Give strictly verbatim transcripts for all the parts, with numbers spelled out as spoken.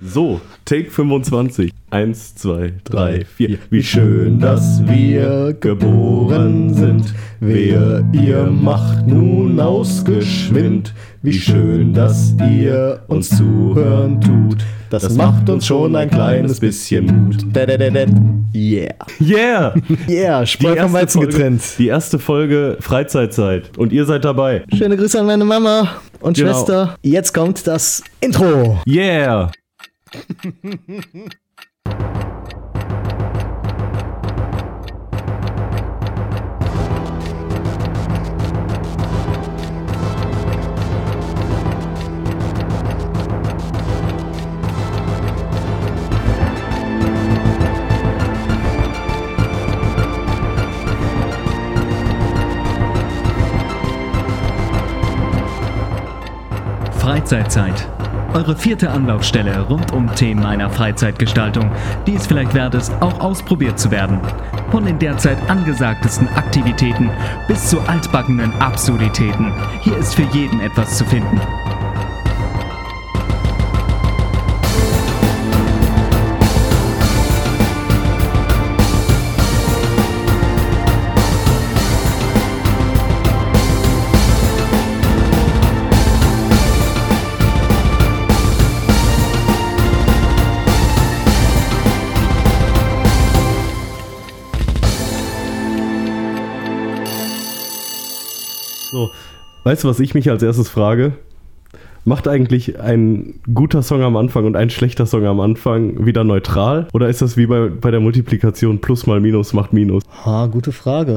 So, Take fünfundzwanzig. Eins, zwei, drei, vier. Wie schön, dass wir geboren sind. Wer ihr macht nun ausgeschwind. Wie schön, dass ihr uns zuhören tut. Das, das macht uns schon ein kleines bisschen Mut. Yeah. Yeah. Yeah, Spreu vom Weizen getrennt. Die erste Folge Freizeitzeit. Und ihr seid dabei. Schöne Grüße an meine Mama und Genau. Schwester. Jetzt kommt das Intro. Yeah. Freizeitzeit. Eure vierte Anlaufstelle rund um Themen einer Freizeitgestaltung, die es vielleicht wert ist, auch ausprobiert zu werden. Von den derzeit angesagtesten Aktivitäten bis zu altbackenen Absurditäten. Hier ist für jeden etwas zu finden. So, weißt du, was ich mich als erstes frage? Macht eigentlich ein guter Song am Anfang und ein schlechter Song am Anfang wieder neutral? Oder ist das wie bei, bei der Multiplikation Plus mal Minus macht Minus? Ha, gute Frage.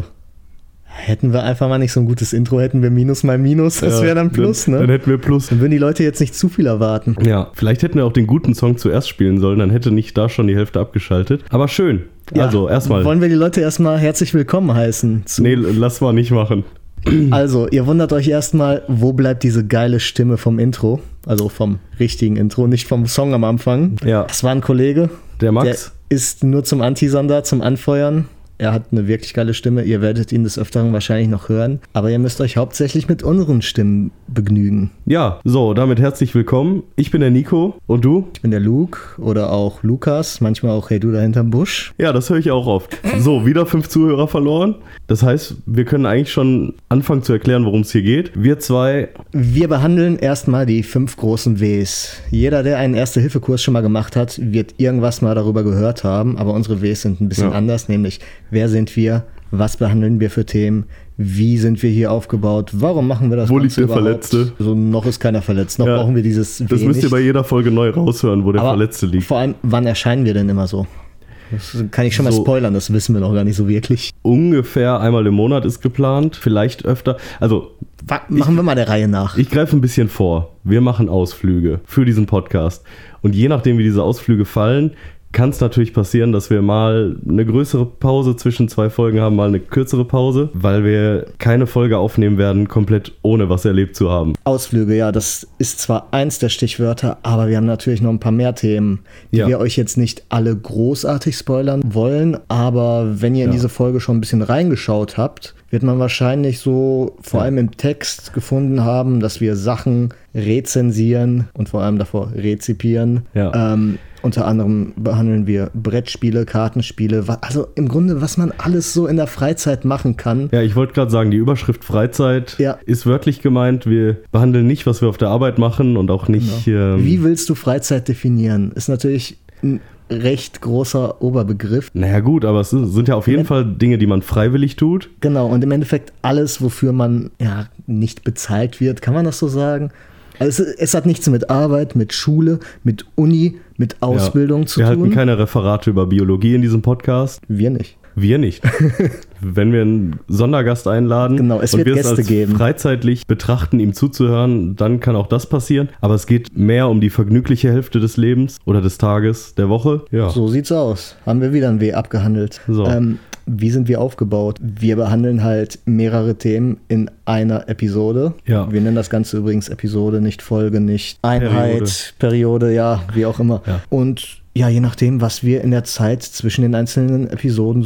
Hätten wir einfach mal nicht so ein gutes Intro, hätten wir Minus mal Minus, das Ja, wäre dann Plus, dann, ne? Dann hätten wir Plus. Dann würden die Leute jetzt nicht zu viel erwarten. Ja, vielleicht hätten wir auch den guten Song zuerst spielen sollen, dann hätte nicht da schon die Hälfte abgeschaltet. Aber schön. Ja, Also, erstmal. Wollen wir die Leute erstmal herzlich willkommen heißen? Zu Nee, lass mal nicht machen. Also, ihr wundert euch erstmal, wo bleibt diese geile Stimme vom Intro? Also vom richtigen Intro, nicht vom Song am Anfang. Ja. Das war ein Kollege. Der Max? Der ist nur zum Anteasern da, zum Anfeuern. Er hat eine wirklich geile Stimme. Ihr werdet ihn des Öfteren wahrscheinlich noch hören. Aber ihr müsst euch hauptsächlich mit unseren Stimmen begnügen. Ja, so, damit herzlich willkommen. Ich bin der Nico und du? Ich bin der Luke oder auch Lukas. Manchmal auch Hey du da hinterm Busch. Ja, das höre ich auch oft. So, wieder fünf Zuhörer verloren. Das heißt, wir können eigentlich schon anfangen zu erklären, worum es hier geht. Wir zwei... Wir behandeln erstmal die fünf großen Ws. Jeder, der einen Erste-Hilfe-Kurs schon mal gemacht hat, wird irgendwas mal darüber gehört haben. Aber unsere Ws sind ein bisschen Ja. anders, nämlich wer sind wir, was behandeln wir für Themen, wie sind wir hier aufgebaut, warum machen wir das Wo Ganze liegt der überhaupt? Verletzte? So, noch ist keiner verletzt, noch Ja. brauchen wir dieses W Das müsst ihr nicht. bei jeder Folge neu raushören, wo der Aber Verletzte liegt. vor allem, wann erscheinen wir denn immer so? Das kann ich schon mal So. spoilern, das wissen wir noch gar nicht so wirklich. Ungefähr einmal im Monat ist geplant, vielleicht öfter. Also, Wa- Machen wir mal der Reihe nach. ich greife ein bisschen vor. Wir machen Ausflüge für diesen Podcast. Und je nachdem, wie diese Ausflüge fallen, kann es natürlich passieren, dass wir mal eine größere Pause zwischen zwei Folgen haben, mal eine kürzere Pause, weil wir keine Folge aufnehmen werden, komplett ohne was erlebt zu haben. Ausflüge, ja, das ist zwar eins der Stichwörter, aber wir haben natürlich noch ein paar mehr Themen, die Ja. wir euch jetzt nicht alle großartig spoilern wollen, aber wenn ihr in Ja. diese Folge schon ein bisschen reingeschaut habt, wird man wahrscheinlich so vor Ja. allem im Text gefunden haben, dass wir Sachen rezensieren und vor allem davor rezipieren. Ja. Ähm, unter anderem behandeln wir Brettspiele, Kartenspiele, wa- also im Grunde, was man alles so in der Freizeit machen kann. Ja, ich wollte gerade sagen, die Überschrift Freizeit Ja. ist wörtlich gemeint. Wir behandeln nicht, was wir auf der Arbeit machen und auch nicht... Ähm, Wie willst du Freizeit definieren? Ist natürlich ein recht großer Oberbegriff. naja gut, aber es sind ja auf jeden Wenn- Fall Dinge, die man freiwillig tut. Genau, und im Endeffekt alles, wofür man ja nicht bezahlt wird, kann man das so sagen? Also es, es hat nichts mit Arbeit, mit Schule, mit Uni, mit Ausbildung Ja. zu Wir tun. halten keine Referate über Biologie in diesem Podcast. Wir nicht. Wir nicht. Wenn wir einen Sondergast einladen Genau, es und wird wir Gäste es als geben. freizeitlich betrachten, ihm zuzuhören, dann kann auch das passieren. Aber es geht mehr um die vergnügliche Hälfte des Lebens oder des Tages, der Woche. Ja. So sieht's aus. Haben wir wieder ein W abgehandelt. So. Ähm, wie sind wir aufgebaut? Wir behandeln halt mehrere Themen in einer Episode. Ja. Wir nennen das Ganze übrigens Episode, nicht Folge, nicht Einheit, Periode, ja, wie auch immer. Ja. Und ja, je nachdem, was wir in der Zeit zwischen den einzelnen Episoden so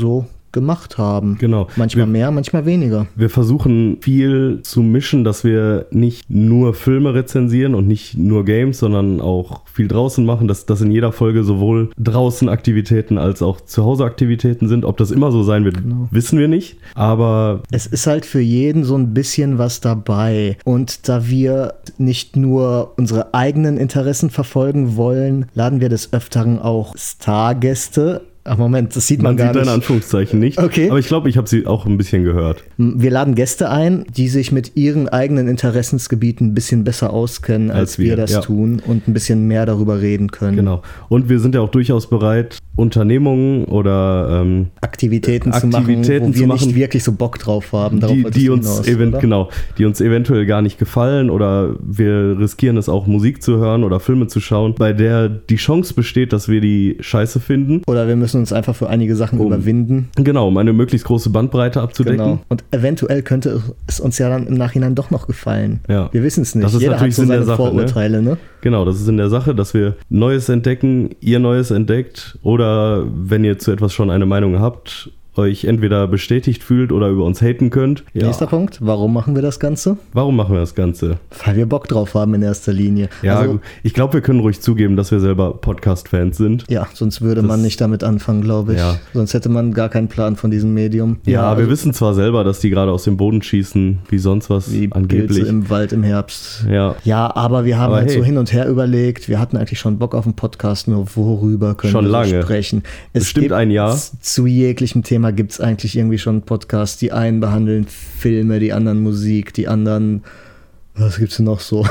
gemacht haben. Genau. Manchmal wir, mehr, manchmal weniger. Wir versuchen viel zu mischen, dass wir nicht nur Filme rezensieren und nicht nur Games, sondern auch viel draußen machen, dass das in jeder Folge sowohl draußen Aktivitäten als auch zu Hause Aktivitäten sind. Ob das immer so sein wird, genau. wissen wir nicht. Aber es ist halt für jeden so ein bisschen was dabei. Und da wir nicht nur unsere eigenen Interessen verfolgen wollen, laden wir des Öfteren auch Stargäste. Ach Moment, das sieht man, man gar nicht. Man sieht deine Anführungszeichen nicht. Okay. Aber ich glaube, ich habe sie auch ein bisschen gehört. Wir laden Gäste ein, die sich mit ihren eigenen Interessensgebieten ein bisschen besser auskennen, als, als wir, wir das ja. tun und ein bisschen mehr darüber reden können. Genau. Und wir sind ja auch durchaus bereit, Unternehmungen oder ähm, Aktivitäten, Aktivitäten zu machen, wo zu wir machen, nicht wirklich so Bock drauf haben. Die, die, uns event- genau, die uns eventuell gar nicht gefallen oder wir riskieren es auch, Musik zu hören oder Filme zu schauen, bei der die Chance besteht, dass wir die scheiße finden. Oder wir müssen uns einfach für einige Sachen um, überwinden. Genau, um eine möglichst große Bandbreite abzudecken. Genau. Und eventuell könnte es uns ja dann im Nachhinein doch noch gefallen. Ja. Wir wissen es nicht. Das ist Jeder natürlich hat so Sinn seine der Sache, Vorurteile, ne? Genau, das ist in der Sache, dass wir Neues entdecken, ihr Neues entdeckt oder wenn ihr zu etwas schon eine Meinung habt, euch entweder bestätigt fühlt oder über uns haten könnt. Ja. Nächster Punkt, warum machen wir das Ganze? Warum machen wir das Ganze? Weil wir Bock drauf haben in erster Linie. Ja, also, ich glaube, wir können ruhig zugeben, dass wir selber Podcast-Fans sind. Ja, sonst würde das, man nicht damit anfangen, glaube ich. Ja. Sonst hätte man gar keinen Plan von diesem Medium. Ja, ja wir also, wissen zwar selber, dass die gerade aus dem Boden schießen, wie sonst was wie angeblich. Pilze im Wald im Herbst. Ja, ja aber wir haben aber halt hey. so hin und her überlegt, wir hatten eigentlich schon Bock auf einen Podcast, nur worüber können schon wir lange. so sprechen. Es Bestimmt gibt, ein Jahr. Zu jeglichem Thema gibt es eigentlich irgendwie schon Podcasts. Die einen behandeln Filme, die anderen Musik, die anderen, was gibt's denn noch so?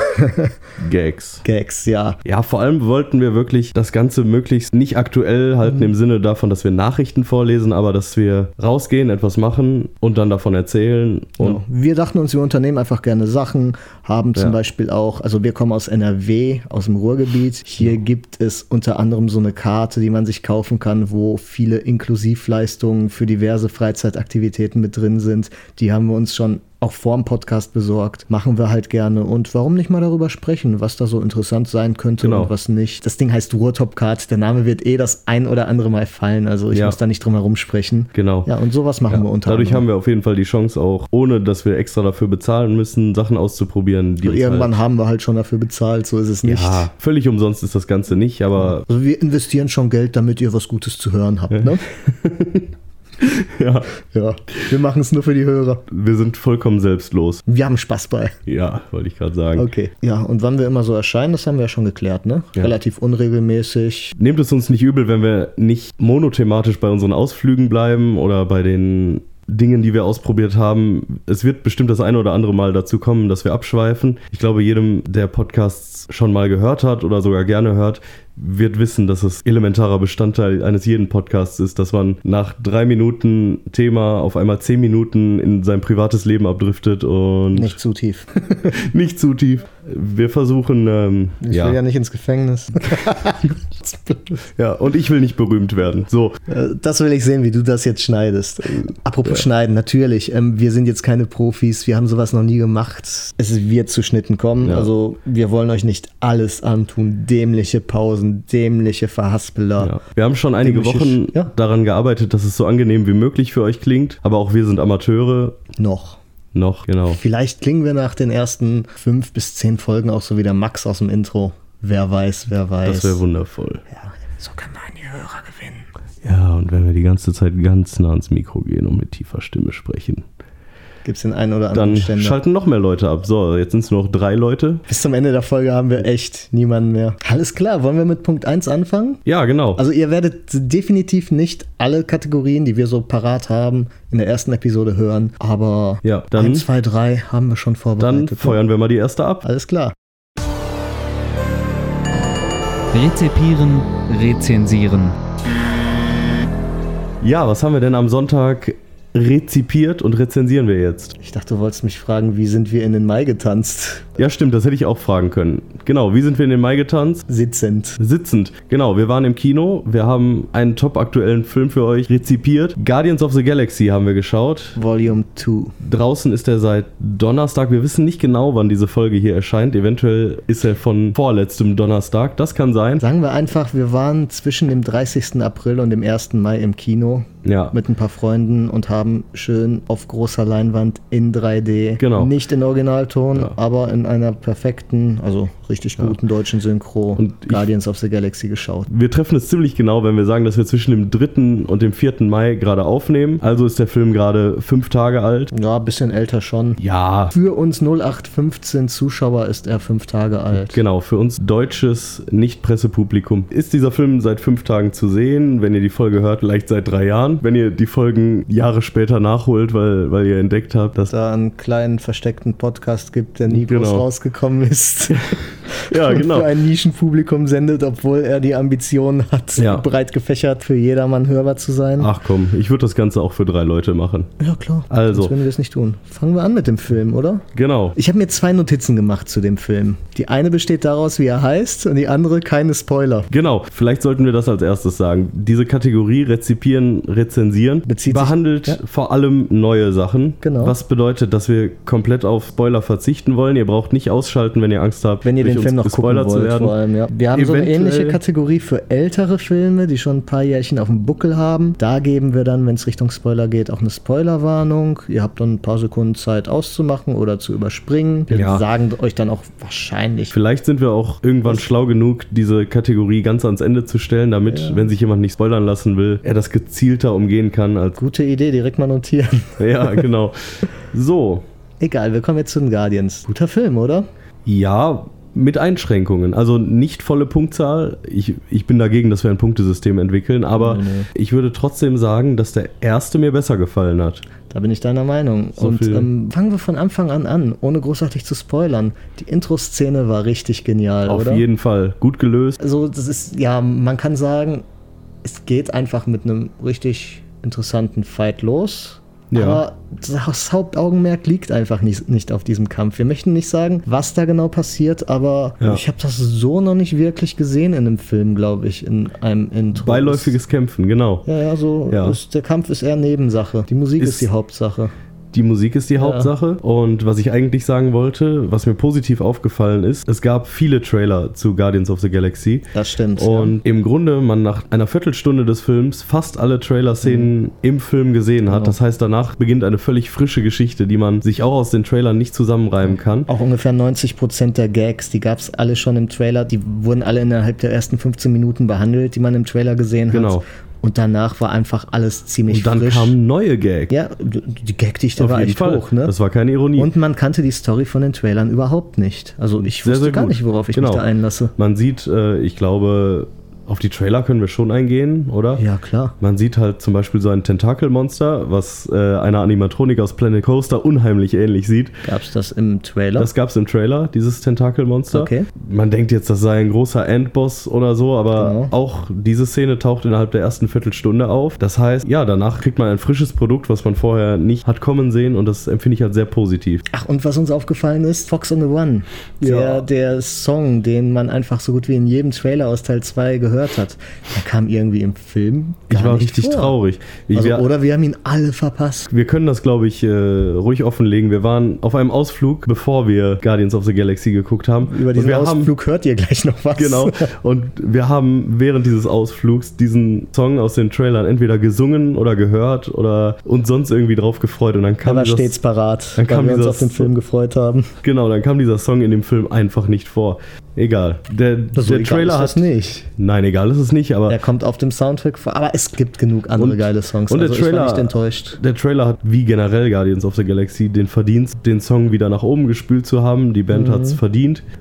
Gags. Gags, ja. Ja, vor allem wollten wir wirklich das Ganze möglichst nicht aktuell halten mhm. im Sinne davon, dass wir Nachrichten vorlesen, aber dass wir rausgehen, etwas machen und dann davon erzählen. Und genau. Wir dachten uns, wir unternehmen einfach gerne Sachen, haben zum ja. Beispiel auch, also wir kommen aus N R W, aus dem Ruhrgebiet. Hier ja. gibt es unter anderem so eine Karte, die man sich kaufen kann, wo viele Inklusivleistungen für diverse Freizeitaktivitäten mit drin sind. Die haben wir uns schon auch vor dem Podcast besorgt. Machen wir halt gerne. Und warum nicht mal darüber sprechen, was da so interessant sein könnte genau. und was nicht. Das Ding heißt Ruhrtopcard. Der Name wird eh das ein oder andere Mal fallen. Also ich ja. muss da nicht drum herum sprechen. Genau. Ja, und sowas machen ja. wir unter Dadurch anderem. haben wir auf jeden Fall die Chance auch, ohne dass wir extra dafür bezahlen müssen, Sachen auszuprobieren. Die so irgendwann halt haben wir halt schon dafür bezahlt. So ist es nicht. Ja, völlig umsonst ist das Ganze nicht, aber... Also wir investieren schon Geld, damit ihr was Gutes zu hören habt, ne? Ja. Ja, wir machen es nur für die Hörer. Wir sind vollkommen selbstlos. Wir haben Spaß bei. Ja, wollte ich gerade sagen. Okay. Ja, und wann wir immer so erscheinen, das haben wir ja schon geklärt, ne? Ja. Relativ unregelmäßig. Nehmt es uns nicht übel, wenn wir nicht monothematisch bei unseren Ausflügen bleiben oder bei den Dingen, die wir ausprobiert haben. Es wird bestimmt das eine oder andere Mal dazu kommen, dass wir abschweifen. Ich glaube, jedem, der Podcasts schon mal gehört hat oder sogar gerne hört, wird wissen, dass es elementarer Bestandteil eines jeden Podcasts ist, dass man nach drei Minuten Thema auf einmal zehn Minuten in sein privates Leben abdriftet und... Nicht zu tief. Nicht zu tief. Wir versuchen... Ähm, ich ja. will ja nicht ins Gefängnis. Ja, und ich will nicht berühmt werden. So. Das will ich sehen, wie du das jetzt schneidest. Apropos ja. Schneiden, natürlich. Ähm, wir sind jetzt keine Profis, wir haben sowas noch nie gemacht. Es wird zu Schnitten kommen. Ja. Also wir wollen euch nicht alles antun. Dämliche Pausen, dämliche Verhaspeler. Ja. Wir haben schon einige Dämliche Wochen Sch- ja. daran gearbeitet, dass es so angenehm wie möglich für euch klingt. Aber auch wir sind Amateure. Noch. Noch, genau. Vielleicht klingen wir nach den ersten fünf bis zehn Folgen auch so wie der Max aus dem Intro. Wer weiß, wer weiß. Das wäre wundervoll. Ja, so können wir die Hörer gewinnen. Ja, und wenn wir die ganze Zeit ganz nah ans Mikro gehen und mit tiefer Stimme sprechen, gibt es den einen oder anderen dann Ständer. Schalten noch mehr Leute ab. So, jetzt sind es nur noch drei Leute. Bis zum Ende der Folge haben wir echt niemanden mehr. Alles klar, wollen wir mit Punkt eins anfangen? Ja, genau. Also ihr werdet definitiv nicht alle Kategorien, die wir so parat haben, in der ersten Episode hören. Aber ja, dann, eins, zwei, drei haben wir schon vorbereitet. Dann feuern wir mal die erste ab. Alles klar. Rezipieren, rezensieren. Ja, was haben wir denn am Sonntag rezipiert und rezensieren wir jetzt? Ich dachte, du wolltest mich fragen, wie sind wir in den Mai getanzt? Ja, stimmt, das hätte ich auch fragen können. Genau, wie sind wir in den Mai getanzt? Sitzend. Sitzend. Genau, wir waren im Kino, wir haben einen top aktuellen Film für euch rezipiert. Guardians of the Galaxy haben wir geschaut. Volume zwei. Draußen ist er seit Donnerstag. Wir wissen nicht genau, wann diese Folge hier erscheint. Eventuell ist er von vorletztem Donnerstag. Das kann sein. Sagen wir einfach, wir waren zwischen dem dreißigsten April und dem ersten Mai im Kino. Ja. Mit ein paar Freunden und haben schön auf großer Leinwand in drei D, genau. nicht in Originalton, ja. aber in einer perfekten, also richtig guten ja. deutschen Synchro und Guardians of the Galaxy geschaut. Wir treffen es ziemlich genau, wenn wir sagen, dass wir zwischen dem dritten und dem vierten Mai gerade aufnehmen. Also ist der Film gerade fünf Tage alt. Ja, ein bisschen älter schon. Ja. Für uns null acht fünfzehn Zuschauer ist er fünf Tage alt. Genau, für uns deutsches Nicht-Pressepublikum ist dieser Film seit fünf Tagen zu sehen. Wenn ihr die Folge hört, vielleicht seit drei Jahren. Wenn ihr die Folgen Jahre später nachholt, weil, weil ihr entdeckt habt, dass da einen kleinen versteckten Podcast gibt, der nie genau. groß rausgekommen ist. Ja, genau. Für ein Nischenpublikum sendet, obwohl er die Ambition hat, ja. breit gefächert für jedermann hörbar zu sein. Ach komm, ich würde das Ganze auch für drei Leute machen. Ja, klar. Also. Sonst würden wir das nicht tun. Fangen wir an mit dem Film, oder? Genau. Ich habe mir zwei Notizen gemacht zu dem Film. Die eine besteht daraus, wie er heißt, und die andere keine Spoiler. Genau. Vielleicht sollten wir das als erstes sagen. Diese Kategorie Rezipieren, Rezensieren Bezieht behandelt sich, ja. vor allem neue Sachen. Genau. Was bedeutet, dass wir komplett auf Spoiler verzichten wollen. Ihr braucht nicht ausschalten, wenn ihr Angst habt, wenn ihr den Film noch gucken wollt, zu werden. Vor allem, ja. Wir haben Eventuell so eine ähnliche Kategorie für ältere Filme, die schon ein paar Jährchen auf dem Buckel haben. Da geben wir dann, wenn es Richtung Spoiler geht, auch eine Spoilerwarnung. Ihr habt dann ein paar Sekunden Zeit auszumachen oder zu überspringen. Wir ja. sagen euch dann auch wahrscheinlich. Vielleicht sind wir auch irgendwann Was? schlau genug, diese Kategorie ganz ans Ende zu stellen, damit, ja. wenn sich jemand nicht spoilern lassen will, er das gezielter umgehen kann. Als Gute Idee, direkt mal notieren. Ja, genau. So. Egal, wir kommen jetzt zu den Guardians. Guter Film, oder? Ja, mit Einschränkungen. Also nicht volle Punktzahl. Ich, ich bin dagegen, dass wir ein Punktesystem entwickeln, aber nee, nee. ich würde trotzdem sagen, dass der erste mir besser gefallen hat. Da bin ich deiner Meinung. So Und ähm, fangen wir von Anfang an an, ohne großartig zu spoilern. Die Intro-Szene war richtig genial, Auf oder? Auf jeden Fall. Gut gelöst. Also das ist, ja, man kann sagen, es geht einfach mit einem richtig interessanten Fight los. Ja. Aber das Hauptaugenmerk liegt einfach nicht, nicht auf diesem Kampf. Wir möchten nicht sagen, was da genau passiert, aber ja. ich habe das so noch nicht wirklich gesehen in einem Film, glaube ich, in einem Intro. Beiläufiges Kämpfen, genau. Ja, ja, so ja. Ist, der Kampf ist eher Nebensache. Die Musik ist, ist die Hauptsache. Die Musik ist die ja. Hauptsache. Und was ich eigentlich sagen wollte, was mir positiv aufgefallen ist, es gab viele Trailer zu Guardians of the Galaxy. Das stimmt. Und ja. im Grunde man nach einer Viertelstunde des Films fast alle Trailer-Szenen mhm. im Film gesehen hat. Genau. Das heißt, danach beginnt eine völlig frische Geschichte, die man sich auch aus den Trailern nicht zusammenreimen kann. Auch ungefähr neunzig Prozent der Gags, die gab es alle schon im Trailer. Die wurden alle innerhalb der ersten fünfzehn Minuten behandelt, die man im Trailer gesehen hat. Genau. Und danach war einfach alles ziemlich Und dann frisch. kamen neue Gags. Ja, die Gagdichte war echt Fall. hoch, ne? Das war keine Ironie. Und man kannte die Story von den Trailern überhaupt nicht. Also ich sehr, wusste sehr gar gut. nicht, worauf ich genau. mich da einlasse. Man sieht, äh, ich glaube, auf die Trailer können wir schon eingehen, oder? Ja, klar. Man sieht halt zum Beispiel so ein Tentakelmonster, was äh, einer Animatronik aus Planet Coaster unheimlich ähnlich sieht. Gab's das im Trailer? Das gab's im Trailer, dieses Tentakelmonster. Okay. Man denkt jetzt, das sei ein großer Endboss oder so, aber genau. auch diese Szene taucht innerhalb der ersten Viertelstunde auf. Das heißt, ja, danach kriegt man ein frisches Produkt, was man vorher nicht hat kommen sehen, und das empfinde ich halt sehr positiv. Ach, und was uns aufgefallen ist, Fox on the Run. Der, ja. der Song, den man einfach so gut wie in jedem Trailer aus Teil zwei gehört hat, der kam irgendwie im Film gar Ich war nicht richtig vor. traurig. Also, wir, oder wir haben ihn alle verpasst. Wir können das, glaube ich, äh, ruhig offenlegen. Wir waren auf einem Ausflug, bevor wir Guardians of the Galaxy geguckt haben. Über diesen wir Ausflug haben, hört ihr gleich noch was. Genau. Und wir haben während dieses Ausflugs diesen Song aus den Trailern entweder gesungen oder gehört oder uns sonst irgendwie drauf gefreut. Und dann kam er war dieses, stets parat, dann weil kam wir uns dieser, auf den Film gefreut haben. Genau, dann kam dieser Song in dem Film einfach nicht vor. Egal. Der, so der egal Trailer ist hat das nicht. Nein, egal ist es nicht, aber er kommt auf dem Soundtrack vor, aber es gibt genug andere und, geile Songs. Und der also Trailer, ich war nicht enttäuscht. Der Trailer hat wie generell Guardians of the Galaxy den Verdienst, den Song wieder nach oben gespült zu haben. Die Band mhm. hat es verdient.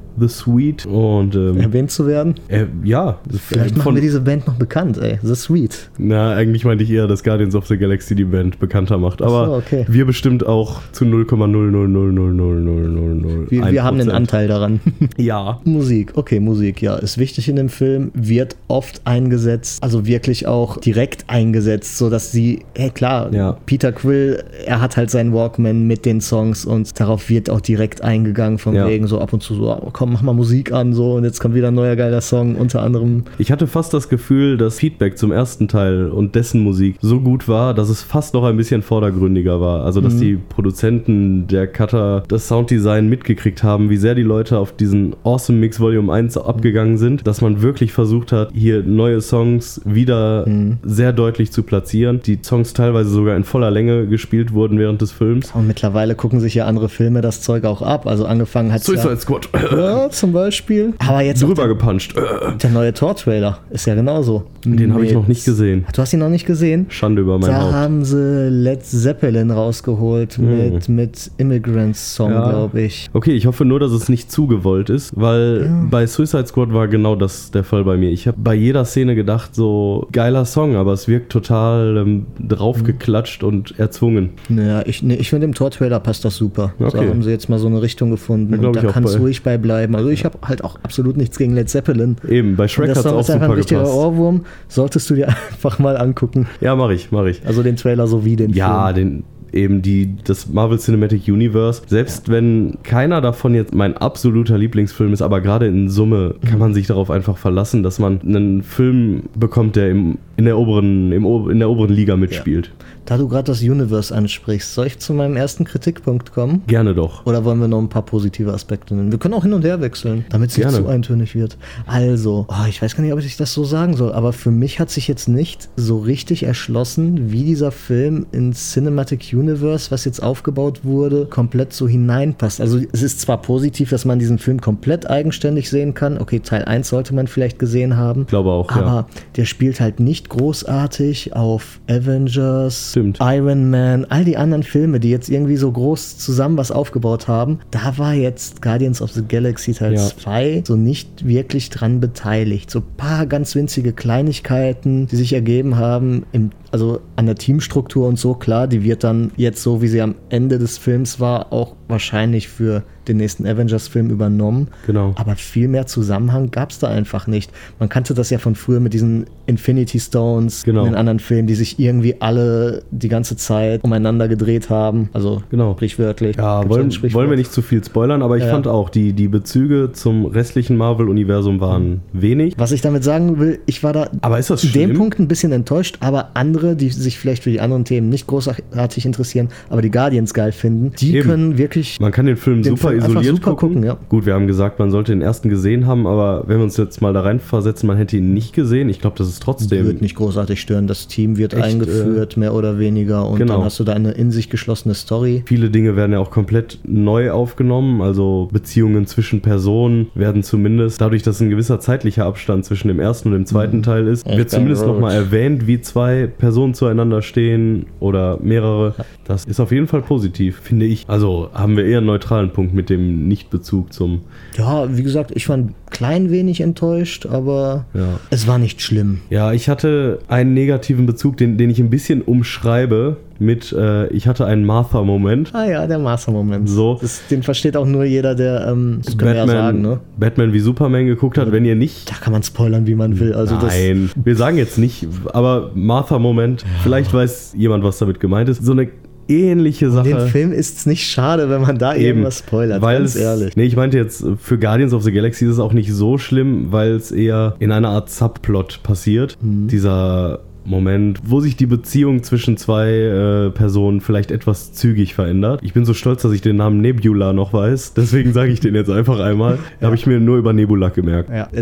The Sweet und ähm, erwähnt zu werden. Äh, ja. Vielleicht machen wir diese Band noch bekannt, ey. The Sweet. Na, eigentlich meinte ich eher, dass Guardians of the Galaxy die Band bekannter macht. Aber so, okay. wir bestimmt auch zu null Komma null null null null null null null null. Wir, wir haben einen Anteil daran. Ja. Musik, okay, Musik, ja, ist wichtig in dem Film, wird oft eingesetzt, also wirklich auch direkt eingesetzt, sodass sie, hey klar, ja. Peter Quill, er hat halt seinen Walkman mit den Songs und darauf wird auch direkt eingegangen, von ja. wegen so ab und zu so, oh, komm, mach mal Musik an, so, und jetzt kommt wieder ein neuer geiler Song, unter anderem. Ich hatte fast das Gefühl, dass Feedback zum ersten Teil und dessen Musik so gut war, dass es fast noch ein bisschen vordergründiger war. Also, dass mhm. die Produzenten, der Cutter, das Sounddesign mitgekriegt haben, wie sehr die Leute auf diesen Awesome Mix Volume eins abgegangen sind, dass man wirklich versucht hat, hier neue Songs wieder mhm. sehr deutlich zu platzieren. Die Songs teilweise sogar in voller Länge gespielt wurden während des Films. Und mittlerweile gucken sich ja andere Filme das Zeug auch ab. Also angefangen hat es Suicide ja, Squad. Ja, zum Beispiel. Aber jetzt drüber der, gepuncht. Der neue Thor-Trailer ist ja genauso. Den habe ich noch nicht gesehen. Du hast ihn noch nicht gesehen? Schande über mein da Haupt. Da haben sie Led Zeppelin rausgeholt mhm. mit, mit Immigrants Song, ja. glaube ich. Okay, ich hoffe nur, dass es nicht zu gewollt ist, weil ja. bei Suicide Squad war genau das der Fall bei mir. Ich habe bei jeder Szene gedacht, so geiler Song, aber es wirkt total ähm, draufgeklatscht mhm. und erzwungen. Naja, ich, ne, ich finde, im Tor-Trailer passt das super. Okay. Da haben sie jetzt mal so eine Richtung gefunden da und da kann es bei. ruhig bei bleiben. Also ich habe halt auch absolut nichts gegen Led Zeppelin. Eben, bei Shrek hat es auch super gepasst. Das ist einfach ein richtiger Ohrwurm. Solltest du dir einfach mal angucken. Ja, mache ich, mache ich. Also den Trailer sowie den ja, Film. den eben die, das Marvel Cinematic Universe. Selbst ja. wenn keiner davon jetzt mein absoluter Lieblingsfilm ist, aber gerade in Summe kann man sich darauf einfach verlassen, dass man einen Film bekommt, der im, in, der oberen, im, in der oberen Liga mitspielt. Ja. Da du gerade das Universe ansprichst, soll ich zu meinem ersten Kritikpunkt kommen? Gerne doch. Oder wollen wir noch ein paar positive Aspekte nennen? Wir können auch hin und her wechseln, damit es nicht zu eintönig wird. Also, oh, ich weiß gar nicht, ob ich das so sagen soll, aber für mich hat sich jetzt nicht so richtig erschlossen, wie dieser Film ins Cinematic Universe, was jetzt aufgebaut wurde, komplett so hineinpasst. Also es ist zwar positiv, dass man diesen Film komplett eigenständig sehen kann. Okay, Teil eins sollte man vielleicht gesehen haben. Ich glaube auch, aber ja. der spielt halt nicht großartig auf Avengers, Stimmt. Iron Man, all die anderen Filme, die jetzt irgendwie so groß zusammen was aufgebaut haben. Da war jetzt Guardians of the Galaxy Teil zwei ja. so nicht wirklich dran beteiligt. So ein paar ganz winzige Kleinigkeiten, die sich ergeben haben, im, also an der Teamstruktur und so, klar, die wird dann jetzt so, wie sie am Ende des Films war, auch wahrscheinlich für den nächsten Avengers-Film übernommen. Genau. Aber viel mehr Zusammenhang gab es da einfach nicht. Man kannte das ja von früher mit diesen Infinity Stones genau. in den anderen Filmen, die sich irgendwie alle die ganze Zeit umeinander gedreht haben. Also genau. sprichwörtlich. Ja, wollen, wollen wir nicht zu viel spoilern, aber ich ja. fand auch, die, die Bezüge zum restlichen Marvel-Universum waren mhm. wenig. Was ich damit sagen will, ich war da aber ist das in schlimm? dem Punkt ein bisschen enttäuscht, aber andere, die sich vielleicht für die anderen Themen nicht großartig interessieren, aber die Guardians geil finden, die Eben. können wirklich Man kann den Film den super Film isoliert super gucken. gucken ja. Gut, wir haben gesagt, man sollte den ersten gesehen haben, aber wenn wir uns jetzt mal da reinversetzen, man hätte ihn nicht gesehen. Ich glaube, das ist trotzdem... Wird nicht großartig stören. Das Team wird echt, eingeführt, äh, mehr oder weniger. Und genau. dann hast du da eine in sich geschlossene Story. Viele Dinge werden ja auch komplett neu aufgenommen. Also Beziehungen zwischen Personen werden zumindest, dadurch, dass ein gewisser zeitlicher Abstand zwischen dem ersten und dem zweiten mhm. Teil ist, ich wird zumindest nochmal erwähnt, wie zwei Personen zueinander stehen oder mehrere. Das ist auf jeden Fall positiv, finde ich. Also haben wir eher einen neutralen Punkt mit dem Nichtbezug zum... Ja, wie gesagt, ich war ein klein wenig enttäuscht, aber ja. es war nicht schlimm. Ja, ich hatte einen negativen Bezug, den, den ich ein bisschen umschreibe mit, äh, ich hatte einen Martha-Moment. Ah ja, der Martha-Moment. So. Das, den versteht auch nur jeder, der, ähm, das können Batman, wir ja sagen, ne? Batman wie Superman geguckt hat, wenn ihr nicht... Da kann man spoilern, wie man will. Also Nein, das, wir sagen jetzt nicht, aber Martha-Moment, ja. vielleicht weiß jemand, was damit gemeint ist. So eine ähnliche Sache. Den Film ist es nicht schade, wenn man da Eben, irgendwas spoilert, weil ganz es, ehrlich. Nee, ich meinte jetzt, für Guardians of the Galaxy ist es auch nicht so schlimm, weil es eher in einer Art Subplot passiert. Mhm. Dieser Moment, wo sich die Beziehung zwischen zwei äh, Personen vielleicht etwas zügig verändert. Ich bin so stolz, dass ich den Namen Nebula noch weiß, deswegen sage ich den jetzt einfach einmal. Da habe ich mir nur über Nebula gemerkt. Ja, es ist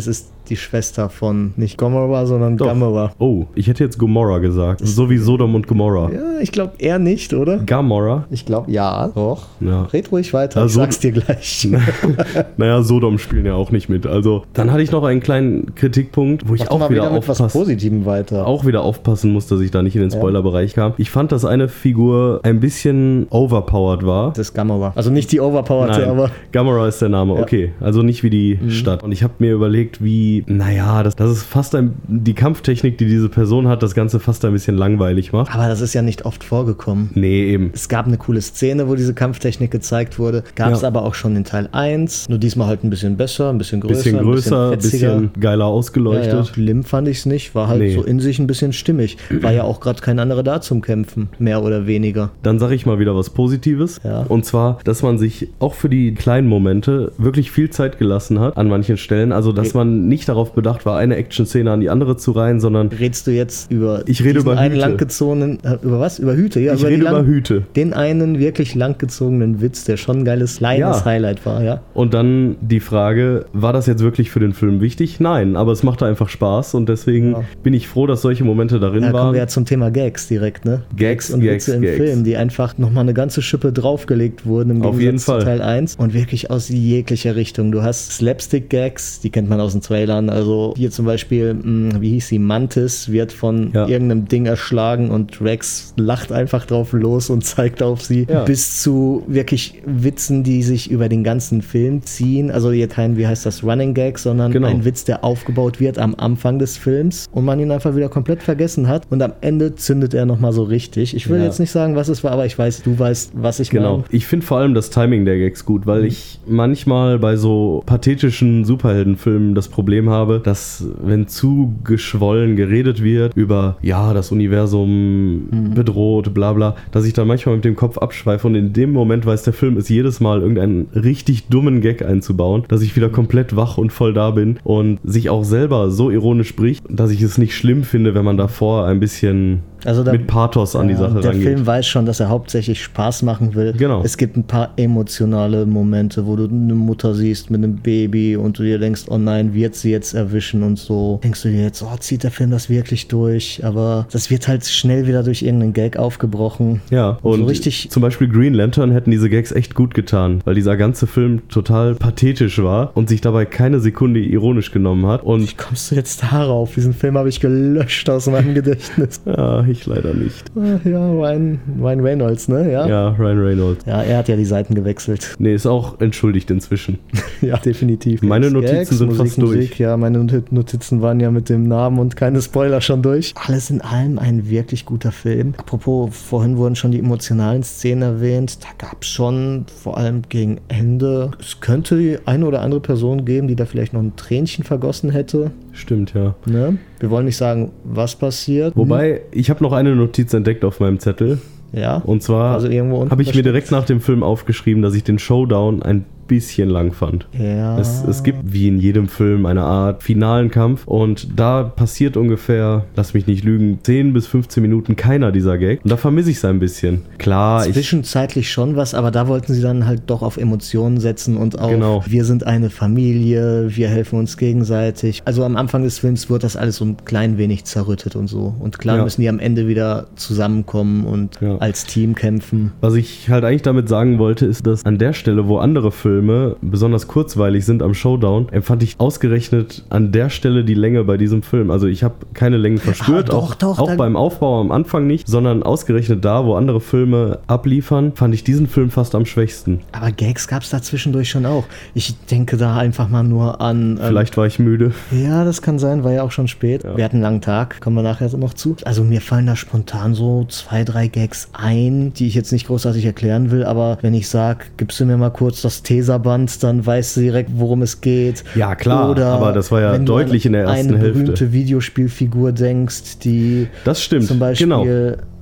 die Schwester von nicht Gomorrah, sondern Doch. Gamora. Oh, ich hätte jetzt Gomorrah gesagt. So wie Sodom und Gomorrah. Ja, ich glaube eher nicht, oder? Gamora? Ich glaube, ja, doch. Ja. Red ruhig weiter, Also- ich sag's dir gleich. Naja, Sodom spielen ja auch nicht mit. Also, dann hatte ich noch einen kleinen Kritikpunkt, wo ich Mach doch auch mal wieder, wieder mit was aufpassen, Positivem weiter. auch wieder aufpassen muss, dass ich da nicht in den Ja. Spoilerbereich kam. Ich fand, dass eine Figur ein bisschen overpowered war. Das ist Gamora. Also nicht die Overpowerte, Nein, aber Gamora ist der Name, Ja. okay. Also nicht wie die Stadt. Und ich habe mir überlegt, wie, naja, das, das ist fast ein, die Kampftechnik, die diese Person hat, das Ganze fast ein bisschen langweilig macht. aber das ist ja nicht oft vorgekommen. Nee, eben. Es gab eine coole Szene, wo diese Kampftechnik gezeigt wurde. Gab es Ja. aber auch schon in Teil eins. Nur diesmal halt ein bisschen besser, ein bisschen größer, Bisschen größer, ein bisschen fetziger. bisschen geiler Ja, ja. ausgeleuchtet. Schlimm fand ich es nicht. War halt Nee. so in sich ein bisschen stimmig. War ja auch gerade kein anderer da zum Kämpfen. Mehr oder weniger. Dann sage ich mal wieder was Positives. Ja. Und zwar, dass man sich auch für die kleinen Momente wirklich viel Zeit gelassen hat an manchen Stellen. Also, dass man nicht darauf bedacht war, eine Action-Szene an die andere zu reihen, sondern Redest du jetzt über Ich rede diesen über einen Hüte. langgezogenen, äh, über was? Über Hüte? Ja, ich über die rede über lang- Hüte. Den einen wirklich langgezogenen Witz, der schon ein geiles kleines Ja. Highlight war, ja. Und dann die Frage, war das jetzt wirklich für den Film wichtig? Nein, aber es machte einfach Spaß und deswegen Ja. bin ich froh, dass solche Momente darin Da kommen waren. wir ja zum Thema Gags direkt, ne? Gags, und Gags, Witze im Gags. Film, die einfach nochmal eine ganze Schippe draufgelegt wurden im Auf Gegensatz jeden zu Fall. Teil eins und wirklich aus jeglicher Richtung. Du hast Slapstick-Gags, die kennt man aus den Trailern, also hier zum Beispiel, mh, wie hieß sie, Mantis wird von Ja. irgendeinem Ding erschlagen und Rex lacht einfach drauf los und zeigt auf sie, Ja. bis zu wirklich Witzen, die sich über den ganzen Film ziehen, also hier kein, wie heißt das, Running Gag, sondern Genau. ein Witz, der aufgebaut wird am Anfang des Films und man ihn einfach wieder komplett vergessen hat und am Ende zündet er nochmal so richtig. Ich will Ja. jetzt nicht sagen, was es war, aber ich weiß, du weißt, was ich Genau. meine. Ich finde vor allem das Timing der Gags gut, weil ich manchmal bei so pathetischen Superheldenfilmen das Problem habe, dass wenn zu geschwollen geredet wird über, ja, das Universum bedroht, bla bla, dass ich dann manchmal mit dem Kopf abschweife und in dem Moment weiß der Film es jedes Mal irgendeinen richtig dummen Gag einzubauen, dass ich wieder komplett wach und voll da bin und sich auch selber so ironisch spricht, dass ich es nicht schlimm finde, wenn man davor ein bisschen Also da, mit Pathos an die ja, Sache der rangeht. Film weiß schon, dass er hauptsächlich Spaß machen will. Genau. Es gibt ein paar emotionale Momente, wo du eine Mutter siehst mit einem Baby und du dir denkst, oh nein, wird sie jetzt erwischen und so. Denkst du dir jetzt, oh, zieht der Film das wirklich durch? Aber das wird halt schnell wieder durch irgendeinen Gag aufgebrochen. Ja, und so richtig. zum Beispiel Green Lantern hätten diese Gags echt gut getan, weil dieser ganze Film total pathetisch war und sich dabei keine Sekunde ironisch genommen hat. Und Wie kommst du jetzt darauf? Diesen Film habe ich gelöscht aus meinem Gedächtnis. ja, ich leider nicht. Ach ja, Ryan, Ryan Reynolds, ne? Ja? Ja, Ryan Reynolds. Ja, er hat ja die Seiten gewechselt. Nee, ist auch entschuldigt inzwischen. Ja, definitiv. Meine Gags, Notizen sind Musik, fast durch. Musik, ja, meine Not- Notizen waren ja mit dem Namen und keine Spoiler schon durch. Alles in allem ein wirklich guter Film. Apropos, vorhin wurden schon die emotionalen Szenen erwähnt. Da gab es schon, vor allem gegen Ende, es könnte die eine oder andere Person geben, die da vielleicht noch ein Tränchen vergossen hätte. Stimmt, ja. Ne? Wir wollen nicht sagen, was passiert. Wobei, ich habe noch eine Notiz entdeckt auf meinem Zettel. Ja. Und zwar Also irgendwo unten habe ich mir versteckt. direkt nach dem Film aufgeschrieben, dass ich den Showdown ein bisschen lang fand. Ja. Es, es gibt wie in jedem Film eine Art finalen Kampf und da passiert ungefähr, lass mich nicht lügen, zehn bis fünfzehn Minuten keiner dieser Gag und da vermisse ich es ein bisschen. Klar, ich, Zwischenzeitlich schon was, aber da wollten sie dann halt doch auf Emotionen setzen und auf Genau. wir sind eine Familie, wir helfen uns gegenseitig. Also am Anfang des Films wird das alles so ein klein wenig zerrüttet und so. Und klar Ja. müssen die am Ende wieder zusammenkommen und Ja. als Team kämpfen. was ich halt eigentlich damit sagen wollte, ist, dass an der Stelle, wo andere Filme besonders kurzweilig sind am Showdown, empfand ich ausgerechnet an der Stelle die Länge bei diesem Film. Also ich habe keine Längen verspürt, Ah, doch, auch, doch, auch da- beim Aufbau am Anfang nicht, sondern ausgerechnet da, wo andere Filme abliefern, fand ich diesen Film fast am schwächsten. Aber Gags gab es da zwischendurch schon auch. Ich denke da einfach mal nur an... ähm, Vielleicht war ich müde. Ja, das kann sein, war ja auch schon spät. Ja. Wir hatten einen langen Tag, kommen wir nachher noch zu. Also mir fallen da spontan so zwei, drei Gags ein, die ich jetzt nicht großartig erklären will, aber wenn ich sage, gibst du mir mal kurz das Teserband, dann weißt du direkt, worum es geht. Ja, klar, Oder aber das war ja wenn du deutlich an in der ersten eine Hälfte. berühmte Videospielfigur denkst, die Das stimmt, zum Beispiel genau.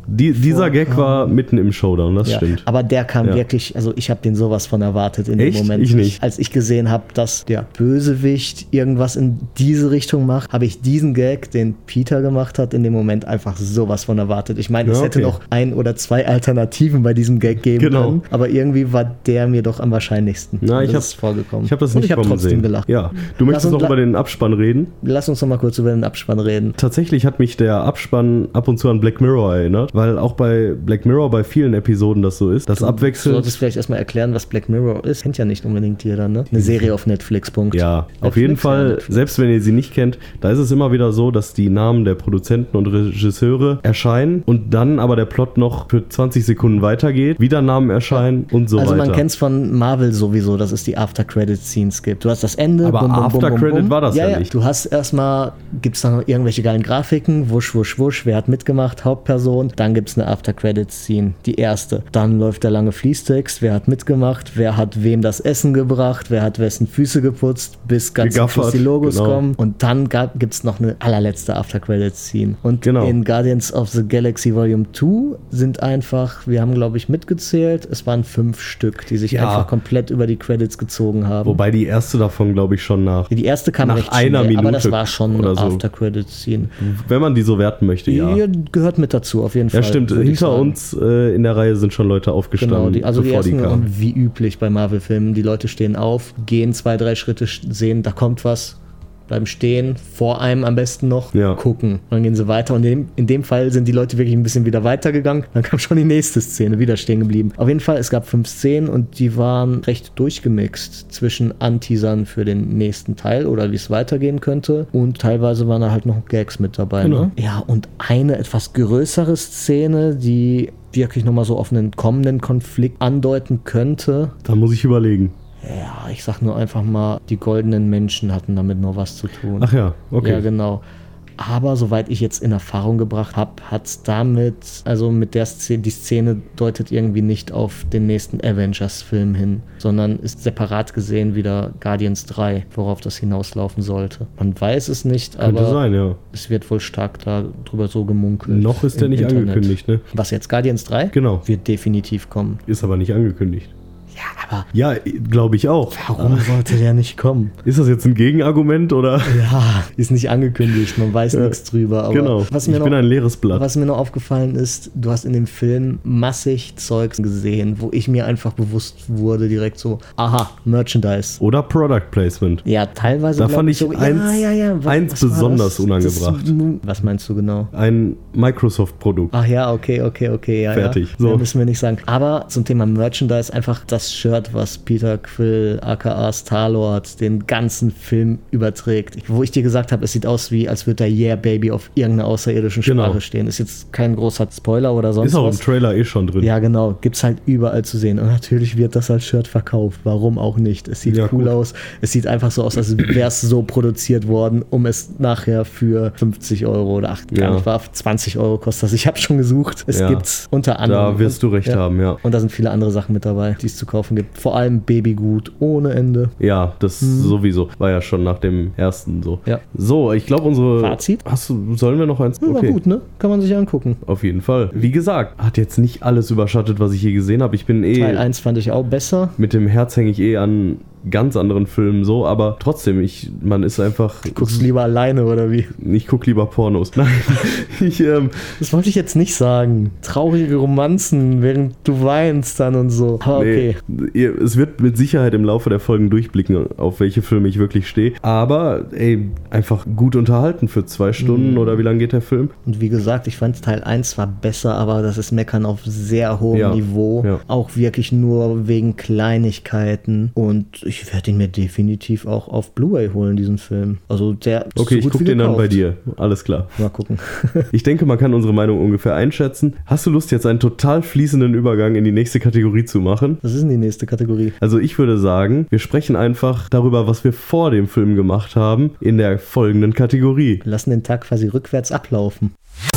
Die, dieser Gag war mitten im Showdown, das ja, stimmt. Aber der kam ja. wirklich, also ich habe den sowas von erwartet in Echt? dem Moment. Ich nicht. Als ich gesehen habe, dass der Bösewicht irgendwas in diese Richtung macht, habe ich diesen Gag, den Peter gemacht hat, in dem Moment einfach sowas von erwartet. Ich meine, es ja, hätte okay. noch ein oder zwei Alternativen bei diesem Gag geben genau. können, aber irgendwie war der mir doch am wahrscheinlichsten. Na, ich habe vorgekommen. Ich habe das Und nicht ich habe kommen trotzdem sehen. gelacht. Ja, du möchtest noch über den Abspann reden? Lass uns noch mal kurz über den Abspann reden. Tatsächlich hat mich der Abspann ab und zu an Black Mirror erinnert, weil auch bei Black Mirror bei vielen Episoden das so ist. Das Du abwechselnd. solltest vielleicht erstmal erklären, was Black Mirror ist. Kennt ja nicht unbedingt jeder, ne? Eine Serie auf Netflix, Punkt. Ja, Netflix, auf jeden ja, Fall, Netflix. selbst wenn ihr sie nicht kennt, da ist es immer wieder so, dass die Namen der Produzenten und Regisseure erscheinen und dann aber der Plot noch für zwanzig Sekunden weitergeht, wieder Namen erscheinen und so also weiter. man kennt es von Marvel sowieso, dass es die After-Credit-Scenes gibt. Du hast das Ende. Aber bum, bum, bum, bum, After-Credit bum. war das ja ja nicht. Du hast erstmal, gibt es da noch irgendwelche geilen Grafiken, wusch, wusch, wusch, wer hat mitgemacht, Hauptperson, dann gibt es eine After-Credit-Scene, die erste. Dann läuft der lange Fließtext, wer hat mitgemacht, wer hat wem das Essen gebracht, wer hat wessen Füße geputzt, bis ganz zum Schluss die Logos genau. kommen. Und dann gibt es noch eine allerletzte After-Credit-Scene. Und Genau. in Guardians of the Galaxy Volume zwei sind einfach, wir haben glaube ich mitgezählt, es waren fünf Stück, die sich Ja. einfach komplett über die Credits gezogen haben. Wobei die erste davon, glaube ich, schon nach, Die erste kam nach recht einer schnell, aber das Minute war schon oder eine so. After-Credit-Scene. wenn man die so werten möchte, Die ja. gehört mit dazu, auf jeden Fall. Ja, stimmt. würde ich Hinter sagen. uns äh, in der Reihe sind schon Leute aufgestanden, Genau, die, also die bevor die, ersten, kamen. und wie üblich bei Marvel-Filmen, die Leute stehen auf, gehen zwei, drei Schritte, sehen, da kommt was, bleiben stehen, vor einem am besten noch, Ja. gucken. Und dann gehen sie weiter und in dem, in dem Fall sind die Leute wirklich ein bisschen wieder weitergegangen. Dann kam schon die nächste Szene, wieder stehen geblieben. Auf jeden Fall, es gab fünf Szenen und die waren recht durchgemixt zwischen Anteasern für den nächsten Teil oder wie es weitergehen könnte und teilweise waren da halt noch Gags mit dabei. Genau. Ne? Ja, und eine etwas größere Szene, die wirklich nochmal so auf einen kommenden Konflikt andeuten könnte. Da muss ich überlegen. Ja, ich sag nur einfach mal, die goldenen Menschen hatten damit nur was zu tun. Ach ja, okay. Ja, genau. Aber soweit ich jetzt in Erfahrung gebracht habe, hat es damit, also mit der Szene, die Szene deutet irgendwie nicht auf den nächsten Avengers-Film hin, sondern ist separat gesehen wieder Guardians drei, worauf das hinauslaufen sollte. Man weiß es nicht, Könnte aber sein, ja. es wird wohl stark darüber so gemunkelt. Noch ist der im nicht Internet. angekündigt, ne? Was jetzt, Guardians drei? Genau. Wird definitiv kommen. Ist aber nicht angekündigt. Ja, aber Ja, glaube ich auch. warum sollte der nicht kommen? Ist das jetzt ein Gegenargument oder? Ja, ist nicht angekündigt, man weiß Ja, nichts drüber. Aber genau. was mir ich noch, bin ein leeres Blatt. was mir noch aufgefallen ist, du hast in dem Film massig Zeugs gesehen, wo ich mir einfach bewusst wurde, direkt so, aha, Merchandise. Oder Product Placement. Ja, teilweise. Da glaub fand ich so, eins- ja, ja, ja. Was, eins was war besonders das? unangebracht. Das, was meinst du genau? Ein Microsoft-Produkt. Ach ja, okay, okay, okay, ja. Fertig. Ja. So. Mehr müssen wir nicht sagen. Aber zum Thema Merchandise, einfach das Shirt, was Peter Quill, aka Star-Lord, den ganzen Film überträgt. Wo ich dir gesagt habe, es sieht aus wie, als würde da Yeah Baby auf irgendeiner außerirdischen Sprache Genau. stehen. Ist jetzt kein großer Spoiler oder sonst Ist auch was. im Trailer eh schon drin. Ja, genau. Gibt's halt überall zu sehen. Und natürlich wird das als Shirt verkauft. Warum auch nicht? Es sieht Ja, cool gut. aus. Es sieht einfach so aus, als wäre es so produziert worden, um es nachher für fünfzig Euro oder ach, gar Ja. nicht wahr, zwanzig Euro kostet das. Ich habe schon gesucht. Es Ja. gibt's unter anderem. Da wirst du recht ja. haben, ja. Und da sind viele andere Sachen mit dabei, die es zu kaufen gibt. Vor allem Babygut ohne Ende. Ja, das sowieso. War ja schon nach dem ersten so. Mhm. Ja. So, ich glaube, unsere. Fazit? Hast du, sollen wir noch eins? Ja, war gut, ne? Kann man sich angucken. Auf jeden Fall. Wie gesagt, hat jetzt nicht alles überschattet, was ich je gesehen habe. Ich bin eh. Teil eins fand ich auch besser. Mit dem Herz hänge ich eh an ganz anderen Filmen so, aber trotzdem, ich, man ist einfach. Guckst du lieber alleine oder wie? Ich gucke lieber Pornos. Nein, ich, ähm, Das wollte ich jetzt nicht sagen. Traurige Romanzen, während du weinst dann und so. Aber okay. nee, ihr, es wird mit Sicherheit im Laufe der Folgen durchblicken, auf welche Filme ich wirklich stehe. Aber, ey, einfach gut unterhalten für zwei Stunden Mhm. oder wie lange geht der Film? Und wie gesagt, ich fand Teil eins zwar besser, aber das ist Meckern auf sehr hohem Ja, Niveau. ja. Auch wirklich nur wegen Kleinigkeiten. Und ich werde ihn mir definitiv auch auf Blu-ray holen, diesen Film. Also der ist Okay, so ich gut gucke wie den dann gekauft. bei dir. Alles klar. Mal gucken. Ich denke, man kann unsere Meinung ungefähr einschätzen. Hast du Lust, jetzt einen total fließenden Übergang in die nächste Kategorie zu machen? Was ist denn die nächste Kategorie? Also ich würde sagen, wir sprechen einfach darüber, was wir vor dem Film gemacht haben, in der folgenden Kategorie. Wir lassen den Tag quasi rückwärts ablaufen.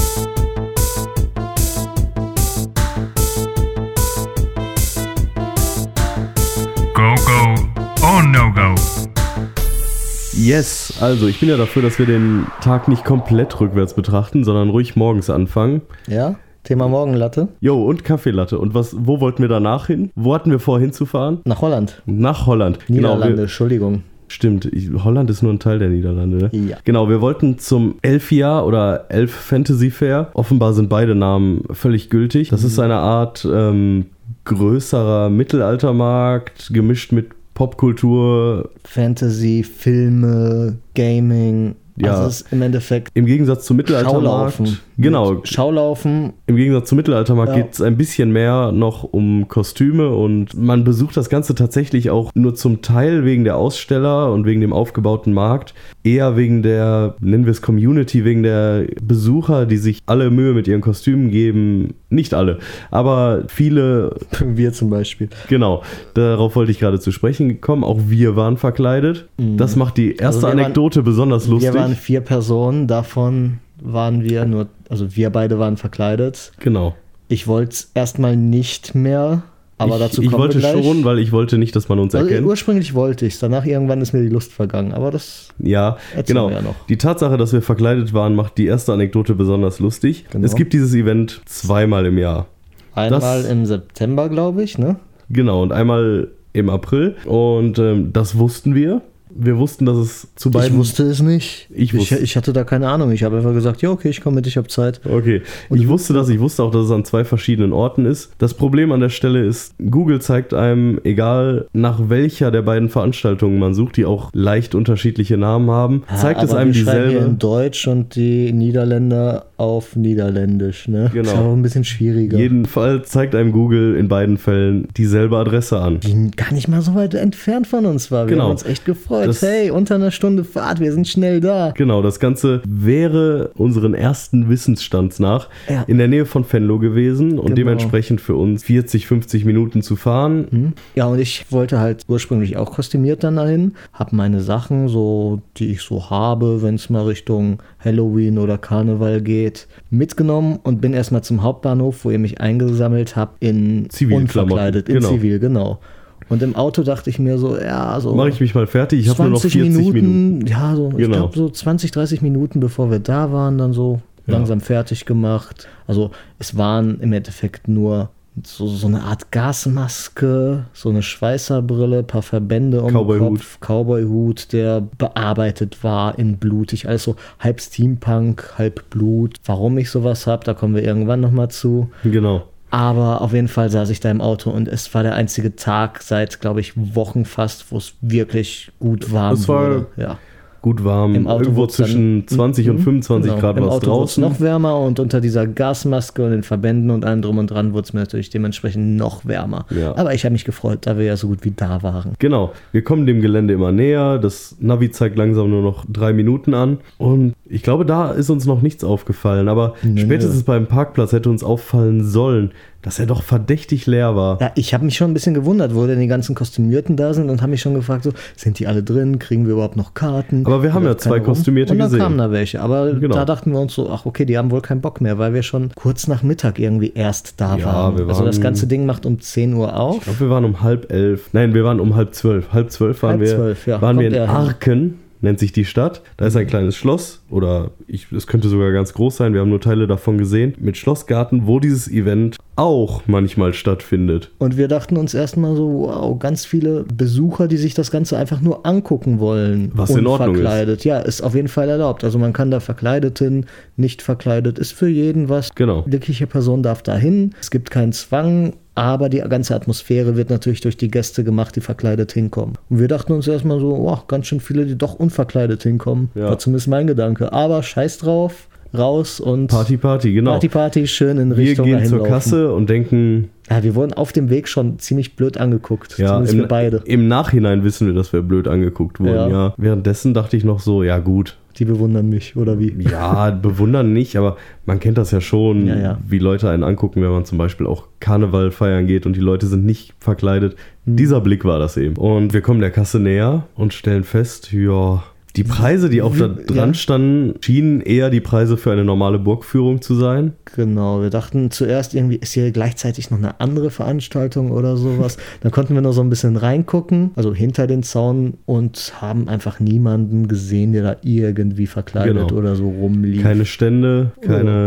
Go, go, or no go. Yes, also ich bin ja dafür, dass wir den Tag nicht komplett rückwärts betrachten, sondern ruhig morgens anfangen. Ja? Thema Morgenlatte. Jo, und Kaffeelatte. Und was, wo wollten wir danach hin? Wo hatten wir vor hinzufahren? Nach Holland. Nach Holland. Niederlande, genau, wir, Entschuldigung. Stimmt, ich, Holland ist nur ein Teil der Niederlande. Ja. Genau, wir wollten zum Elfjahr oder Elf Fantasy Fair. Offenbar sind beide Namen völlig gültig. Das ist eine Art ähm, größerer Mittelaltermarkt, gemischt mit Popkultur. Fantasy, Filme, Gaming. Ja, also es ist im Endeffekt im Gegensatz zum Mittelaltermarkt. Schaulaufen. Genau. Schaulaufen. Im Gegensatz zum Mittelaltermarkt Ja. geht es ein bisschen mehr noch um Kostüme und man besucht das Ganze tatsächlich auch nur zum Teil wegen der Aussteller und wegen dem aufgebauten Markt, eher wegen der, nennen wir es Community, wegen der Besucher, die sich alle Mühe mit ihren Kostümen geben. Nicht alle, aber viele. Wir zum Beispiel. Genau, darauf wollte ich gerade zu sprechen kommen. Auch wir waren verkleidet. Mhm. Das macht die erste Also wir Anekdote waren, besonders lustig. Wir waren vier Personen, davon waren wir nur, also wir beide waren verkleidet. Genau. Ich wollte es erstmal nicht mehr, aber ich, dazu ich kommen wollte wir gleich. schon, weil ich wollte nicht, dass man uns Also erkennt. ursprünglich wollte ich es, danach irgendwann ist mir die Lust vergangen, aber das Ja, erzählen genau. wir ja noch. Die Tatsache, dass wir verkleidet waren, macht die erste Anekdote besonders lustig. Genau. Es gibt dieses Event zweimal im Jahr. Einmal Das- im September, glaube ich, ne? Genau, und einmal im April. Und ähm, das wussten wir. Wir wussten, dass es zu beiden... Ich wusste es nicht. Ich ich, wusste. ich hatte da keine Ahnung. Ich habe einfach gesagt, ja, okay, ich komme mit, ich habe Zeit. Okay, ich wusste das, ich wusste auch, dass es an zwei verschiedenen Orten ist. Das Problem an der Stelle ist, Google zeigt einem, egal nach welcher der beiden Veranstaltungen man sucht, die auch leicht unterschiedliche Namen haben, zeigt Ja, es aber einem wir schreiben hier dieselbe. in Deutsch und die Niederländer auf Niederländisch, ne? Genau. Das ist aber ein bisschen schwieriger. Jedenfalls zeigt einem Google in beiden Fällen dieselbe Adresse an. Die gar nicht mal so weit entfernt von uns war. Wir Genau. haben uns echt gefreut. Das- hey, unter einer Stunde Fahrt, wir sind schnell da. Genau, das Ganze wäre unseren ersten Wissensstands nach Ja. in der Nähe von Venlo gewesen und Genau. dementsprechend für uns vierzig, fünfzig Minuten zu fahren. Hm? Ja, und ich wollte halt ursprünglich auch kostümiert dann dahin, habe meine Sachen, so die ich so habe, wenn es mal Richtung Halloween oder Karneval geht, mitgenommen und bin erstmal zum Hauptbahnhof, wo ihr mich eingesammelt habt, in Zivilklamotten, unverkleidet, in genau. Zivil, genau. Und im Auto dachte ich mir so, ja, so Mache ich mich mal fertig, ich habe nur noch zwanzig vierzig Minuten. Minuten, ja, so, ich Genau. glaube so zwanzig, dreißig Minuten, bevor wir da waren, dann so Ja. langsam fertig gemacht. Also es waren im Endeffekt nur so, so eine Art Gasmaske, so eine Schweißerbrille, paar Verbände um Cowboy-Hut. den Kopf, Cowboy-Hut, der bearbeitet war in blutig, also halb Steampunk, halb Blut. Warum ich sowas habe, da kommen wir irgendwann nochmal zu. Genau. Aber auf jeden Fall saß ich da im Auto und es war der einzige Tag seit, glaube ich, Wochen fast, wo es wirklich gut warm Es war wurde. Ja. Gut warm, Im Auto irgendwo wurd's dann- zwischen zwanzig und fünfundzwanzig Genau. Grad Im war es Auto wurde es draußen. noch wärmer und unter dieser Gasmaske und den Verbänden und allem drum und dran wurde es mir natürlich dementsprechend noch wärmer. Ja. Aber ich habe mich gefreut, da wir ja so gut wie da waren. Genau, wir kommen dem Gelände immer näher. Das Navi zeigt langsam nur noch drei Minuten an. Und ich glaube, da ist uns noch nichts aufgefallen. Aber Nee. spätestens beim Parkplatz hätte uns auffallen sollen, dass er doch verdächtig leer war. Ja, ich habe mich schon ein bisschen gewundert, wo denn die ganzen Kostümierten da sind und habe mich schon gefragt, so, sind die alle drin? Kriegen wir überhaupt noch Karten? Aber wir haben Oder ja zwei keiner rum? Kostümierte und dann gesehen. kamen da welche. Aber Genau. da dachten wir uns so, ach okay, die haben wohl keinen Bock mehr, weil wir schon kurz nach Mittag irgendwie erst da Ja, waren. wir Also das waren- ganze Ding macht um zehn Uhr auf. Ich glaube, wir waren um halb elf. Nein, wir waren um halb zwölf. Halb zwölf waren Halb wir, zwölf, ja. waren wir Kommt in er hin. Arken, nennt sich die Stadt. Da ist ein kleines Schloss oder ich, es könnte sogar ganz groß sein. Wir haben nur Teile davon gesehen. Mit Schlossgarten, wo dieses Event auch manchmal stattfindet. Und wir dachten uns erstmal so, wow, ganz viele Besucher, die sich das Ganze einfach nur angucken wollen. Was in Ordnung ist. Unverkleidet. Ja, ist auf jeden Fall erlaubt. Also man kann da verkleidet hin, nicht verkleidet, ist für jeden was. Genau. Wirkliche Person darf da hin. Es gibt keinen Zwang, aber die ganze Atmosphäre wird natürlich durch die Gäste gemacht, die verkleidet hinkommen. Und wir dachten uns erstmal so, wow, ganz schön viele, die doch unverkleidet hinkommen. Ja. War zumindest mein Gedanke. Aber scheiß drauf, raus und Party, Party, genau. Party, Party, schön in wir Richtung gehen dahin zur laufen. Kasse und denken, Ja, wir wurden auf dem Weg schon ziemlich blöd angeguckt. ja, Zumindest im, wir beide. im Nachhinein wissen wir, dass wir blöd angeguckt wurden. Ja. Ja. Währenddessen dachte ich noch so, ja gut, Die bewundern mich, oder wie? ja, bewundern nicht, aber man kennt das ja schon, Ja, ja. wie Leute einen angucken, wenn man zum Beispiel auch Karneval feiern geht und die Leute sind nicht verkleidet. Hm. Dieser Blick war das eben. Und wir kommen der Kasse näher und stellen fest, ja, die Preise, die auch da Ja. dran standen, schienen eher die Preise für eine normale Burgführung zu sein. Genau, wir dachten zuerst irgendwie, ist hier gleichzeitig noch eine andere Veranstaltung oder sowas. Dann konnten wir noch so ein bisschen reingucken, also hinter den Zaun und haben einfach niemanden gesehen, der da irgendwie verkleidet Genau. oder so rumlief. Keine Stände, keine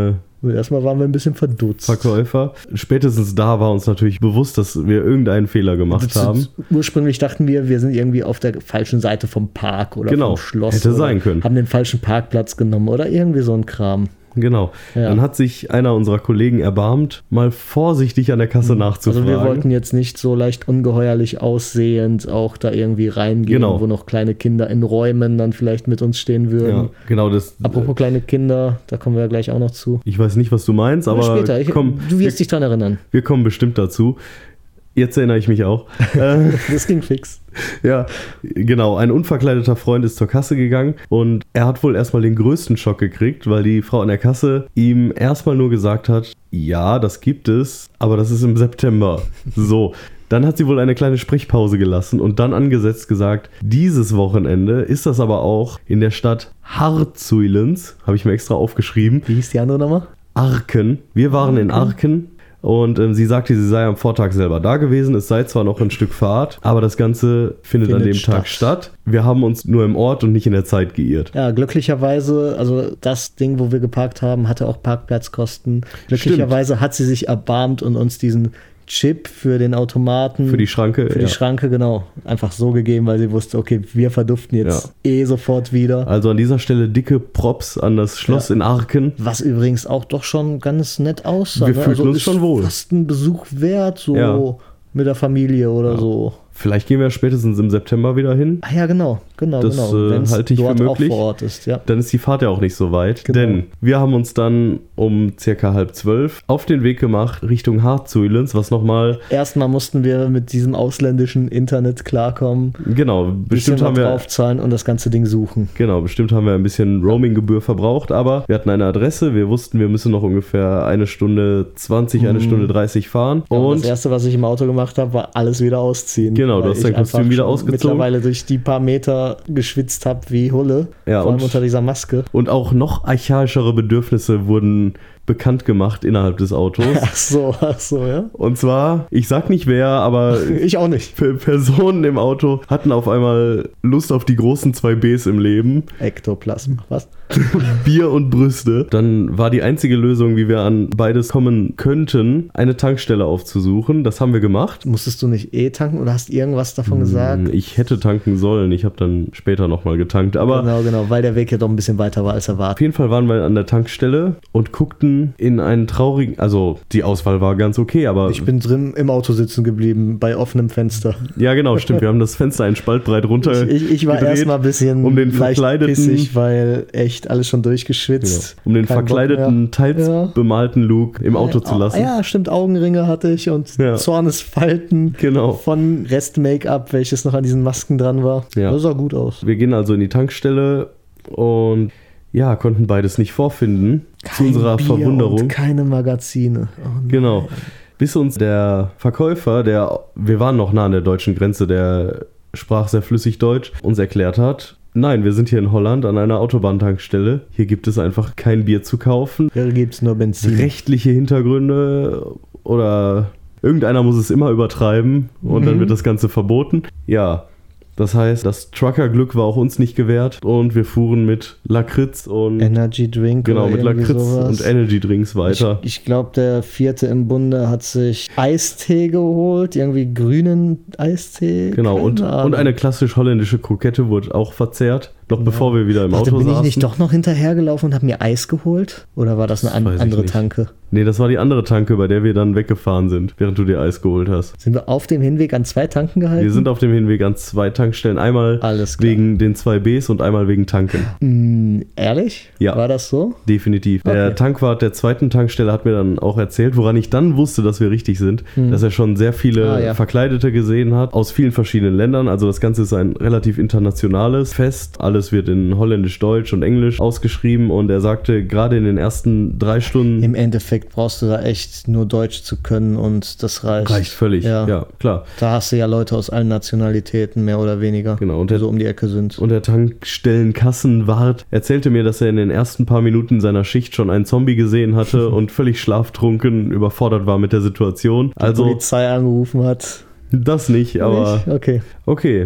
Und erstmal waren wir ein bisschen verdutzt. Verkäufer. Spätestens da war uns natürlich bewusst, dass wir irgendeinen Fehler gemacht das, haben. Ursprünglich dachten wir, wir sind irgendwie auf der falschen Seite vom Park oder genau, vom Schloss. Hätte oder sein können. Haben den falschen Parkplatz genommen oder irgendwie so ein Kram. Genau. Ja. Dann hat sich einer unserer Kollegen erbarmt, mal vorsichtig an der Kasse nachzufragen. Also wir wollten jetzt nicht so leicht ungeheuerlich aussehend auch da irgendwie reingehen, genau. wo noch kleine Kinder in Räumen dann vielleicht mit uns stehen würden. Ja, genau. Das, Apropos kleine Kinder, da kommen wir ja gleich auch noch zu. Ich weiß nicht, was du meinst, aber später. Ich, komm, du wirst wir, dich dran erinnern. Wir kommen bestimmt dazu. Jetzt erinnere ich mich auch. Das ging fix. Ja, genau. Ein unverkleideter Freund ist zur Kasse gegangen und er hat wohl erstmal den größten Schock gekriegt, weil die Frau an der Kasse ihm erstmal nur gesagt hat, ja, das gibt es, aber das ist im September. So. Dann hat sie wohl eine kleine Sprechpause gelassen und dann angesetzt gesagt, dieses Wochenende ist das aber auch in der Stadt Harzuilens, habe ich mir extra aufgeschrieben. Wie hieß die andere nochmal? Arken. Wir waren in Arken. Und ähm, sie sagte, sie sei am Vortag selber da gewesen. Es sei zwar noch ein Stück Fahrt, aber das Ganze findet, findet an dem statt. Tag statt. Wir haben uns nur im Ort und nicht in der Zeit geirrt. Ja, glücklicherweise, also das Ding, wo wir geparkt haben, hatte auch Parkplatzkosten. Glücklicherweise Stimmt. hat sie sich erbarmt und uns diesen Chip für den Automaten. Für die Schranke. Für ja. die Schranke, genau. Einfach so gegeben, weil sie wusste, okay, wir verduften jetzt ja. eh sofort wieder. Also an dieser Stelle dicke Props an das Schloss ja. in Arken. Was übrigens auch doch schon ganz nett aussah. Wir ne? fühlten also uns schon wohl. Fast ein Besuch wert, so ja. mit der Familie oder ja. so. Vielleicht gehen wir spätestens im September wieder hin. Ah ja, genau, genau, das, genau. Äh, halte ich dort für möglich. Auch vor Ort ist, ja. Dann ist die Fahrt ja auch nicht so weit. Genau. Denn wir haben uns dann um circa halb zwölf auf den Weg gemacht Richtung Harzuilens, was nochmal... Erstmal mussten wir mit diesem ausländischen Internet klarkommen. Genau, bestimmt haben wir... draufzahlen und das ganze Ding suchen. Genau, bestimmt haben wir ein bisschen Roaming-Gebühr verbraucht, aber wir hatten eine Adresse, wir wussten, wir müssen noch ungefähr eine Stunde zwanzig, hm. eine Stunde dreißig fahren. Ja, und, und das erste, was ich im Auto gemacht habe, war alles wieder ausziehen. Genau, du hast dein Kostüm wieder ausgezogen. Mittlerweile durch die paar Meter geschwitzt habe wie Hulle, ja, vor allem und, unter dieser Maske. Und auch noch archaischere Bedürfnisse wurden bekannt gemacht innerhalb des Autos. Ach so, ach so, ja. Und zwar, ich sag nicht wer, aber ich auch nicht. Personen im Auto hatten auf einmal Lust auf die großen zwei Bs im Leben. Ektoplasm, was? Bier und Brüste. Dann war die einzige Lösung, wie wir an beides kommen könnten, eine Tankstelle aufzusuchen. Das haben wir gemacht. Musstest du nicht eh tanken oder hast irgendwas davon gesagt? Ich hätte tanken sollen. Ich habe dann später nochmal getankt. Aber genau, genau, weil der Weg ja doch ein bisschen weiter war als erwartet. Auf jeden Fall waren wir an der Tankstelle und guckten in einen traurigen, also die Auswahl war ganz okay, aber... Ich bin drin im Auto sitzen geblieben, bei offenem Fenster. Ja, genau, stimmt. Wir haben das Fenster einen Spalt breit runter Ich, ich, ich war erstmal ein bisschen um den leicht verkleideten, pissig, weil echt alles schon durchgeschwitzt. Genau. Um den Kein verkleideten, teils ja. bemalten Luke im Auto ja, zu lassen. Ja, stimmt, Augenringe hatte ich und ja. Zornesfalten genau. von Rest-Make-up, welches noch an diesen Masken dran war. Ja. Das sah gut aus. Wir gehen also in die Tankstelle und ja, konnten beides nicht vorfinden. Kein zu unserer Bier Verwunderung. Und keine Magazine. Oh genau. Bis uns der Verkäufer, der, wir waren noch nah an der deutschen Grenze, der sprach sehr flüssig Deutsch, uns erklärt hat, nein, wir sind hier in Holland an einer Autobahntankstelle. Hier gibt es einfach kein Bier zu kaufen. Hier gibt es nur Benzin. Rechtliche Hintergründe oder irgendeiner muss es immer übertreiben und mhm. dann wird das Ganze verboten. Ja, das heißt, das Trucker-Glück war auch uns nicht gewährt und wir fuhren mit Lakritz und... Energy Drink. Genau, mit Lakritz sowas. und Energy Drinks weiter. Ich, ich glaube, der vierte im Bunde hat sich Eistee geholt, irgendwie grünen Eistee. Genau, und, und eine klassisch holländische Krokette wurde auch verzehrt, noch ja. bevor wir wieder im Warte, Auto bin saßen. Bin ich nicht doch noch hinterhergelaufen und habe mir Eis geholt? Oder war das, das eine an, andere Tanke? Nee, das war die andere Tanke, bei der wir dann weggefahren sind, während du dir Eis geholt hast. Sind wir auf dem Hinweg an zwei Tanken gehalten? Wir sind auf dem Hinweg an zwei Tankstellen. Einmal wegen den zwei Bs und einmal wegen Tanken. Mm, ehrlich? Ja. War das so? Definitiv. Okay. Der Tankwart der zweiten Tankstelle hat mir dann auch erzählt, woran ich dann wusste, dass wir richtig sind, hm. dass er schon sehr viele ah, ja. Verkleidete gesehen hat, aus vielen verschiedenen Ländern. Also das Ganze ist ein relativ internationales Fest. Alles wird in Holländisch, Deutsch und Englisch ausgeschrieben und er sagte, gerade in den ersten drei Stunden... Im Endeffekt brauchst du da echt nur Deutsch zu können und das reicht. Reicht völlig, ja, ja klar. Da hast du ja Leute aus allen Nationalitäten, mehr oder weniger, genau, und der, so um die Ecke sind. Und der Tankstellenkassenwart erzählte mir, dass er in den ersten paar Minuten seiner Schicht schon einen Zombie gesehen hatte und völlig schlaftrunken überfordert war mit der Situation. Die also Polizei angerufen hat. Das nicht, aber... Nicht? Okay. Okay.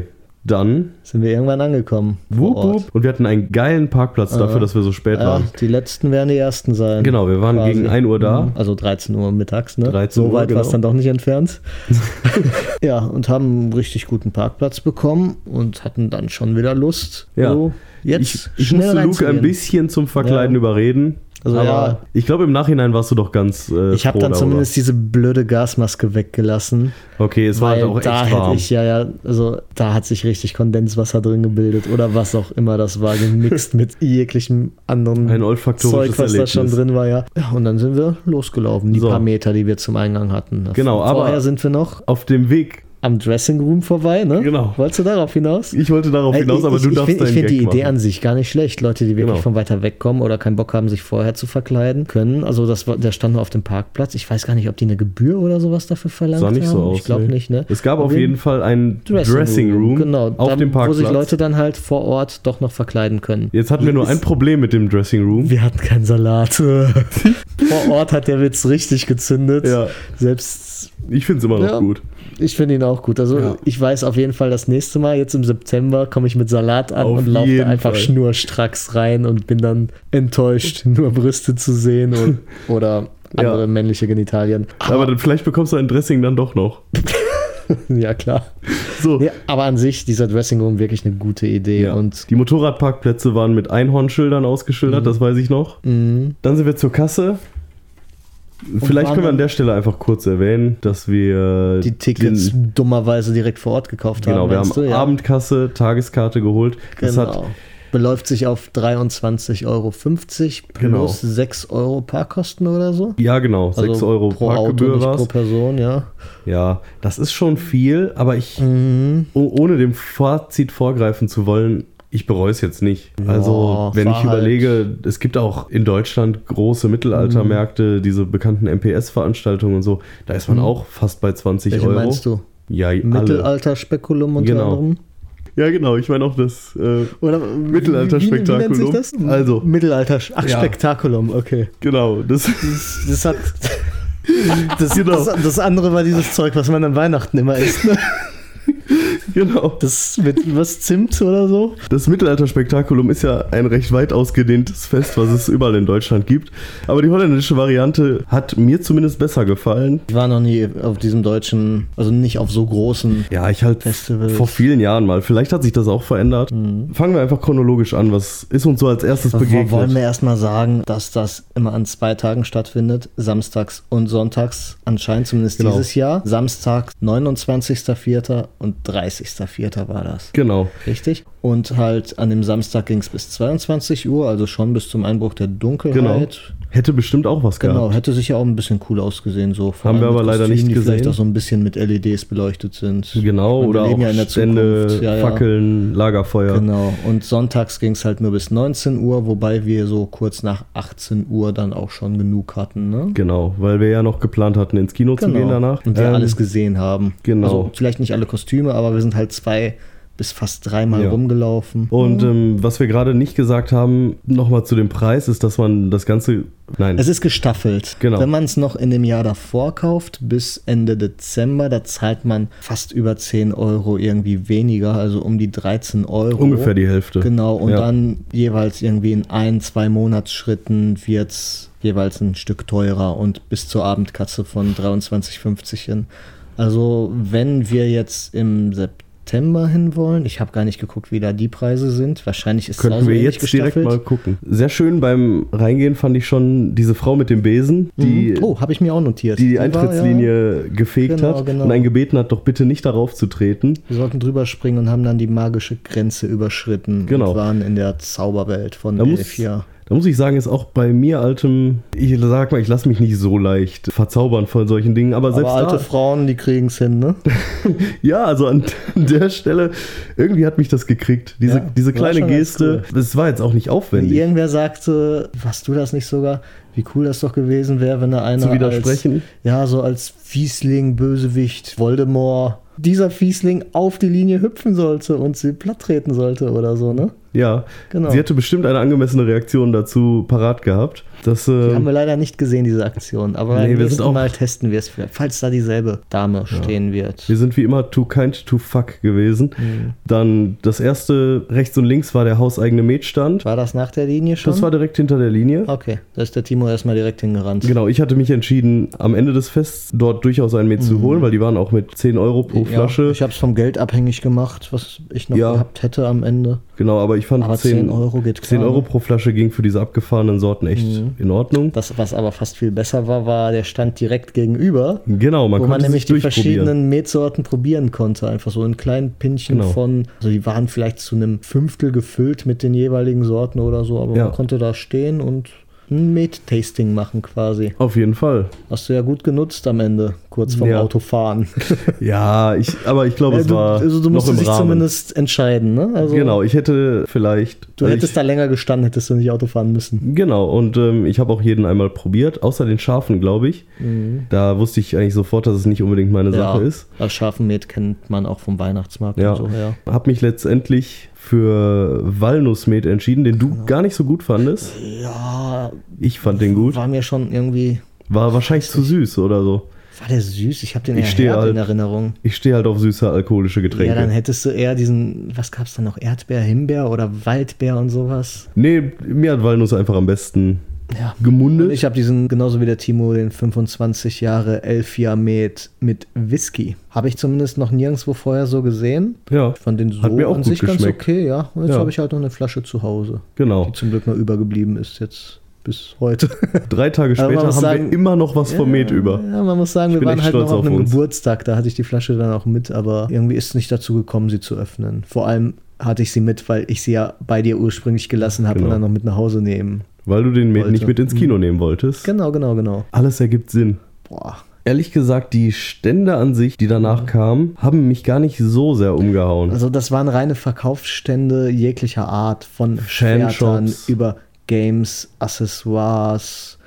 dann sind wir irgendwann angekommen. Wup, wup. Und wir hatten einen geilen Parkplatz äh, dafür, dass wir so spät ja, waren. Die letzten werden die ersten sein. Genau, wir waren quasi gegen ein Uhr da. Also dreizehn Uhr mittags, ne? dreizehn so Uhr, weit genau. war es dann doch nicht entfernt. Ja, und haben einen richtig guten Parkplatz bekommen und hatten dann schon wieder Lust. Ja. So, jetzt ich ich musste Luke ein bisschen zum Verkleiden ja. überreden. Also aber ja, ich glaube, im Nachhinein warst du doch ganz äh, Ich habe dann darüber. zumindest diese blöde Gasmaske weggelassen. Okay, es war halt auch da echt hätte warm. ich ja, ja, also da hat sich richtig Kondenswasser drin gebildet oder was auch immer das war, gemixt mit jeglichem anderen Ein olfaktorisches Zeug, was Erlebnis. da schon drin war, ja. ja. Und dann sind wir losgelaufen, die So. paar Meter, die wir zum Eingang hatten. Genau, aber vorher sind wir noch auf dem Weg. am Dressing Room vorbei, ne? Genau. Wolltest du darauf hinaus? Ich wollte darauf hinaus, ich, aber du ich, darfst ich deinen Ich finde Gag die Idee machen. an sich gar nicht schlecht. Leute, die wirklich Genau. von weiter weg kommen oder keinen Bock haben, sich vorher zu verkleiden können. Also das war, der stand nur auf dem Parkplatz. Ich weiß gar nicht, ob die eine Gebühr oder sowas dafür verlangt Sah nicht haben. so aus. Ich glaube nee. nicht, ne? Es gab Und auf den jeden Fall einen Dressing, Dressing Room, genau, auf da, dem Parkplatz. wo sich Leute dann halt vor Ort doch noch verkleiden können. Jetzt hatten wir nur ein Problem mit dem Dressing Room. Wir hatten keinen Salat. Vor Ort hat der Witz richtig gezündet. Ja. Selbst Ich finde es immer noch Ja. gut. Ich finde ihn auch gut. Also Ja. ich weiß auf jeden Fall, das nächste Mal, jetzt im September, komme ich mit Salat an Auf und laufe jeden da einfach Fall. schnurstracks rein und bin dann enttäuscht, nur Brüste zu sehen und, oder andere Ja. männliche Genitalien. Aber dann, vielleicht bekommst du ein Dressing dann doch noch. Ja, klar. So. Ja, aber an sich, dieser Dressing Room, wirklich eine gute Idee. Ja. Und Die Motorradparkplätze waren mit Einhornschildern ausgeschildert, das weiß ich noch. mh, Dann sind wir zur Kasse. Vielleicht waren können wir an dann- der Stelle einfach kurz erwähnen, dass wir die Tickets den, dummerweise direkt vor Ort gekauft genau, haben. wir meinst haben du? Ja. Abendkasse, Tageskarte geholt. Das Genau. hat Beläuft sich auf dreiundzwanzig Euro fünfzig plus Genau. sechs Euro Parkkosten oder so. ja genau, sechs Also Euro pro Auto, Parkgebühr nicht war pro es. Person, ja. Ja, das ist schon viel, aber ich, Mhm. oh, ohne dem Fazit vorgreifen zu wollen, ich bereue es jetzt nicht. Also, Ja, wenn war ich halt- überlege, es gibt auch in Deutschland große Mittelaltermärkte, diese bekannten M P S-Veranstaltungen und so, da ist man Mhm. auch fast bei zwanzig Welche Euro. meinst du? Ja, alle. Mittelalter-Spekulum unter Genau. anderem? Ja, genau, ich meine auch das äh, Oder Mittelalter-Spektakulum. Wie, wie nennt sich das? Also. Mittelalter. Ach, Ja. Spektakulum, okay. genau, das Das, das hat. Das, Genau. das, das andere war dieses Zeug, was man an Weihnachten immer isst. Ne? genau. Das mit was Zimt oder so. Das Mittelalter-Spektakulum ist ja ein recht weit ausgedehntes Fest, was es überall in Deutschland gibt. Aber die holländische Variante hat mir zumindest besser gefallen. Ich war noch nie auf diesem deutschen, also nicht auf so großen. Ja, ich halt Festivals. vor vielen Jahren mal. Vielleicht hat sich das auch verändert. Fangen wir einfach chronologisch an. Was ist uns so als erstes begegnet? Wollen wir erstmal sagen, dass das immer an zwei Tagen stattfindet, samstags und sonntags, anscheinend zumindest Genau. dieses Jahr. Samstag, neunundzwanzigster vierter und dreißigster vierter war das. Genau. Richtig? Und halt an dem Samstag ging es bis zweiundzwanzig Uhr, also schon bis zum Einbruch der Genau. Dunkelheit. Hätte bestimmt auch was Genau, gehabt. hätte sicher auch ein bisschen cool ausgesehen. So. Vor Haben wir allem mit aber leider Kostümen, nicht die vielleicht gesehen. auch so ein bisschen mit L E Ds beleuchtet sind. Genau, Ich meine, wir oder leben auch ja in der Stände, Zukunft. Ja, ja. Fackeln, Lagerfeuer. Genau. Und sonntags ging es halt nur bis neunzehn Uhr, wobei wir so kurz nach achtzehn Uhr dann auch schon genug hatten. Ne? Genau, weil wir ja noch geplant hatten, ins Kino zu gehen danach. Und wir Ähm, alles gesehen haben. genau. Also vielleicht nicht alle Kostüme, aber wir sind halt zwei bis fast dreimal Ja. rumgelaufen. Und ähm, was wir gerade nicht gesagt haben, nochmal zu dem Preis, ist, dass man das Ganze. Nein. Es ist gestaffelt. Genau. Wenn man es noch in dem Jahr davor kauft, bis Ende Dezember, da zahlt man fast über zehn Euro irgendwie weniger, also um die dreizehn Euro. ungefähr die Hälfte. Genau, und Ja. dann jeweils irgendwie in ein-, zwei Monatsschritten wird es jeweils ein Stück teurer und bis zur Abendkasse von dreiundzwanzig fünfzig hin. Also wenn wir jetzt im September hinwollen, ich habe gar nicht geguckt, wie da die Preise sind, wahrscheinlich ist es Könnten da so wir ähnlich jetzt direkt gestaffelt. mal gucken. Sehr schön beim Reingehen fand ich schon diese Frau mit dem Besen, die Mhm. Oh, habe ich mir auch notiert. die, die war, Eintrittslinie gefegt Genau, hat genau. und einen gebeten hat, doch bitte nicht darauf zu treten. ja, wir sollten drüber springen und haben dann die magische Grenze überschritten Genau. und waren in der Zauberwelt von Da muss- Elfia. Da muss ich sagen, ist auch bei mir altem, ich sag mal, ich lasse mich nicht so leicht verzaubern von solchen Dingen, aber selbst Aber alte da, Frauen, die kriegen es hin, ne? ja, also an der Stelle, irgendwie hat mich das gekriegt. Diese, Ja, diese war kleine schon ganz Geste, das war jetzt auch nicht aufwendig. Irgendwer sagte, warst du das nicht sogar, wie cool das doch gewesen wäre, wenn da einer Zu widersprechen? als, ja, so als Fiesling, Bösewicht, Voldemort, dieser Fiesling auf die Linie hüpfen sollte und sie platt treten sollte oder so, ne? Ja, Genau. sie hätte bestimmt eine angemessene Reaktion dazu parat gehabt. Das, äh, Die haben wir leider nicht gesehen, diese Aktion. Aber Nee, beim wir nächsten sind auch- Mal testen wir es vielleicht, falls da dieselbe Dame stehen wird. wir sind wie immer too kind to fuck gewesen. Mhm. Dann das erste, rechts und links war der hauseigene Metstand. War das nach der Linie schon? Das war direkt hinter der Linie. Okay, da ist der Timo erstmal direkt hingerannt. Genau, ich hatte mich entschieden, am Ende des Fests dort durchaus einen Met zu holen, weil die waren auch mit zehn Euro pro Flasche. Ja, ich habe es vom Geld abhängig gemacht, was ich noch Ja. gehabt hätte am Ende. Genau, aber ich fand Aber zehn Euro geht klar, zehn Euro ne? pro Flasche ging für diese abgefahrenen Sorten echt in Ordnung. Das, was aber fast viel besser war, war der Stand direkt gegenüber, Genau, man wo man konnte nämlich sich die durchprobieren. verschiedenen Metsorten probieren konnte. Einfach so in kleinen Pinchen Genau. von, also die waren vielleicht zu einem Fünftel gefüllt mit den jeweiligen Sorten oder so, aber Ja. man konnte da stehen und ein Met-Tasting machen quasi. Auf jeden Fall. Hast du ja gut genutzt am Ende, kurz vorm Ja. Autofahren. Ja, ich, aber ich glaube, Ja, es du, war also du noch musstest im dich Rahmen. zumindest entscheiden, ne? Also Genau, ich hätte vielleicht... du also hättest ich, da länger gestanden, hättest du nicht Auto fahren müssen. Genau, und ähm, ich habe auch jeden einmal probiert, außer den Schafen, glaube ich. Da wusste ich eigentlich sofort, dass es nicht unbedingt meine Sache ist. Das scharfen Met kennt man auch vom Weihnachtsmarkt Ja, und so her. habe mich letztendlich für Walnussmet entschieden, den du gar nicht so gut fandest. Ja, Ich fand den gut. war mir schon irgendwie, War wahrscheinlich zu süß oder so. war der süß? Ich habe den Ich eher stehe herb halt- in Erinnerung. Ich stehe halt auf süße alkoholische Getränke. Ja, dann hättest du eher diesen, was gab's da noch? Erdbeer, Himbeer oder Waldbeer und sowas. Nee, mir hat Walnuss einfach am besten Ja. gemundet. Und ich habe diesen, genauso wie der Timo, den fünfundzwanzig Jahre Elfia Met mit Whisky. Habe ich zumindest noch nirgendwo vorher so gesehen. ja, Ich fand den so Hat mir auch an gut sich ganz geschmeckt. okay, ja. Und jetzt Ja. habe ich halt noch eine Flasche zu Hause, genau. die zum Glück noch übergeblieben ist jetzt bis heute. Drei Tage Aber man später haben muss sagen- wir immer noch was vom Met über. Ja, man muss sagen, Ich wir bin waren echt halt noch stolz auf auf einem uns. Geburtstag, da hatte ich die Flasche dann auch mit, aber irgendwie ist es nicht dazu gekommen, sie zu öffnen. Vor allem hatte ich sie mit, weil ich sie ja bei dir ursprünglich gelassen habe Genau. und dann noch mit nach Hause nehmen. Weil du den Met Wollte. nicht mit ins Kino nehmen wolltest. Genau, genau, genau. Alles ergibt Sinn. Boah. Ehrlich gesagt, die Stände an sich, die danach kamen, haben mich gar nicht so sehr umgehauen. Also das waren reine Verkaufsstände jeglicher Art, von Schwertern Fanshops. über Games, Accessoires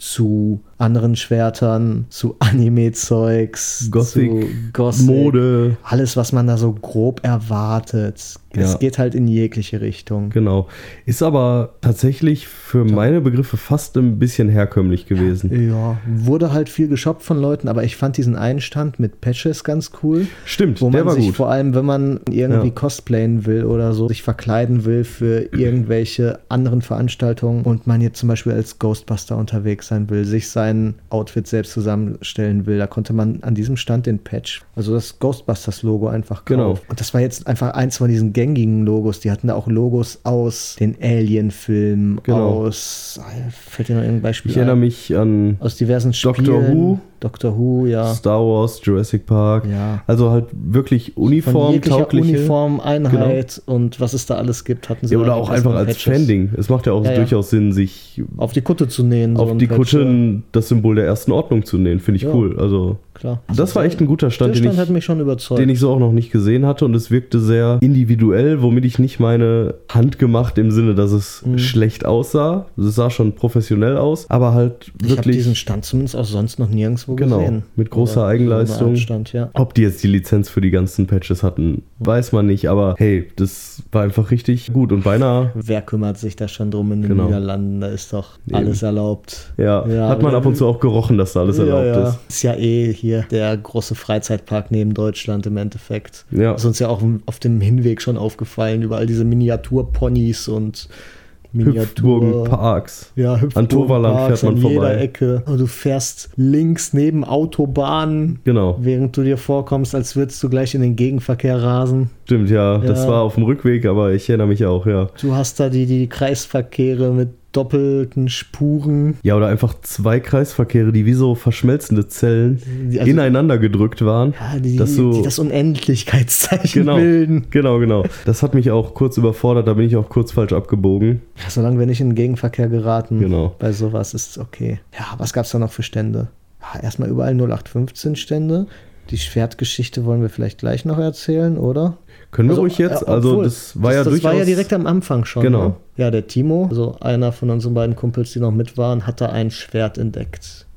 zu anderen Schwertern, zu Anime-Zeugs, Gothic, zu Gothic, Mode. alles, was man da so grob erwartet. Es Ja. geht halt in jegliche Richtung. Genau. Ist aber tatsächlich für meine Begriffe fast ein bisschen herkömmlich gewesen. Ja, wurde halt viel geshoppt von Leuten, aber ich fand diesen Einstand mit Patches ganz cool. Stimmt, Wo der man war sich gut. vor allem, wenn man irgendwie Ja. cosplayen will oder so, sich verkleiden will für irgendwelche anderen Veranstaltungen und man jetzt zum Beispiel als Ghostbuster unterwegs sein will, sich sein Outfit selbst zusammenstellen will, da konnte man an diesem Stand den Patch, also das Ghostbusters-Logo einfach kaufen. Genau. Und das war jetzt einfach eins von diesen gängigen Logos. Die hatten da auch Logos aus den Alien-Filmen, Genau. aus, fällt dir noch irgendein Beispiel Ich erinnere ein? mich an Aus diversen Spielen. Doctor Who. Doctor Who, ja. Star Wars, Jurassic Park. Ja. Also halt wirklich Von jeglicher uniformtaugliche. Uniform, Einheit und was es da alles gibt, hatten sie Ja, oder halt auch erstmal einfach als Patches Fan-Ding. Es macht ja auch Ja, ja. durchaus Sinn, sich auf die Kutte zu nähen. so auf ein die Patch, Kutte das Symbol der ersten Ordnung zu nähen. Finde ich Ja. cool. Also Klar. das war echt ein guter Stand, Der den Stand ich, hat mich schon überzeugt. den ich so auch noch nicht gesehen hatte. Und es wirkte sehr individuell, womit ich nicht meine handgemacht im Sinne, dass es Mhm. schlecht aussah. Es sah schon professionell aus, aber halt ich habe wirklich diesen Stand zumindest auch sonst noch nirgendwo Genau, gesehen. mit großer Oder Eigenleistung. so eine Art Stand, ja. Ob die jetzt die Lizenz für die ganzen Patches hatten, weiß man nicht. Aber hey, das war einfach richtig gut und beinahe, Wer kümmert sich da schon drum in den Genau. Niederlanden? Da ist doch Eben. alles erlaubt. ja, Ja, hat man aber- ab und zu auch gerochen, dass da alles erlaubt ja, ja. ist. Ist ja eh hier der große Freizeitpark neben Deutschland im Endeffekt. Ja. Ist uns ja auch auf dem Hinweg schon aufgefallen, überall diese Miniaturponys und Hüpfburgen, Parks. Ja, An Toverland fährt man an jeder vorbei. Ecke. Und du fährst links neben Autobahnen, Genau, während du dir vorkommst, als würdest du gleich in den Gegenverkehr rasen. stimmt, ja, Das Ja. war auf dem Rückweg, aber ich erinnere mich auch, ja. Du hast da die, die Kreisverkehre mit doppelten Spuren. Ja, oder einfach zwei Kreisverkehre, die wie so verschmelzende Zellen Die- also- ineinander gedrückt waren. Ja, die, dass du, die das Unendlichkeitszeichen genau, bilden. genau, genau. Das hat mich auch kurz überfordert, da bin ich auch kurz falsch abgebogen. Ja, solange wir nicht in den Gegenverkehr geraten, Genau. bei sowas ist es okay. Ja, was gab es da noch für Stände? Ja, erstmal überall null acht fünfzehn Stände. Die Schwertgeschichte wollen wir vielleicht gleich noch erzählen, oder? Können wir Also, ruhig jetzt? ja, also obwohl, das war das, ja das durchaus... war ja direkt am Anfang schon. Genau. Ne? Ja, der Timo, also einer von unseren beiden Kumpels, die noch mit waren, hat da ein Schwert entdeckt.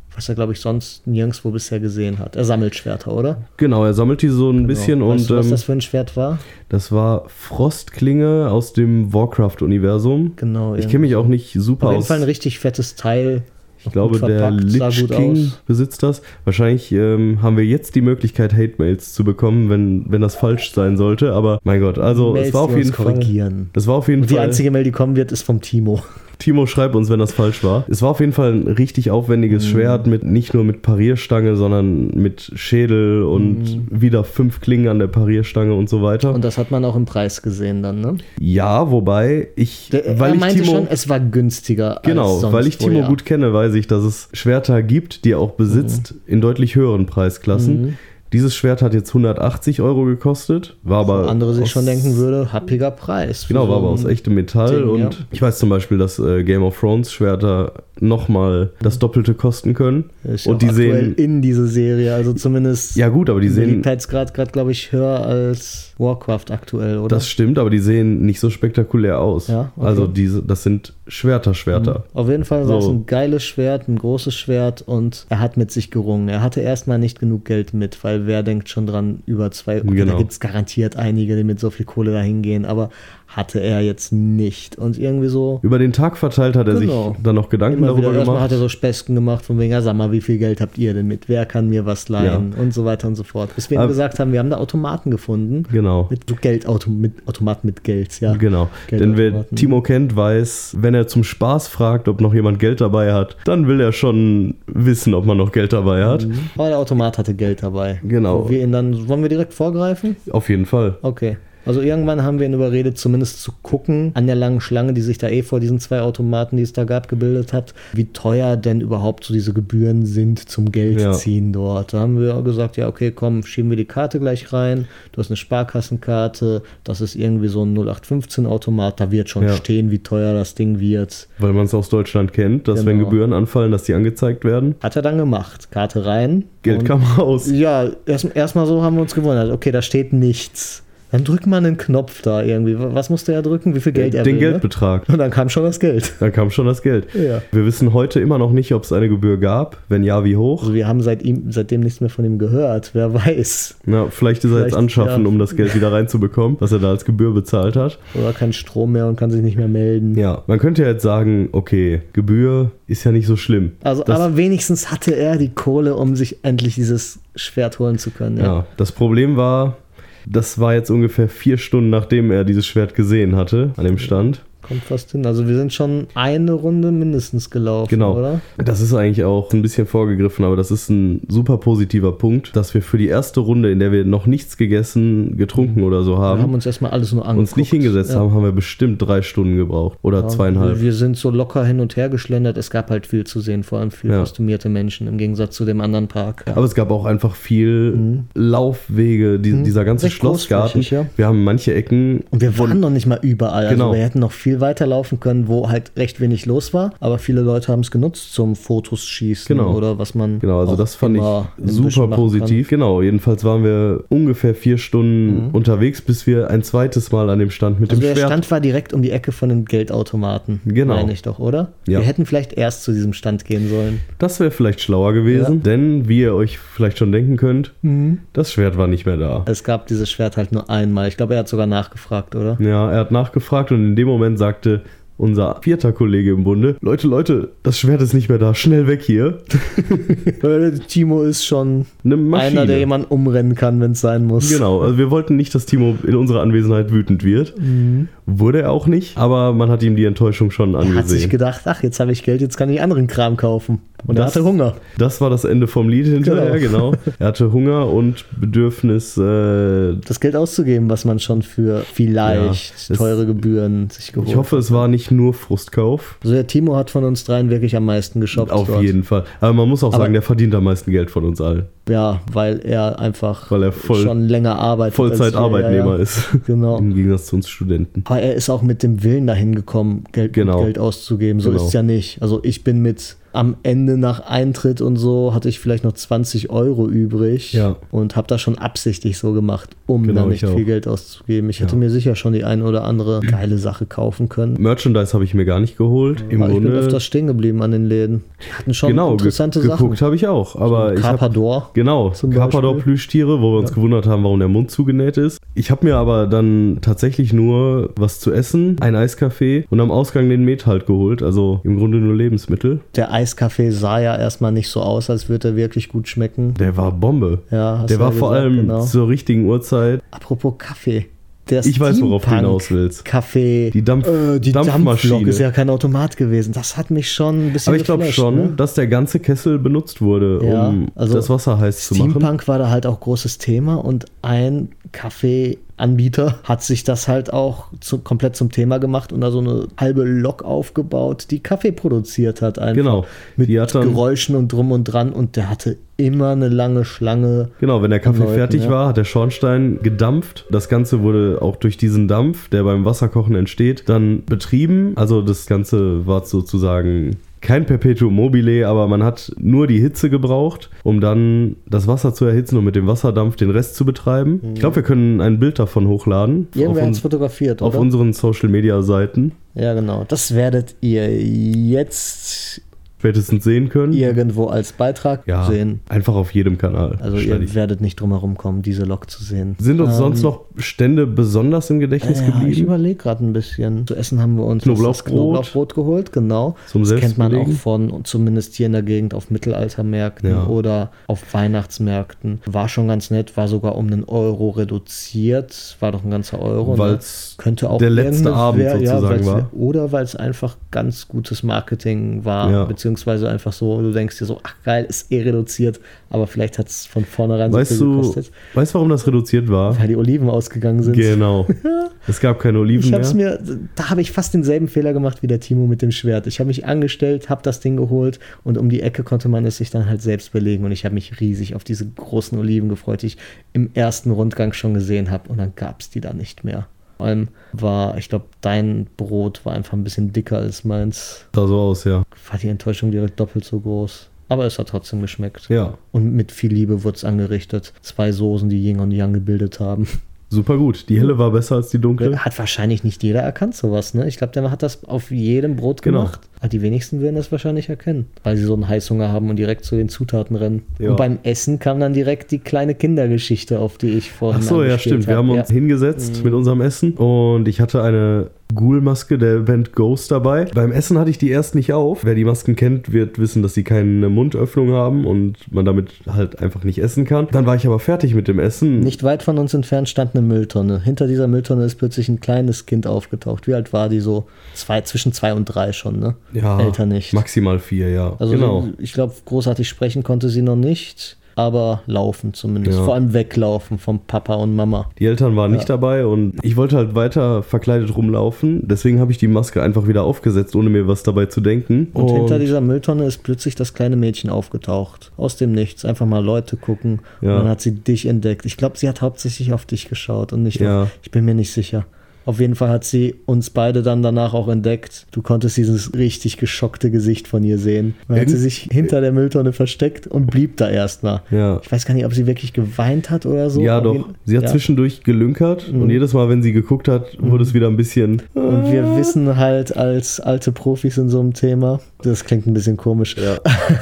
was er, glaube ich, sonst nirgendwo bisher gesehen hat. Er sammelt Schwerter, oder? Genau, er sammelt die so ein genau. bisschen. Weißt und du, was ähm, das für ein Schwert war? Das war Frostklinge aus dem Warcraft-Universum. Genau. Ich kenne mich auch nicht super aus. Auf jeden Fall ein richtig fettes Teil. Ich glaube, der Lich King aus. besitzt das. Wahrscheinlich ähm, haben wir jetzt die Möglichkeit, Hate-Mails zu bekommen, wenn, wenn das falsch sein sollte. Aber mein Gott, also Mails, es war auf jeden Fall. Das war auf jeden Und Fall. Die einzige Mail, die kommen wird, ist vom Timo. Timo, schreibt uns, wenn das falsch war. Es war auf jeden Fall ein richtig aufwendiges mhm. Schwert, mit nicht nur mit Parierstange, sondern mit Schädel und mhm. wieder fünf Klingen an der Parierstange und so weiter. Und das hat man auch im Preis gesehen dann, ne? Ja, wobei ich, der, weil er ich meinte Timo, schon, es war günstiger genau, als sonst weil ich Timo vorher. gut kenne, weiß ich, dass es Schwerter gibt, die er auch besitzt, mhm. in deutlich höheren Preisklassen. Mhm. Dieses Schwert hat jetzt hundertachtzig Euro gekostet, war aber... Wo andere sich schon denken würde, happiger Preis. Genau, so war aber aus echtem Metall Ding, und ja. ich weiß zum Beispiel, dass äh, Game of Thrones Schwerter nochmal das Doppelte kosten können. Ist und ja die aktuell sehen in diese Serie, also zumindest ja gut, aber die sehen Beliebtheitsgrad gerade, glaube ich, höher als Warcraft aktuell, oder? Das stimmt, aber die sehen nicht so spektakulär aus. Ja, okay. Also diese, das sind Schwerter, Schwerter. Mhm. Auf jeden Fall war so. es ein geiles Schwert, ein großes Schwert und er hat mit sich gerungen. Er hatte erstmal nicht genug Geld mit, weil wer denkt schon dran, über zwei, okay, genau. Da gibt es garantiert einige, die mit so viel Kohle da hingehen, aber hatte er jetzt nicht. Und irgendwie so... Über den Tag verteilt hat er genau. sich dann noch Gedanken Immer darüber wieder, gemacht. Erstmal hat er so Späßchen gemacht, von wegen, ja, sag mal, wie viel Geld habt ihr denn mit? Wer kann mir was leihen? Ja. Und so weiter und so fort. Bis wir ihm gesagt haben, wir haben da Automaten gefunden. Genau. Mit so Geldautomaten, mit Automaten mit Geld, ja. Genau. Denn wer Timo kennt, weiß, wenn er zum Spaß fragt, ob noch jemand Geld dabei hat, dann will er schon wissen, ob man noch Geld dabei hat. Mhm. Aber der Automat hatte Geld dabei. Genau. Wo wir ihn dann, wollen wir direkt vorgreifen? Auf jeden Fall. Okay. Also irgendwann haben wir ihn überredet, zumindest zu gucken, an der langen Schlange, die sich da eh vor diesen zwei Automaten, die es da gab, gebildet hat, wie teuer denn überhaupt so diese Gebühren sind zum Geldziehen ja. dort. Da haben wir gesagt, ja okay, komm, schieben wir die Karte gleich rein, du hast eine Sparkassenkarte, das ist irgendwie so ein null acht fünfzehn Automat, da wird schon ja. stehen, wie teuer das Ding wird. Weil man es aus Deutschland kennt, dass genau. wenn Gebühren anfallen, dass die angezeigt werden. Hat er dann gemacht, Karte rein. Geld kam raus. Ja, erstmal erst so haben wir uns gewundert, okay, da steht nichts. Dann drückt man einen Knopf da irgendwie. Was musste er drücken? Wie viel Geld er Den will? Den Geldbetrag. Ne? Und dann kam schon das Geld. Dann kam schon das Geld. Ja. Wir wissen heute immer noch nicht, ob es eine Gebühr gab. Wenn ja, wie hoch? Also wir haben seit ihm, seitdem nichts mehr von ihm gehört. Wer weiß. Na, vielleicht ist vielleicht, er jetzt anschaffen, ja. um das Geld wieder reinzubekommen, was er da als Gebühr bezahlt hat. Oder kein Strom mehr und kann sich nicht mehr melden. Ja, man könnte ja jetzt sagen, okay, Gebühr ist ja nicht so schlimm. Also, das, aber wenigstens hatte er die Kohle, um sich endlich dieses Schwert holen zu können. Ja, ja das Problem war... Das war jetzt ungefähr vier Stunden, nachdem er dieses Schwert gesehen hatte, an dem Stand. Kommt fast hin. Also wir sind schon eine Runde mindestens gelaufen, genau. oder? Das ist eigentlich auch ein bisschen vorgegriffen, aber das ist ein super positiver Punkt, dass wir für die erste Runde, in der wir noch nichts gegessen, getrunken oder so haben, wir haben uns erstmal alles nur angeguckt. Uns nicht hingesetzt ja. haben, haben wir bestimmt drei Stunden gebraucht oder ja, zweieinhalb. Wir sind so locker hin und her geschlendert. Es gab halt viel zu sehen, vor allem viel ja. kostümierte Menschen im Gegensatz zu dem anderen Park. Ja. Aber es gab auch einfach viel mhm. Laufwege, die, mhm. dieser ganze Recht Schlossgarten. Ja. Wir haben manche Ecken... Und wir waren noch nicht mal überall. Genau. Also wir hätten noch viel weiter laufen können, wo halt recht wenig los war, aber viele Leute haben es genutzt zum Fotos schießen genau. oder was man Genau, also das fand ich super positiv. Kann. Genau, jedenfalls waren wir ungefähr vier Stunden mhm. unterwegs, bis wir ein zweites Mal an dem Stand mit also dem der Schwert... Der Stand war direkt um die Ecke von den Geldautomaten, genau. meine ich doch, oder? Ja. Wir hätten vielleicht erst zu diesem Stand gehen sollen. Das wäre vielleicht schlauer gewesen, ja. denn wie ihr euch vielleicht schon denken könnt, mhm. das Schwert war nicht mehr da. Es gab dieses Schwert halt nur einmal. Ich glaube, er hat sogar nachgefragt, oder? Ja, er hat nachgefragt und in dem Moment sagte unser vierter Kollege im Bunde, Leute, Leute, das Schwert ist nicht mehr da, schnell weg hier. Timo ist schon eine Maschine. Einer, der jemanden umrennen kann, wenn es sein muss. Genau, also wir wollten nicht, dass Timo in unserer Anwesenheit wütend wird. Mhm. Wurde er auch nicht, aber man hat ihm die Enttäuschung schon angesehen. Er hat sich gedacht, ach, jetzt habe ich Geld, jetzt kann ich anderen Kram kaufen. Und das, er hatte Hunger. Das war das Ende vom Lied hinterher, genau. genau. Er hatte Hunger und Bedürfnis, äh, das Geld auszugeben, was man schon für vielleicht ja, teure Gebühren sich geholt hat. Ich hoffe, es war nicht nur Frustkauf. Also der Timo hat von uns dreien wirklich am meisten geshoppt. Auf dort. jeden Fall. Aber man muss auch Aber sagen, der verdient am meisten Geld von uns allen. Ja, weil er einfach weil er voll, schon länger arbeitet. Vollzeitarbeitnehmer ja, ja. ist. Genau. Im Gegensatz zu uns Studenten. Aber er ist auch mit dem Willen dahin gekommen, Geld, genau. Geld auszugeben. So genau. ist es ja nicht. Also ich bin mit am Ende nach Eintritt und so hatte ich vielleicht noch zwanzig Euro übrig ja. und habe das schon absichtlich so gemacht, um genau, dann nicht viel Geld auszugeben. Ich hätte ja. mir sicher schon die eine oder andere geile Sache kaufen können. Merchandise habe ich mir gar nicht geholt. Ja, Im ich Grunde bin öfters stehen geblieben an den Läden. Die hatten schon genau, interessante ge- Sachen. Geguckt habe ich auch. Aber so ich Carpador. Hab, genau, Carpador-Plüschtiere, wo wir uns ja. gewundert haben, warum der Mund zugenäht ist. Ich habe mir aber dann tatsächlich nur was zu essen, ein Eiskaffee und am Ausgang den Met halt geholt. Also im Grunde nur Lebensmittel. Der Eiskaffee sah ja erstmal nicht so aus, als würde er wirklich gut schmecken. Der war Bombe. Ja, der ja war gesagt, vor allem genau. zur richtigen Uhrzeit. Apropos Kaffee. Der ich weiß, worauf du hinaus willst. Kaffee. Die, Dampf, äh, die Dampfmaschine. Dampflok ist ja kein Automat gewesen. Das hat mich schon ein bisschen Aber ich glaube schon, ne? dass der ganze Kessel benutzt wurde, ja, um also das Wasser heiß zu machen. Steampunk war da halt auch großes Thema und ein Kaffeeanbieter hat sich das halt auch zu, komplett zum Thema gemacht und da so eine halbe Lok aufgebaut, die Kaffee produziert hat. Einfach. Genau. Mit die hat dann, Geräuschen und drum und dran und der hatte immer eine lange Schlange. Genau, wenn der Kaffee Leuten, fertig ja. war, hat der Schornstein gedampft. Das Ganze wurde auch durch diesen Dampf, der beim Wasserkochen entsteht, dann betrieben. Also das Ganze war sozusagen kein Perpetuum mobile, aber man hat nur die Hitze gebraucht, um dann das Wasser zu erhitzen und mit dem Wasserdampf den Rest zu betreiben. Mhm. Ich glaube, wir können ein Bild davon hochladen. Irgendwer hat es fotografiert, auf oder? unseren Social-Media-Seiten. Ja, genau. Das werdet ihr jetzt spätestens sehen können. Irgendwo als Beitrag ja, sehen. Einfach auf jedem Kanal. Also ihr werdet nicht drum herum kommen, diese Lok zu sehen. Sind uns ähm, sonst noch Stände besonders im Gedächtnis ja, geblieben? Ich überlege gerade ein bisschen. Zu essen haben wir uns Knoblauchbrot, Knoblauchbrot geholt, genau. Zum das kennt man auch Selbstbelegen. von, zumindest hier in der Gegend, auf Mittelaltermärkten ja. oder auf Weihnachtsmärkten. War schon ganz nett, war sogar um einen Euro reduziert. War doch ein ganzer Euro. Weil ne? Könnte auch der letzte Abend wär, sozusagen ja, war. Oder weil es einfach ganz gutes Marketing war, ja. beziehungsweise einfach so, du denkst dir so, ach geil, ist eh reduziert, aber vielleicht hat es von vornherein weißt so viel du, gekostet. Weißt du, warum das reduziert war? Weil die Oliven ausgegangen sind. Genau. Es gab keine Oliven ich hab's mehr. Mir, da habe ich fast denselben Fehler gemacht wie der Timo mit dem Schwert. Ich habe mich angestellt, habe das Ding geholt und um die Ecke konnte man es sich dann halt selbst belegen und ich habe mich riesig auf diese großen Oliven gefreut, die ich im ersten Rundgang schon gesehen habe und dann gab es die da nicht mehr. Vor allem war, ich glaube, dein Brot war einfach ein bisschen dicker als meins. Sah so aus, ja. War die Enttäuschung direkt doppelt so groß. Aber es hat trotzdem geschmeckt. Ja. Und mit viel Liebe wurde es angerichtet. Zwei Soßen, die Yin und Yang gebildet haben. Super gut. Die helle war besser als die dunkle. Hat wahrscheinlich nicht jeder erkannt, sowas, ne? Ich glaube, der hat das auf jedem Brot genau. gemacht. Aber die wenigsten werden das wahrscheinlich erkennen, weil sie so einen Heißhunger haben und direkt zu den Zutaten rennen. Ja. Und beim Essen kam dann direkt die kleine Kindergeschichte, auf die ich vorhin Ach so, ja, stimmt. Hab. Wir haben uns ja. hingesetzt mhm. mit unserem Essen und ich hatte eine Ghoul-Maske der Band Ghost dabei. Beim Essen hatte ich die erst nicht auf. Wer die Masken kennt, wird wissen, dass sie keine Mundöffnung haben und man damit halt einfach nicht essen kann. Dann war ich aber fertig mit dem Essen. Nicht weit von uns entfernt stand eine Mülltonne. Hinter dieser Mülltonne ist plötzlich ein kleines Kind aufgetaucht. Wie alt war die so? Zwei, zwischen zwei und drei schon, ne? Ja, älter nicht. Maximal vier, ja. Also genau. ich glaube, großartig sprechen konnte sie noch nicht. Aber laufen zumindest. Ja. Vor allem weglaufen vom Papa und Mama. Die Eltern waren ja. nicht dabei und ich wollte halt weiter verkleidet rumlaufen. Deswegen habe ich die Maske einfach wieder aufgesetzt, ohne mir was dabei zu denken. Und, und hinter dieser Mülltonne ist plötzlich das kleine Mädchen aufgetaucht. Aus dem Nichts. Einfach mal Leute gucken. Ja. Und dann hat sie dich entdeckt. Ich glaube, sie hat hauptsächlich auf dich geschaut und nicht ja. auf, ich bin mir nicht sicher. Auf jeden Fall hat sie uns beide dann danach auch entdeckt. Du konntest dieses richtig geschockte Gesicht von ihr sehen. Dann hat sie sich hinter der Mülltonne versteckt und blieb da erstmal. Ja. Ich weiß gar nicht, ob sie wirklich geweint hat oder so. Ja, doch. Sie hat ja. zwischendurch gelünkert mhm. und jedes Mal, wenn sie geguckt hat, wurde mhm. es wieder ein bisschen... Und wir wissen halt als alte Profis in so einem Thema, das klingt ein bisschen komisch. Ja.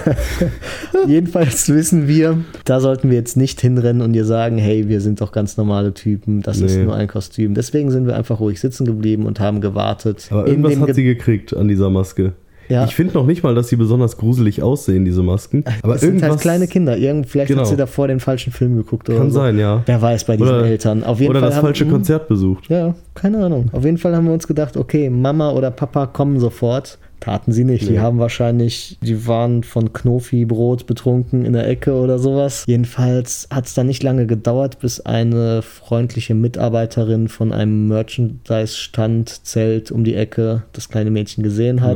Jedenfalls wissen wir, da sollten wir jetzt nicht hinrennen und ihr sagen, hey, wir sind doch ganz normale Typen, das nee. ist nur ein Kostüm. Deswegen sind wir einfach ruhig sitzen geblieben und haben gewartet. Aber irgendwas hat sie gekriegt an dieser Maske. Ja. Ich finde noch nicht mal, dass sie besonders gruselig aussehen, diese Masken. Aber es irgendwas sind halt kleine Kinder. Irgend, vielleicht genau. hat sie davor den falschen Film geguckt oder Kann so. sein, ja. Wer weiß bei diesen oder, Eltern. Auf jeden oder Fall das haben, falsche mh, Konzert besucht. Ja, keine Ahnung. Auf jeden Fall haben wir uns gedacht, okay, Mama oder Papa kommen sofort. Taten sie nicht. Nee. Die haben wahrscheinlich, die waren von Knofi-Brot betrunken in der Ecke oder sowas. Jedenfalls hat es dann nicht lange gedauert, bis eine freundliche Mitarbeiterin von einem Merchandise-Stand, Zelt um die Ecke das kleine Mädchen gesehen hat. Genau.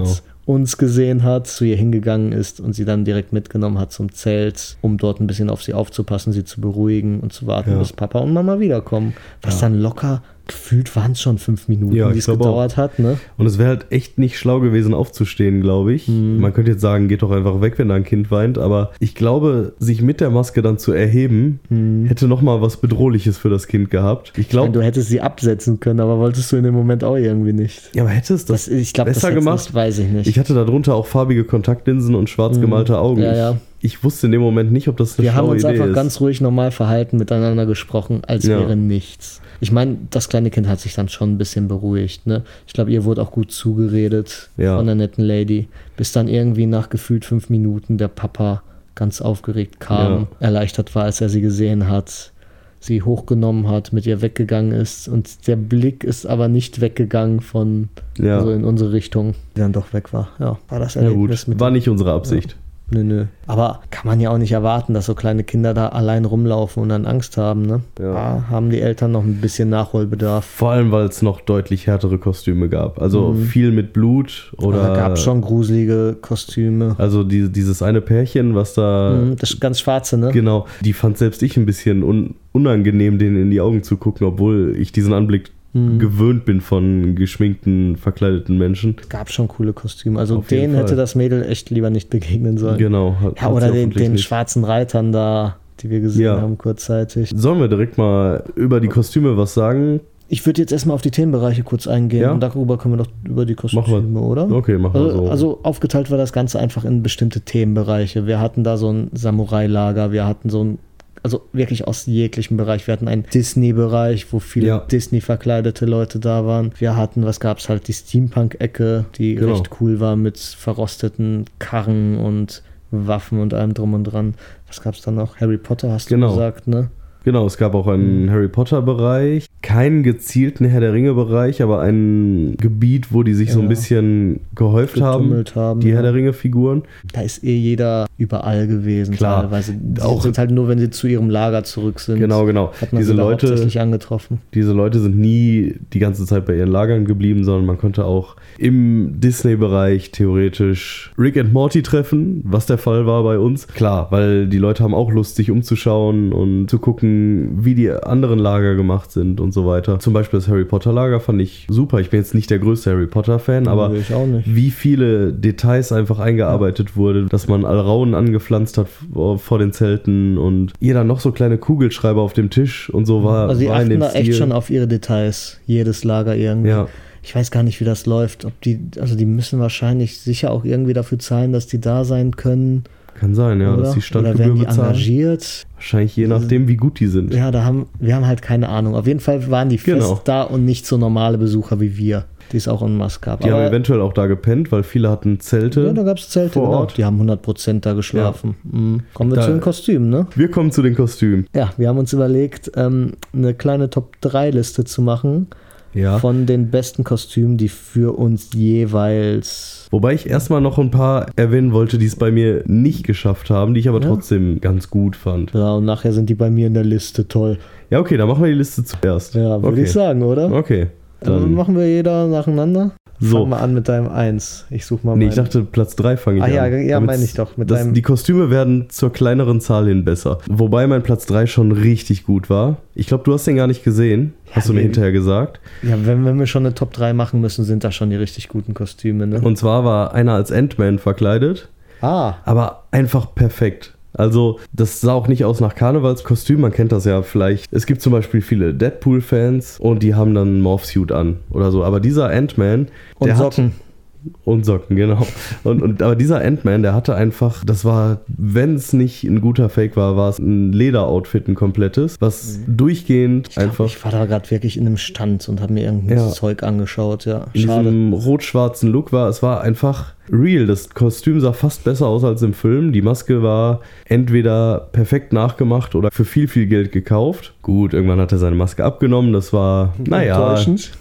uns gesehen hat, zu ihr hingegangen ist und sie dann direkt mitgenommen hat zum Zelt, um dort ein bisschen auf sie aufzupassen, sie zu beruhigen und zu warten, Ja. bis Papa und Mama wiederkommen. Was Ja. dann locker, gefühlt waren es schon fünf Minuten, Ja, die ich es glaub gedauert hat. Ne? Und es wäre halt echt nicht schlau gewesen, aufzustehen, glaube ich. Mhm. Man könnte jetzt sagen, geht doch einfach weg, wenn da ein Kind weint. Aber ich glaube, sich mit der Maske dann zu erheben, Mhm. hätte nochmal was Bedrohliches für das Kind gehabt. Ich Ich meine, glaube, du hättest sie absetzen können, aber wolltest du in dem Moment auch irgendwie nicht. ja, aber hätte es das, Das, ich glaube, das besser hätt's gemacht? nicht, weiß ich nicht. Ich hatte darunter auch farbige Kontaktlinsen und schwarz gemalte Augen. Ja, ja. Ich, ich wusste in dem Moment nicht, ob das eine Wir haben schlaue uns Idee einfach ist. ganz ruhig normal verhalten, miteinander gesprochen, als Ja. wäre nichts. Ich meine, das kleine Kind hat sich dann schon ein bisschen beruhigt. Ne? Ich glaube, ihr wurde auch gut zugeredet Ja. von der netten Lady, bis dann irgendwie nach gefühlt fünf Minuten der Papa ganz aufgeregt kam, Ja. erleichtert war, als er sie gesehen hat, sie hochgenommen hat, mit ihr weggegangen ist und der Blick ist aber nicht weggegangen von Ja. also in unsere Richtung, die dann doch weg war. Ja, war das Ja Erlebnis gut, mit war dem- nicht unsere Absicht. Nö, nö. Aber kann man ja auch nicht erwarten, dass so kleine Kinder da allein rumlaufen und dann Angst haben, ne? Ja. Da haben die Eltern noch ein bisschen Nachholbedarf. Vor allem, weil es noch deutlich härtere Kostüme gab. Also Mhm. viel mit Blut oder. Da gab es schon gruselige Kostüme. Also die, dieses eine Pärchen, was da. Mhm, das ganz schwarze, ne? Genau, die fand selbst ich ein bisschen un unangenehm, denen in die Augen zu gucken, obwohl ich diesen Anblick Mhm. gewöhnt bin von geschminkten, verkleideten Menschen. Gab schon coole Kostüme. Also Auf jeden denen hätte Fall. das Mädel echt lieber nicht begegnen sollen. Genau. hat- Ja, hat oder sie den, hoffentlich den nicht. schwarzen Reitern da, die wir gesehen Ja. haben kurzzeitig. Sollen wir direkt mal über die Kostüme was sagen? Ich würde jetzt erstmal auf die Themenbereiche kurz eingehen Ja? und darüber können wir doch über die Kostüme, Machen oder? Okay, machen wir Also, so. also aufgeteilt war das Ganze einfach in bestimmte Themenbereiche. Wir hatten da so ein Samurai-Lager, wir hatten so ein, also wirklich aus jeglichem Bereich. Wir hatten einen Disney-Bereich, wo viele Ja. Disney-verkleidete Leute da waren. Wir hatten, was gab es halt, die Steampunk-Ecke, die Genau. recht cool war mit verrosteten Karren und Waffen und allem drum und dran. Was gab es da noch? Harry Potter hast Genau. du gesagt, ne? Genau, es gab auch einen Mhm. Harry Potter-Bereich, keinen gezielten Herr der Ringe-Bereich, aber ein Gebiet, wo die sich so ein Ja. bisschen gehäuft haben, Getummelt haben. die ja. Herr der Ringe-Figuren. Da ist eh jeder überall gewesen, Klar. teilweise. Die Auch- sind halt nur, wenn sie zu ihrem Lager zurück sind. Genau, genau. Hat man Diese sie da Leute, hauptsächlich angetroffen. diese Leute sind nie die ganze Zeit bei ihren Lagern geblieben, sondern man konnte auch im Disney-Bereich theoretisch Rick and Morty treffen, was der Fall war bei uns. Klar, weil die Leute haben auch Lust, sich umzuschauen und zu gucken, wie die anderen Lager gemacht sind und so weiter. Zum Beispiel das Harry Potter Lager fand ich super. Ich bin jetzt nicht der größte Harry Potter Fan, aber Nö, ich auch nicht. wie viele Details einfach eingearbeitet wurde, dass man Alraun angepflanzt hat vor vor den Zelten und jeder noch so kleine Kugelschreiber auf dem Tisch und so war, Also die war in achten dem da Stil. echt schon auf ihre Details. Jedes Lager irgendwie. Ja, Ich weiß gar nicht, wie das läuft. Ob die, also die müssen wahrscheinlich sicher auch irgendwie dafür zahlen, dass die da sein können. kann sein, ja, oder? dass die oder Standgebühr werden die bezahlen. engagiert? Wahrscheinlich je nachdem, wie gut die sind. Ja, da haben, wir haben halt keine Ahnung. Auf jeden Fall waren die fest Genau. da und nicht so normale Besucher wie wir, die es auch en masse gab. Die haben Aber eventuell auch da gepennt, weil viele hatten Zelte. ja, da gab es Zelte, vor genau. Ort. Die haben hundert Prozent da geschlafen. Mhm. Kommen wir Da- zu den Kostümen, ne? Wir kommen zu den Kostümen. Ja, wir haben uns überlegt, ähm, eine kleine Top drei Liste zu machen Ja. von den besten Kostümen, die für uns jeweils. Wobei ich erstmal noch ein paar erwähnen wollte, die es bei mir nicht geschafft haben, die ich aber Ja. trotzdem ganz gut fand. Ja, und nachher sind die bei mir in der Liste toll. Ja, okay, dann machen wir die Liste zuerst. Ja, würde okay. ich sagen, oder? Okay. Dann Dann, machen wir jeder nacheinander. So. Fang mal an mit deinem eins. Ich such mal nee, meinen. ich dachte, Platz drei fange ich Ah, an. ja, ja, Damit's- meine ich doch, mit das, deinem- die Kostüme werden zur kleineren Zahl hin besser. Wobei mein Platz drei schon richtig gut war. Ich glaube, du hast den gar nicht gesehen. Hast du mir nee. hinterher gesagt. Ja, wenn, wenn wir schon eine Top drei machen müssen, sind das schon die richtig guten Kostüme, ne? Und zwar war einer als Ant-Man verkleidet. ah, Aber einfach perfekt. Also, das sah auch nicht aus nach Karnevalskostüm, man kennt das ja vielleicht. Es gibt zum Beispiel viele Deadpool-Fans und die haben dann einen Morphsuit an oder so. Aber dieser Ant-Man, und der Socken. hat... Und Socken, genau. Und, und, aber dieser Ant-Man, der hatte einfach, das war, wenn es nicht ein guter Fake war, war es ein Lederoutfit, ein komplettes, was durchgehend Ich, glaub, einfach ich war da gerade wirklich in einem Stand und habe mir irgendein Ja. Zeug angeschaut, ja. in Schade. diesem rot-schwarzen Look war. Es war einfach real. Das Kostüm sah fast besser aus als im Film. Die Maske war entweder perfekt nachgemacht oder für viel, viel Geld gekauft. Gut, irgendwann hat er seine Maske abgenommen. Das war, naja, Enttäuschend.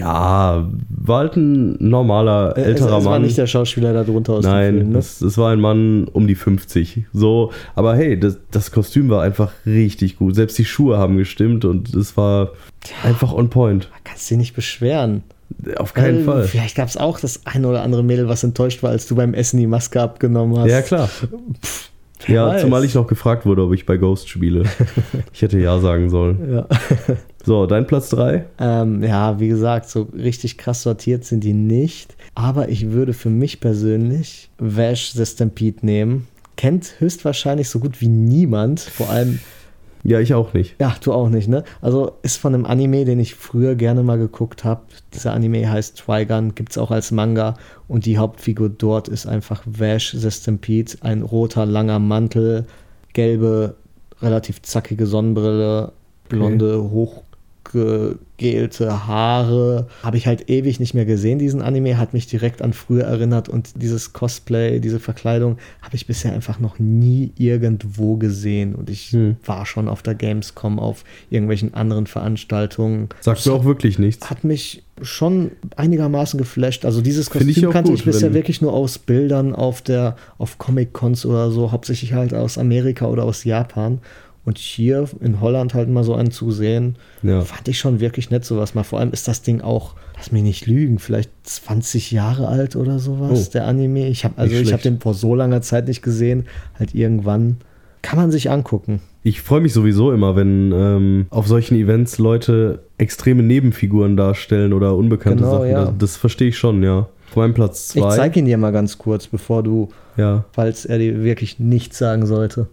ja, war halt ein normaler, Äh, älterer es, es war Mann. nicht der Schauspieler da drunter aus Nein, dem Film, ne? das, das war ein Mann um die fünfzig. So, aber hey, das, das Kostüm war einfach richtig gut. Selbst die Schuhe haben gestimmt und es war einfach on point. Man kann sich nicht beschweren. Auf keinen äh, Fall. Vielleicht gab es auch das eine oder andere Mädel, was enttäuscht war, als du beim Essen die Maske abgenommen hast. Ja, klar. Pff, Ja, weiß. zumal ich noch gefragt wurde, ob ich bei Ghost spiele. Ich hätte ja sagen sollen. Ja. So, dein Platz drei? Ähm, ja, wie gesagt, so richtig krass sortiert sind die nicht. Aber ich würde für mich persönlich Vash the Stampede nehmen. Kennt höchstwahrscheinlich so gut wie niemand. Vor allem, Ja, ich auch nicht. ja, du auch nicht, ne? Also ist von einem Anime, den ich früher gerne mal geguckt habe. Dieser Anime heißt Trigun, gibt es auch als Manga. Und die Hauptfigur dort ist einfach Vash the Stampede. Ein roter, langer Mantel, gelbe, relativ zackige Sonnenbrille, blonde, hoch gegelte Haare. Habe ich halt ewig nicht mehr gesehen, diesen Anime, hat mich direkt an früher erinnert und dieses Cosplay, diese Verkleidung habe ich bisher einfach noch nie irgendwo gesehen und ich Hm. war schon auf der Gamescom, auf irgendwelchen anderen Veranstaltungen. Sagt mir auch wirklich nichts. Hat mich schon einigermaßen geflasht. Also dieses Finde ich Kostüm auch kannte gut, ich bisher wenn- wirklich nur aus Bildern auf der auf Comic-Cons oder so, hauptsächlich halt aus Amerika oder aus Japan. Und hier in Holland halt mal so einen zu sehen, Ja. fand ich schon wirklich nett sowas mal. Vor allem ist das Ding auch, lass mich nicht lügen, vielleicht zwanzig Jahre alt oder sowas, Oh. der Anime. Ich habe also Nicht ich habe schlecht. den vor so langer Zeit nicht gesehen. Halt irgendwann kann man sich angucken. Ich freue mich sowieso immer, wenn ähm, auf solchen Events Leute extreme Nebenfiguren darstellen oder unbekannte Genau, Sachen. ja. Das, das verstehe ich schon, ja. Auf meinem Platz Ich zwei. zeige ihn dir mal ganz kurz, bevor du, Ja, falls er dir wirklich nichts sagen sollte.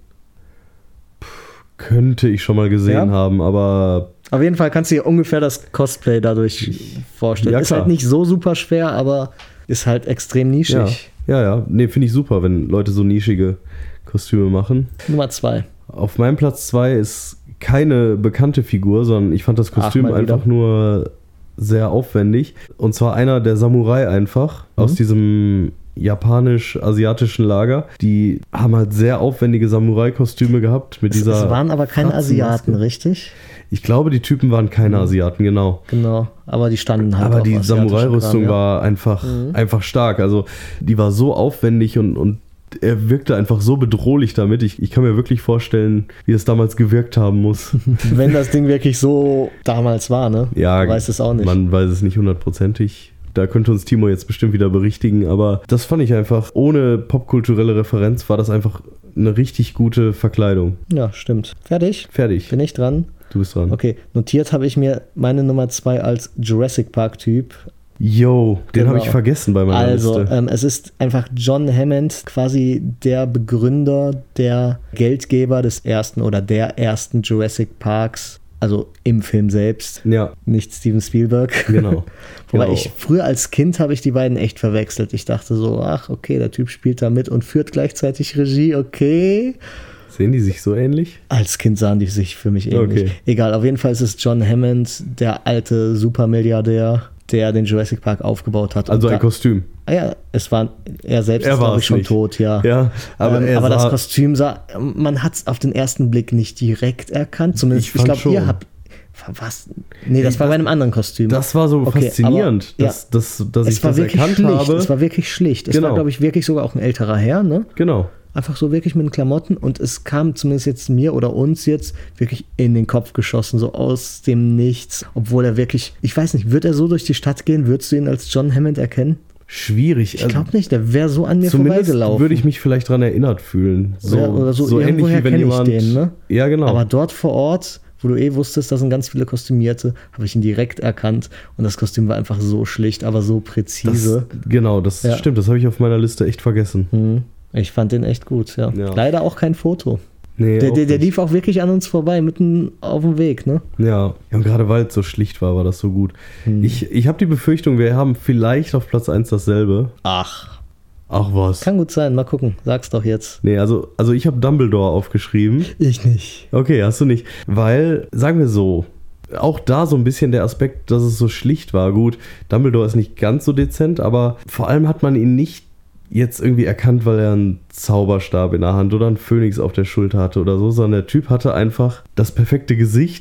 könnte ich schon mal gesehen Ja? haben, aber Auf jeden Fall kannst du dir ungefähr das Cosplay dadurch vorstellen. Ja, ist klar. halt nicht so super schwer, aber ist halt extrem nischig. ja, ja, ja. Nee, finde ich super, wenn Leute so nischige Kostüme machen. Nummer zwei. Auf meinem Platz zwei ist keine bekannte Figur, sondern ich fand das Kostüm mal wieder. einfach nur sehr aufwendig. Und zwar einer der Samurai einfach Mhm. aus diesem japanisch-asiatischen Lager. Die haben halt sehr aufwendige Samurai-Kostüme gehabt mit Es, dieser. es waren aber keine Fratzenmaske. Asiaten, richtig? Ich glaube, die Typen waren keine Asiaten, genau. Genau. Aber die standen halt Aber auf die asiatischen Samurai-Rüstung Kram, ja. war einfach, einfach stark. Also die war so aufwendig und, und er wirkte einfach so bedrohlich damit. Ich, ich kann mir wirklich vorstellen, wie es damals gewirkt haben muss. Wenn das Ding wirklich so damals war, ne? Ja, weiß es auch nicht. Man weiß es nicht hundertprozentig. Da könnte uns Timo jetzt bestimmt wieder berichtigen, aber das fand ich einfach, ohne popkulturelle Referenz war das einfach eine richtig gute Verkleidung. Ja, stimmt. Fertig? Fertig. Bin ich dran? Du bist dran. Okay, notiert habe ich mir meine Nummer zwei als Jurassic Park-Typ. Yo, den Genau. habe ich vergessen bei meiner Also, Liste. ähm, es ist einfach John Hammond, quasi der Begründer, der Geldgeber des ersten oder der ersten Jurassic Parks, also im Film selbst, Ja, nicht Steven Spielberg. genau. Wobei genau. ich früher als Kind habe ich die beiden echt verwechselt. Ich dachte so, ach okay, der Typ spielt da mit und führt gleichzeitig Regie, okay. Sehen die sich so ähnlich? Als Kind sahen die sich für mich ähnlich. Okay. Egal, auf jeden Fall ist es John Hammond, der alte Supermilliardär, der den Jurassic Park aufgebaut hat. Also Und ein da, Kostüm. ah ja, es war, er selbst Er ist, war glaube es ich, schon nicht. tot, ja. Ja, aber ähm, er aber das sah- Kostüm sah, man hat es auf den ersten Blick nicht direkt erkannt. Zumindest, Ich ich, fand glaube, schon. ihr habt. Was? Nee, das war bei einem anderen Kostüm. Das war so Okay, faszinierend, aber, dass, dass, dass es ich war das wirklich erkannt schlicht. habe. Es war wirklich schlicht. Es Genau. war, glaube ich, wirklich sogar auch ein älterer Herr, ne? Genau. Einfach so wirklich mit den Klamotten und es kam zumindest jetzt mir oder uns jetzt wirklich in den Kopf geschossen, so aus dem Nichts. Obwohl er wirklich, ich weiß nicht, wird er so durch die Stadt gehen? Würdest du ihn als John Hammond erkennen? Schwierig. Ich glaube nicht, der wäre so an mir Zumindest vorbeigelaufen. würde ich mich vielleicht daran erinnert fühlen. So, Ja, oder so, ähnlich irgendwoher wie wenn kenn ich jemand. den, ne? Ja, genau. Aber dort vor Ort, wo du eh wusstest, da sind ganz viele Kostümierte, habe ich ihn direkt erkannt und das Kostüm war einfach so schlicht, aber so das, präzise. genau, das Ja. stimmt. Das habe ich auf meiner Liste echt vergessen. Hm. Ich fand den echt gut, ja. Ja. Leider auch kein Foto. Nee, Der, auch der, der nicht. lief auch wirklich an uns vorbei, mitten auf dem Weg, ne? Ja, ja, und gerade weil es so schlicht war, war das so gut. Hm. Ich, ich habe die Befürchtung, wir haben vielleicht auf Platz eins dasselbe. Ach. Ach was. Kann gut sein, mal gucken. Sag's doch jetzt. Nee, also, also ich habe Dumbledore aufgeschrieben. Ich nicht. Okay, hast du nicht. Weil, sagen wir so, auch da so ein bisschen der Aspekt, dass es so schlicht war. Gut, Dumbledore ist nicht ganz so dezent, aber vor allem hat man ihn nicht jetzt irgendwie erkannt, weil er einen Zauberstab in der Hand oder einen Phönix auf der Schulter hatte oder so, sondern der Typ hatte einfach das perfekte Gesicht,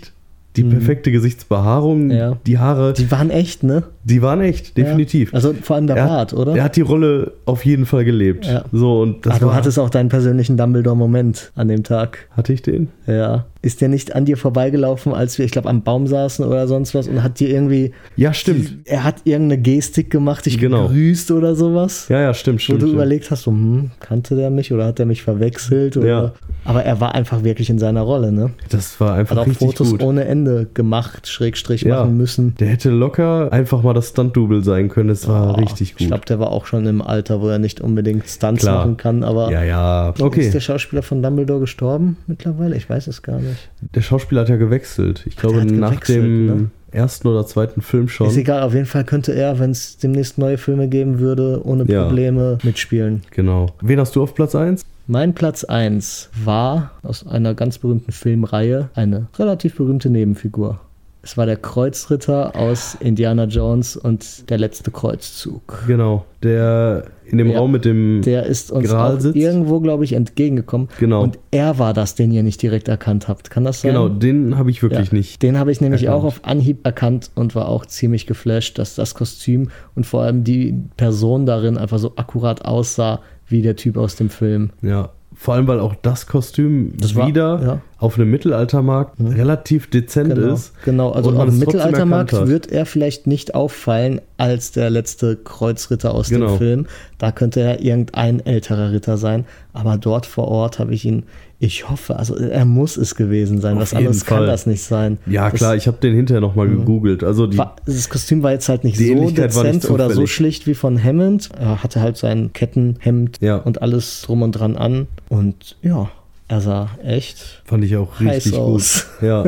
Die Mhm. perfekte Gesichtsbehaarung, Ja. die Haare, Die waren echt, ne? die waren echt, definitiv. Ja. Also vor allem der er, Bart, oder? Er hat die Rolle auf jeden Fall gelebt. Ja. So, und das ah, du war, hattest auch deinen persönlichen Dumbledore-Moment an dem Tag. Hatte ich den? Ja. Ist der nicht an dir vorbeigelaufen, als wir, ich glaube, am Baum saßen oder sonst was und hat dir irgendwie. Ja, stimmt. Er hat irgendeine Gestik gemacht, dich Genau. gegrüßt oder sowas? Ja, ja, stimmt, Wo stimmt. du stimmt. überlegt hast, so, hm, kannte der mich oder hat der mich verwechselt? Oder? Ja. Aber er war einfach wirklich in seiner Rolle, ne? Das war einfach Hat auch richtig Fotos gut. ohne Ende gemacht, Schrägstrich Ja. machen müssen. Der hätte locker einfach mal das Stunt-Double sein können. Es war Oh, richtig gut. Ich glaube, der war auch schon im Alter, wo er nicht unbedingt Stunts Klar. machen kann, aber ja, ja. ist Okay. der Schauspieler von Dumbledore gestorben mittlerweile? Ich weiß es gar nicht. Der Schauspieler hat ja gewechselt. Ich glaube, der hat nach gewechselt, dem ne? ersten oder zweiten Film schon. Ist egal, auf jeden Fall könnte er, wenn es demnächst neue Filme geben würde, ohne Ja. Probleme mitspielen. Genau. Wen hast du auf Platz eins? Mein Platz eins war aus einer ganz berühmten Filmreihe eine relativ berühmte Nebenfigur. Es war der Kreuzritter aus Indiana Jones und der letzte Kreuzzug. Genau. Der in dem Ja. Raum mit dem. Der ist uns Gral auch sitzt. irgendwo, glaube ich, entgegengekommen. Genau. Und er war das, den ihr nicht direkt erkannt habt. Kann das sein? Genau, den habe ich wirklich Ja. nicht. Den habe ich nämlich erkannt. auch auf Anhieb erkannt und war auch ziemlich geflasht, dass das Kostüm und vor allem die Person darin einfach so akkurat aussah wie der Typ aus dem Film. Ja. Vor allem, weil auch das Kostüm Das war- wieder ja. auf einem Mittelaltermarkt Mhm. relativ dezent Genau, ist. genau. Also und man auf dem es trotzdem Mittelaltermarkt erkannt hat. wird er vielleicht nicht auffallen als der letzte Kreuzritter aus Genau. dem Film. Da könnte er irgendein älterer Ritter sein. Aber dort vor Ort habe ich ihn, ich hoffe, also er muss es gewesen sein. Auf Was anderes jeden kann Fall. das nicht sein. Ja, das klar, ich habe den hinterher nochmal Mhm. gegoogelt. Also die, War, das Kostüm war jetzt halt nicht Die so Ähnlichkeit war nicht dezent oder so zufällig. schlicht wie von Hammond. Er hatte halt sein Kettenhemd Ja. und alles drum und dran an. Und ja, er sah echt fand ich auch heiß richtig aus. gut. Ja.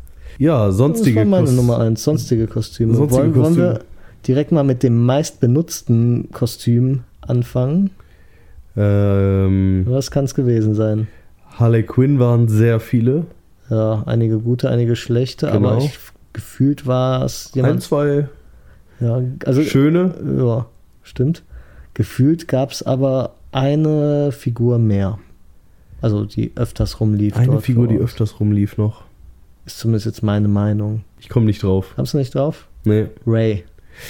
Ja, Das sonstige war meine Kos- Nummer eins, sonstige Kostüme. Sonstige wollen, wollen Kostüme. wir direkt mal mit dem meistbenutzten Kostüm anfangen? Ähm, Was kann es gewesen sein? Harley Quinn waren sehr viele. Ja, einige gute, einige schlechte, Genau. aber ich, gefühlt war es Ein, jemand. zwei Ja, also, schöne. ja, stimmt. Gefühlt gab es aber eine Figur mehr. Also die öfters rumlief. Eine dort Figur, vor die Ort. öfters rumlief noch. Ist zumindest jetzt meine Meinung. Ich komme nicht drauf. Kamst du nicht drauf? Nee. Ray.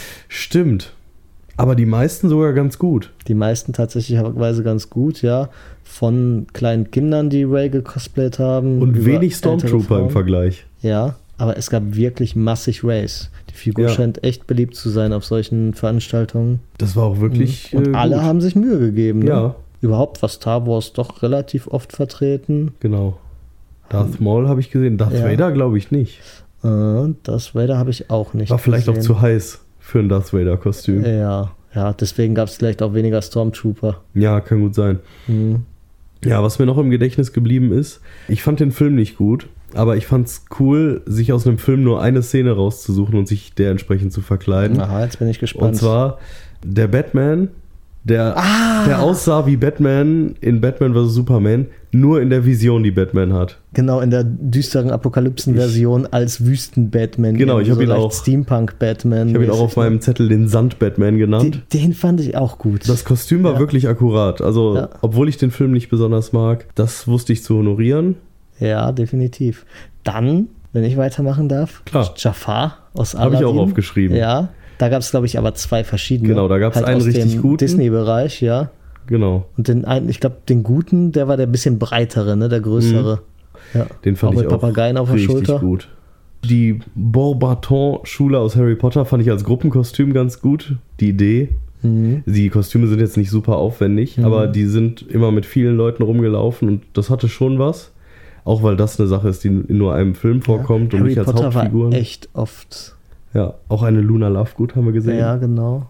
Stimmt. Aber die meisten sogar ganz gut. Die meisten tatsächlicherweise ganz gut, ja. Von kleinen Kindern, die Ray gecosplayt haben. Und über wenig ältere Stormtrooper im Frauen. Vergleich. Ja, aber es gab wirklich massig Rays. Die Figur Ja. scheint echt beliebt zu sein auf solchen Veranstaltungen. Das war auch wirklich. Und äh, alle gut. haben sich Mühe gegeben. Ne? Ja, Überhaupt war Star Wars doch relativ oft vertreten. genau. Darth Maul habe ich gesehen. Darth Ja. Vader glaube ich nicht. Äh, das Vader habe ich auch nicht War vielleicht auch gesehen. zu heiß für ein Darth Vader-Kostüm. Ja, ja, deswegen gab es vielleicht auch weniger Stormtrooper. Ja, kann gut sein. Mhm. Ja, was mir noch im Gedächtnis geblieben ist, ich fand den Film nicht gut, aber ich fand es cool, sich aus einem Film nur eine Szene rauszusuchen und sich der entsprechend zu verkleiden. Aha, jetzt bin ich gespannt. Und zwar der Batman, der, Ah! der aussah wie Batman in Batman versus. Superman, nur in der Vision, die Batman hat. Genau, in der düsteren Apokalypsen-Version als Wüsten-Batman. Genau, ich Irgendwie hab ihn leicht auch- Steampunk-Batman. Ich habe ihn auch auf meinem Zettel den Sand-Batman genannt. Den, den fand ich auch gut. Das Kostüm war Ja. wirklich akkurat. Also, Ja. obwohl ich den Film nicht besonders mag, das wusste ich zu honorieren. Ja, definitiv. Dann, wenn ich weitermachen darf, Klar. Jafar aus Habe Aladdin. ich auch aufgeschrieben. Ja, da gab es, glaube ich, aber zwei verschiedene. Genau, da gab's halt einen aus richtig dem guten. Disney-Bereich, ja. Genau. Und den einen, ich glaube, den guten, der war der bisschen breitere, ne, der größere. Ja. Den fand auch ich mit auch Papageien auf der richtig Schulter. gut. Die Beauxbaton-Schule aus Harry Potter fand ich als Gruppenkostüm ganz gut. Die Idee. Mhm. Die Kostüme sind jetzt nicht super aufwendig, Mhm. aber die sind immer mit vielen Leuten rumgelaufen und das hatte schon was. Auch weil das eine Sache ist, die in nur einem Film vorkommt und Harry nicht als Potter Hauptfiguren. war echt oft. Ja, auch eine Luna Lovegood haben wir gesehen. Ja, genau.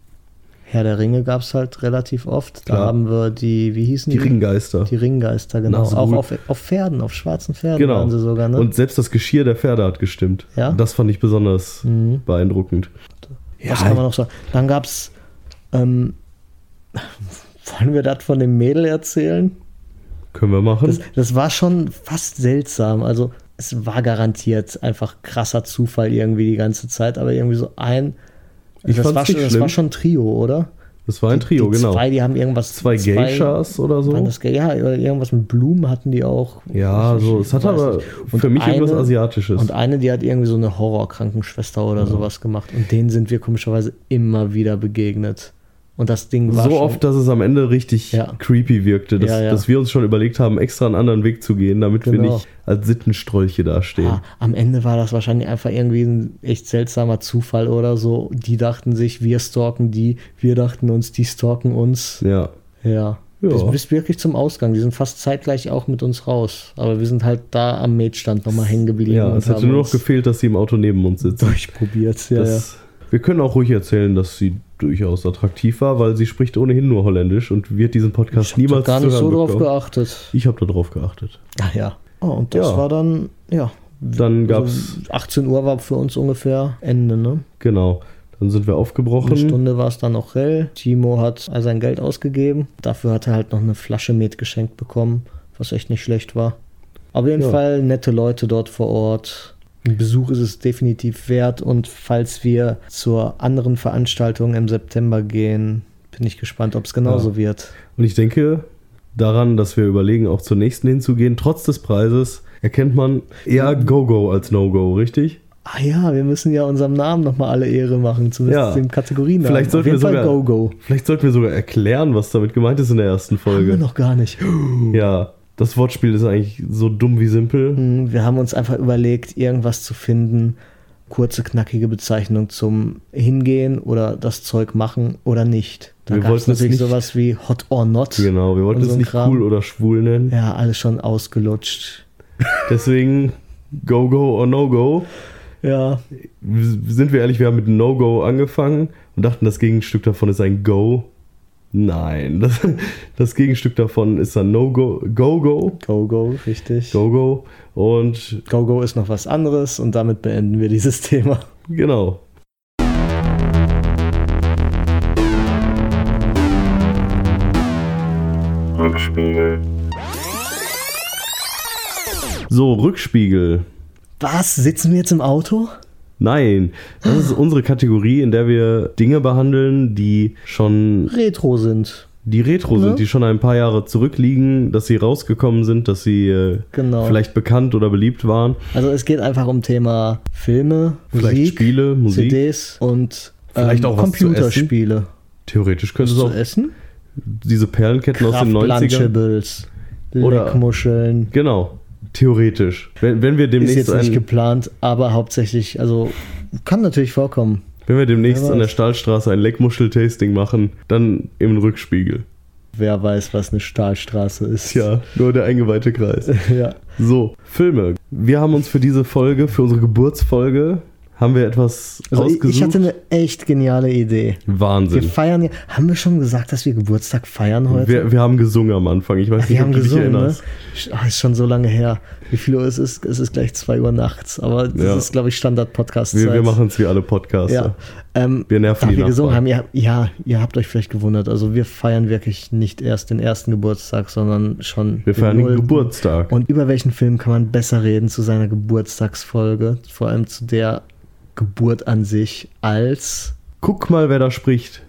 Herr der Ringe gab es halt relativ oft. Da Klar. haben wir die, wie hießen Die Ringgeister. Die Ringgeister, genau. Nasrul. Auch auf, auf Pferden, auf schwarzen Pferden Genau. waren sie sogar, ne? Und selbst das Geschirr der Pferde hat gestimmt. Ja? Das fand ich besonders Mhm. beeindruckend. Was kann man noch sagen? Dann gab es, ähm, wollen wir das von dem Mädel erzählen? Können wir machen. Das, das war schon fast seltsam. Also es war garantiert einfach krasser Zufall irgendwie die ganze Zeit, aber irgendwie so ein. Ich das, fand's war schon, nicht das schlimm. war schon Trio, oder? Das war ein die, Trio, die genau. Zwei, die haben irgendwas. Zwei Geishas oder so. Das, ja, irgendwas mit Blumen hatten die auch. Ja, so. Es hat aber für mich eine, irgendwas Asiatisches. Und eine, die hat irgendwie so eine Horrorkrankenschwester oder ja. sowas gemacht. Und denen sind wir komischerweise immer wieder begegnet. Und das Ding war so schon, oft, dass es am Ende richtig ja. creepy wirkte, dass, ja, ja. dass wir uns schon überlegt haben, extra einen anderen Weg zu gehen, damit genau. wir nicht als Sittenstrolche dastehen. Ah, am Ende war das wahrscheinlich einfach irgendwie ein echt seltsamer Zufall oder so. Die dachten sich, wir stalken die, wir dachten uns, die stalken uns. Ja. Ja. Ja. Bis, bis wirklich zum Ausgang. Die sind fast zeitgleich auch mit uns raus. Aber wir sind halt da am Metstand nochmal hängen geblieben. Ja, es hätte nur noch gefehlt, dass sie im Auto neben uns sitzt. Durchprobiert, ja, das, ja. Wir können auch ruhig erzählen, dass sie durchaus attraktiv war, weil sie spricht ohnehin nur Holländisch und wird diesen Podcast ich niemals zu hören bekommen. Ich habe gar nicht so drauf geachtet. Ich habe da drauf geachtet. Ach ja. Oh, und das ja. war dann, ja. Dann gab's... Also achtzehn Uhr war für uns ungefähr Ende, ne? Genau. Dann sind wir aufgebrochen. Eine Stunde war es dann noch hell. Timo hat all sein Geld ausgegeben. Dafür hat er halt noch eine Flasche Met geschenkt bekommen, was echt nicht schlecht war. Auf jeden ja. Fall nette Leute dort vor Ort. Ein Besuch ist es definitiv wert. Und falls wir zur anderen Veranstaltung im September gehen, bin ich gespannt, ob es genauso ja. wird. Und ich denke daran, dass wir überlegen, auch zur nächsten hinzugehen. Trotz des Preises erkennt man eher Go-Go als No-Go, richtig? Ah ja, wir müssen ja unserem Namen nochmal alle Ehre machen, zumindest ja. dem Kategorienamen. Vielleicht sollten, wir sogar, Go-Go. vielleicht sollten wir sogar erklären, was damit gemeint ist in der ersten Folge. Haben wir noch gar nicht. Ja, das Wortspiel ist eigentlich so dumm wie simpel. Wir haben uns einfach überlegt, irgendwas zu finden, kurze, knackige Bezeichnung zum Hingehen oder das Zeug machen oder nicht. Da gab es natürlich nicht, sowas wie Hot or Not. Genau, wir wollten es so nicht Kram. Cool oder schwul nennen. Ja, alles schon ausgelutscht. Deswegen Go-Go or No-Go. Ja. Sind wir ehrlich, wir haben mit No-Go angefangen und dachten, das Gegenstück davon ist ein Go. Nein, das, das Gegenstück davon ist ein No-Go. Go-Go. Go-Go, richtig. Go-Go. Und Go-Go ist noch was anderes und damit beenden wir dieses Thema. Genau. Rückspiegel. So, Rückspiegel. Was? Sitzen wir jetzt im Auto? Nein, das ist unsere Kategorie, in der wir Dinge behandeln, die schon Retro sind. Die Retro ja. sind, die schon ein paar Jahre zurückliegen, dass sie rausgekommen sind, dass sie äh, genau. vielleicht bekannt oder beliebt waren. Also es geht einfach um Thema Filme, vielleicht Musik, Spiele, Musik, C Ds und vielleicht ähm, auch Computerspiele. Theoretisch könnte es auch essen? Diese Perlenketten aus den neunzigern. Lunchables, Leckmuscheln. Genau. Theoretisch. Wenn, wenn wir demnächst ist jetzt nicht geplant, aber hauptsächlich, also kann natürlich vorkommen. Wenn wir demnächst an der Stahlstraße ein Leckmuschel-Tasting machen, dann im Rückspiegel. Wer weiß, was eine Stahlstraße ist. Ja, nur der eingeweihte Kreis. Ja. So, Filme. Wir haben uns für diese Folge, für unsere Geburtsfolge, haben wir etwas also ausgesucht. Ich hatte eine echt geniale Idee. Wahnsinn. Wir feiern ja, haben wir schon gesagt, dass wir Geburtstag feiern heute? Wir, wir haben gesungen am Anfang, ich weiß ja, nicht, ob du gesungen, dich erinnerst. Ne? Oh, ist schon so lange her. Wie viel Uhr ist es? Es ist gleich zwei Uhr nachts, aber das ja. ist, glaube ich, Standard-Podcast-Zeit. Wir, wir machen es wie alle Podcaster. Ja. Ähm, wir nerven die wir gesungen haben, ja, ja, ihr habt euch vielleicht gewundert, also wir feiern wirklich nicht erst den ersten Geburtstag, sondern schon Wir feiern den, den Geburtstag. Und über welchen Film kann man besser reden zu seiner Geburtstagsfolge, vor allem zu der Geburt an sich, als guck mal, wer da spricht.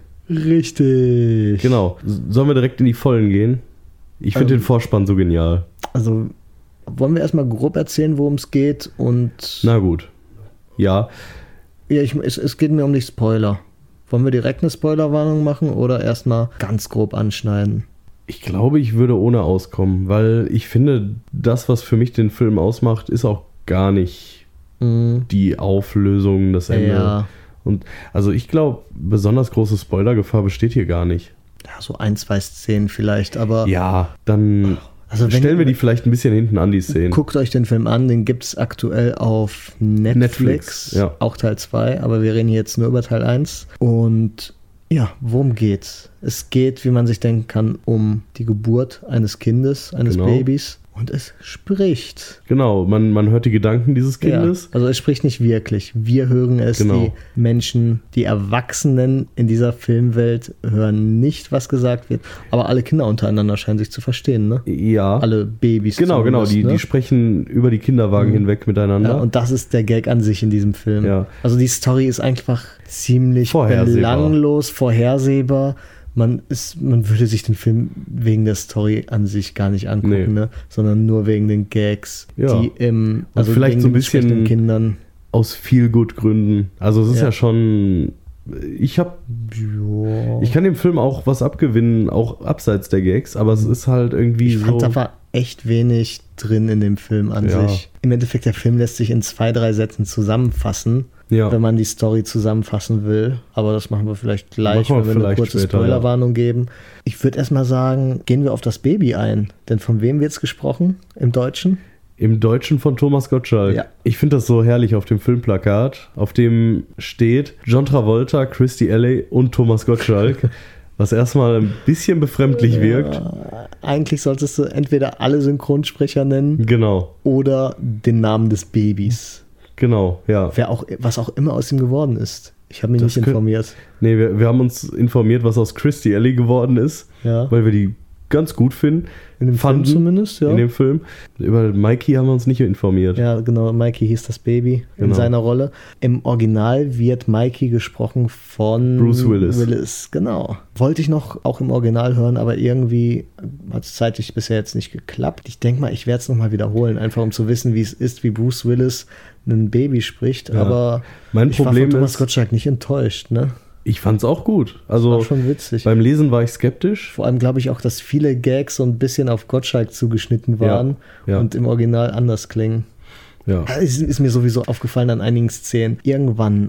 Richtig. Genau. Sollen wir direkt in die Vollen gehen? Ich finde ähm, den Vorspann so genial. Also, wollen wir erstmal grob erzählen, worum es geht und... Na gut. Ja. Ja, ich, es, es geht mir um die Spoiler. Wollen wir direkt eine Spoilerwarnung machen oder erstmal ganz grob anschneiden? Ich glaube, ich würde ohne auskommen, weil ich finde, das, was für mich den Film ausmacht, ist auch gar nicht die Auflösung, das Ende. Ja. Und also ich glaube, besonders große Spoilergefahr besteht hier gar nicht. Ja, so ein, zwei Szenen vielleicht, aber... Ja, dann also wenn, stellen wir die vielleicht ein bisschen hinten an, die Szenen. Guckt euch den Film an, den gibt es aktuell auf Netflix. Netflix ja. Auch Teil zwei, aber wir reden jetzt nur über Teil eins. Und ja, worum geht's? Es geht, wie man sich denken kann, um die Geburt eines Kindes, eines genau. Babys. Und es spricht. Genau, man, man hört die Gedanken dieses Kindes. Ja, also es spricht nicht wirklich. Wir hören es, genau. Die Menschen, die Erwachsenen in dieser Filmwelt hören nicht, was gesagt wird. Aber alle Kinder untereinander scheinen sich zu verstehen, ne? Ja. Alle Babys. Genau, genau, die, ne? die sprechen über die Kinderwagen mhm. hinweg miteinander. Ja, und das ist der Gag an sich in diesem Film. Ja. Also die Story ist einfach ziemlich vorhersehbar. belanglos, vorhersehbar. man ist, man würde sich den Film wegen der Story an sich gar nicht angucken, Nee. ne? Sondern nur wegen den Gags, Ja. die im, also vielleicht wegen so ein den bisschen- schlechten Kindern. Aus viel gut Gründen. Also es ist ja, Ja. schon. Ich habe, Ja. ich kann dem Film auch was abgewinnen, auch abseits der Gags, aber es ist halt irgendwie Ich fand, so. da war echt wenig drin in dem Film an Ja. sich. Im Endeffekt, der Film lässt sich in zwei, drei Sätzen zusammenfassen, Ja. wenn man die Story zusammenfassen will. Aber das machen wir vielleicht gleich, Machen wir wenn wir eine vielleicht kurze später, Spoilerwarnung geben. Ich würde erstmal sagen, gehen wir auf das Baby ein. Denn von wem wird es gesprochen im Deutschen? Im Deutschen von Thomas Gottschalk. Ja. Ich finde das so herrlich auf dem Filmplakat, auf dem steht John Travolta, Christy Alley und Thomas Gottschalk, was erstmal ein bisschen befremdlich wirkt. Äh, eigentlich solltest du entweder alle Synchronsprecher nennen Genau, oder den Namen des Babys. genau, ja. Wer auch, was auch immer aus ihm geworden ist. Ich habe mich Das nicht könnt- informiert. Nee, wir, wir haben uns informiert, was aus Christy Alley geworden ist, Ja. weil wir die ganz gut finden. In dem fanden, Film zumindest, ja. In dem Film. Über Mikey haben wir uns nicht informiert. Ja, genau. Mikey hieß das Baby in Genau. seiner Rolle. Im Original wird Mikey gesprochen von Bruce Willis. Willis, genau. Wollte ich noch auch im Original hören, aber irgendwie hat es zeitlich bisher jetzt nicht geklappt. Ich denke mal, ich werde es nochmal wiederholen, einfach um zu wissen, wie es ist, wie Bruce Willis ein Baby spricht. Ja. Aber Mein ich Problem war von Thomas ist- Gottschalk nicht enttäuscht, ne? Ich fand's auch gut. Also War schon witzig. beim Lesen war ich skeptisch. Vor allem glaube ich auch, dass viele Gags so ein bisschen auf Gottschalk zugeschnitten waren Ja, ja. und im Original anders klingen. Ja. Es ist mir sowieso aufgefallen an einigen Szenen. Irgendwann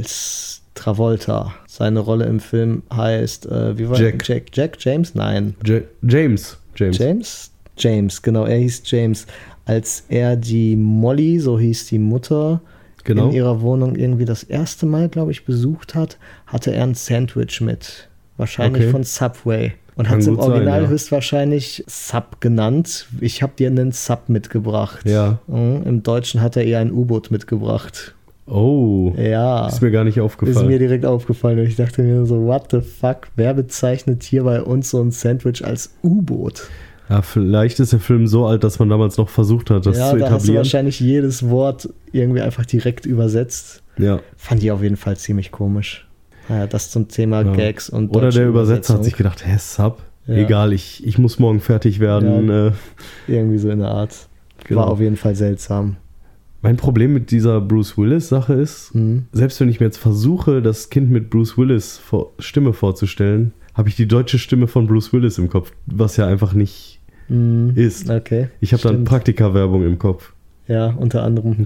als Travolta seine Rolle im Film heißt, äh, wie war Jack. Jack, Jack James? Nein. Ja- James. James. James? James, genau, er hieß James. Als er die Molly, so hieß die Mutter, Genau. in ihrer Wohnung irgendwie das erste Mal, glaube ich, besucht hat, hatte er ein Sandwich mit. Wahrscheinlich Okay. von Subway. Und Kann hat es im gut sein, Original ja. höchstwahrscheinlich Sub genannt. Ich habe dir einen Sub mitgebracht. Ja. Mhm. Im Deutschen hat er eher ein U-Boot mitgebracht. Oh. Ja. Ist mir gar nicht Ist aufgefallen. mir direkt aufgefallen und ich dachte mir so, what the fuck, wer bezeichnet hier bei uns so ein Sandwich als U-Boot? Ja, vielleicht ist der Film so alt, dass man damals noch versucht hat, das Ja, zu da hast du etablieren. wahrscheinlich jedes Wort irgendwie einfach direkt übersetzt. Ja. Fand ich auf jeden Fall ziemlich komisch. Naja, das zum Thema Ja. Gags und Oder deutsche der Übersetzer hat sich Übersetzung. gedacht, hä, Sub? Ja. Egal, ich, ich muss morgen fertig werden. Ja. Äh, Irgendwie so in der Art. Genau. War auf jeden Fall seltsam. mein Problem mit dieser Bruce Willis-Sache ist, Mhm. selbst wenn ich mir jetzt versuche, das Kind mit Bruce Willis vor, Stimme vorzustellen, habe ich die deutsche Stimme von Bruce Willis im Kopf, was ja einfach nicht Mhm. ist. Okay. Ich habe dann stimmt. Praktika-Werbung im Kopf. Ja, unter anderem.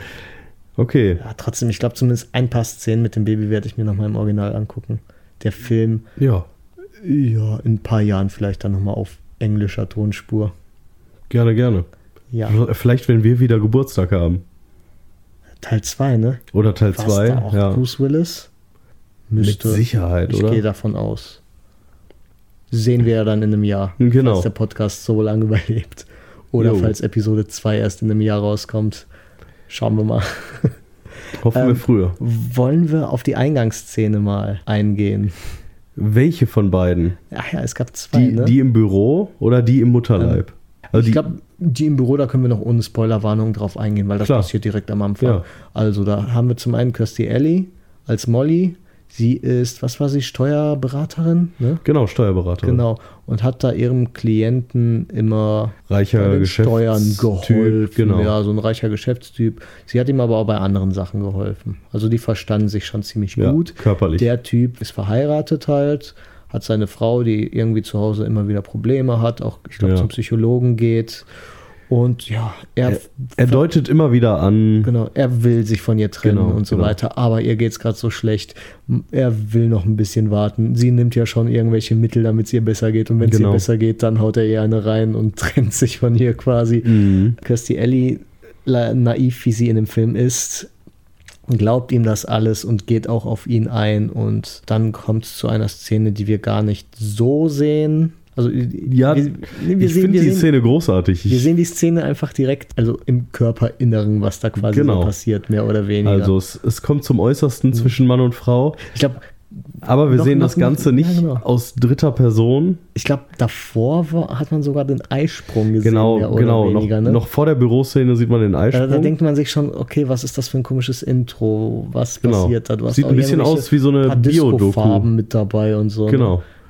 Okay. Ja, trotzdem, ich glaube zumindest ein paar Szenen mit dem Baby werde ich mir nochmal im Original angucken. Der Film, Ja, ja, in ein paar Jahren vielleicht dann nochmal auf englischer Tonspur. gerne, gerne. Ja, Vielleicht, wenn wir wieder Geburtstag haben. Teil zwei, ne? Oder Teil War's zwei. da auch Ja. Bruce Willis? Mit Müsste. Sicherheit, Ich oder? gehe davon aus. Sehen wir ja dann in einem Jahr, Genau. falls der Podcast so lange überlebt. Oder Jo. falls Episode zwei erst in einem Jahr rauskommt. Schauen wir mal. Hoffen wir Ähm, früher. Wollen wir auf die Eingangsszene mal eingehen? Welche von beiden? Ach ja, es gab zwei, Die, ne? die im Büro oder die im Mutterleib? Also ich die, glaube, die im Büro, da können wir noch ohne Spoilerwarnung drauf eingehen, weil das Klar. passiert direkt am Anfang. Ja. Also da haben wir zum einen Kirstie Alley als Molly. Sie ist, was war sie, Steuerberaterin? Ne? genau, Steuerberaterin. Genau. Und hat da ihrem Klienten immer Reicher bei den Geschäftstyp. Steuern geholfen. Genau. Ja, so ein reicher Geschäftstyp. Sie hat ihm aber auch bei anderen Sachen geholfen. Also die verstanden sich schon ziemlich Ja, gut. körperlich. Der Typ ist verheiratet halt, hat seine Frau, die irgendwie zu Hause immer wieder Probleme hat, auch, ich glaube, Ja. zum Psychologen geht. Und ja, er, Er, er deutet immer wieder an. genau, er will sich von ihr trennen Genau, und so genau. weiter, aber ihr geht es gerade so schlecht. Er will noch ein bisschen warten. Sie nimmt ja schon irgendwelche Mittel, damit es ihr besser geht. Und wenn es Genau. ihr besser geht, dann haut er ihr eine rein und trennt sich von ihr quasi. Mhm. Kirstie Alley, la- naiv wie sie in dem Film ist, glaubt ihm das alles und geht auch auf ihn ein. Und dann kommt es zu einer Szene, die wir gar nicht so sehen. Also, Ja, wir, wir ich sehen, finde wir die sehen, Szene großartig. wir Ich, sehen die Szene einfach direkt, also im Körperinneren, was da quasi Genau. so passiert, mehr oder weniger. also es, es kommt zum Äußersten zwischen Mann und Frau, ich glaube, aber wir Noch- sehen noch- das Ganze noch- nicht ja, genau. aus dritter Person. ich glaube, davor war, hat man sogar den Eisprung gesehen, Genau, mehr oder genau. weniger. Noch, Ne? noch vor der Büroszene sieht man den Da, Eisprung. da denkt man sich schon, okay, was ist das für ein komisches Intro? Was Genau. passiert da? Du hast Sieht auch ein bisschen irgendwelche aus wie so eine paar Bio-Doku. Disco-Farben mit dabei und so. Genau. Ne?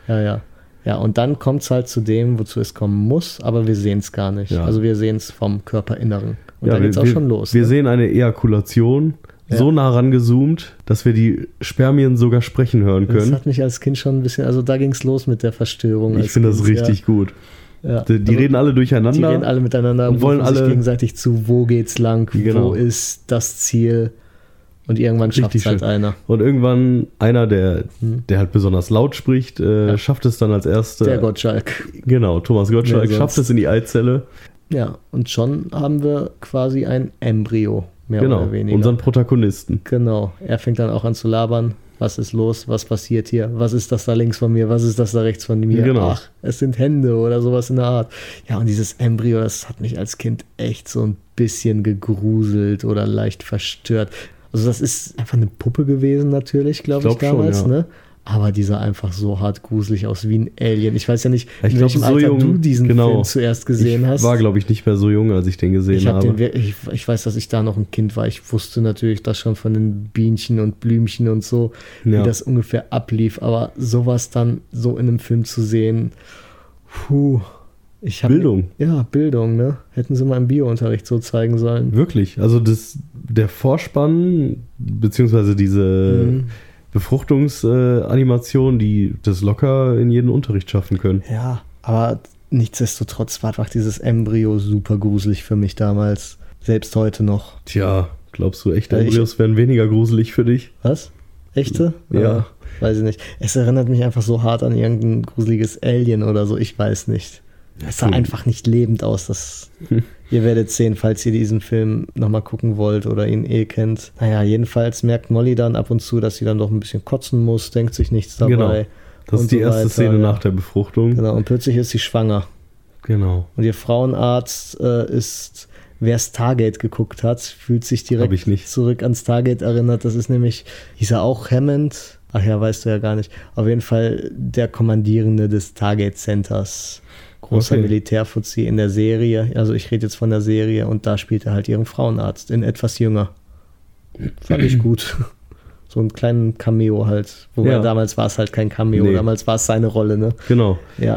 Ja, ja. Ja, und dann kommt es halt zu dem, wozu es kommen muss, aber wir sehen es gar nicht. Ja. Also wir sehen es vom Körperinneren. Und ja, dann geht es auch wir, schon los. Wir ne? sehen eine Ejakulation Ja. so nah rangezoomt, dass wir die Spermien sogar sprechen hören Das können. hat mich als Kind schon ein bisschen, also da ging es los mit der Verstörung. Ich als finde das Kind, richtig gut. Ja. Ja. Die, die Also, reden alle durcheinander. Die reden alle miteinander und wollen rufen sich alle gegenseitig zu, wo geht's lang, Genau. wo ist das Ziel. Und irgendwann schafft Richtig es halt schön. einer. Und irgendwann einer, der, Hm. der halt besonders laut spricht, äh, Ja. schafft es dann als erster. Der Gottschalk. Genau, Thomas Gottschalk Wer schafft sonst? es in die Eizelle. Ja, und schon haben wir quasi ein Embryo, mehr Genau, oder weniger. unseren Protagonisten. Genau, er fängt dann auch an zu labern. Was ist los? Was passiert hier? Was ist das da links von mir? Was ist das da rechts von mir? Genau. Ach, es sind Hände oder sowas in der Art. Ja, und dieses Embryo, das hat mich als Kind echt so ein bisschen gegruselt oder leicht verstört. Also das ist einfach eine Puppe gewesen natürlich, glaube ich, Ich glaub schon, damals, ja. ne? Aber die sah einfach so hart gruselig aus wie ein Alien. Ich weiß ja nicht, Ich in glaub, welchem so Alter jung- du diesen genau. Film zuerst gesehen ich hast. war, glaube ich, nicht mehr so jung, als ich den gesehen Ich, hab habe. den, wir- ich, ich weiß, dass ich da noch ein Kind war. Ich wusste natürlich das schon von den Bienchen und Blümchen und so, Ja. wie das ungefähr ablief. Aber sowas dann so in einem Film zu sehen, puh. Ich hab, Bildung. Ja, Bildung, ne? Hätten sie mal im Biounterricht so zeigen sollen. Wirklich. Also das, der Vorspann, beziehungsweise diese Mhm. Befruchtungsanimation, die das locker in jeden Unterricht schaffen können. Ja, aber nichtsdestotrotz war einfach dieses Embryo super gruselig für mich damals. Selbst heute noch. Tja, glaubst du echt, Ja, ich- Embryos wären weniger gruselig für dich? Was? Echte? Ja. Weiß ich nicht. Es erinnert mich einfach so hart an irgendein gruseliges Alien oder so. Ich weiß nicht. Es sah cool. einfach nicht lebend aus. Das, Hm. ihr werdet sehen, falls ihr diesen Film nochmal gucken wollt oder ihn eh kennt. Naja, jedenfalls merkt Molly dann ab und zu, dass sie dann doch ein bisschen kotzen muss, denkt sich nichts dabei. Genau. Das und ist die so erste weiter, Szene ja. nach der Befruchtung. Genau, und plötzlich ist sie schwanger. Genau. Und ihr Frauenarzt äh, ist, wer Stargate geguckt hat, fühlt sich Hab direkt ich nicht. zurück an Stargate erinnert. Das ist nämlich, hieß er auch Hammond? Ach ja, weißt du ja gar nicht. Auf jeden Fall der Kommandierende des Stargate Centers. Großer Okay. Militärfuzzi in der Serie. Also ich rede jetzt von der Serie und da spielt er halt ihren Frauenarzt in etwas jünger. Fand ich gut. So einen kleinen Cameo halt. Wobei Ja. damals war es halt kein Cameo, Nee. damals war es seine Rolle, ne? Genau. Ja.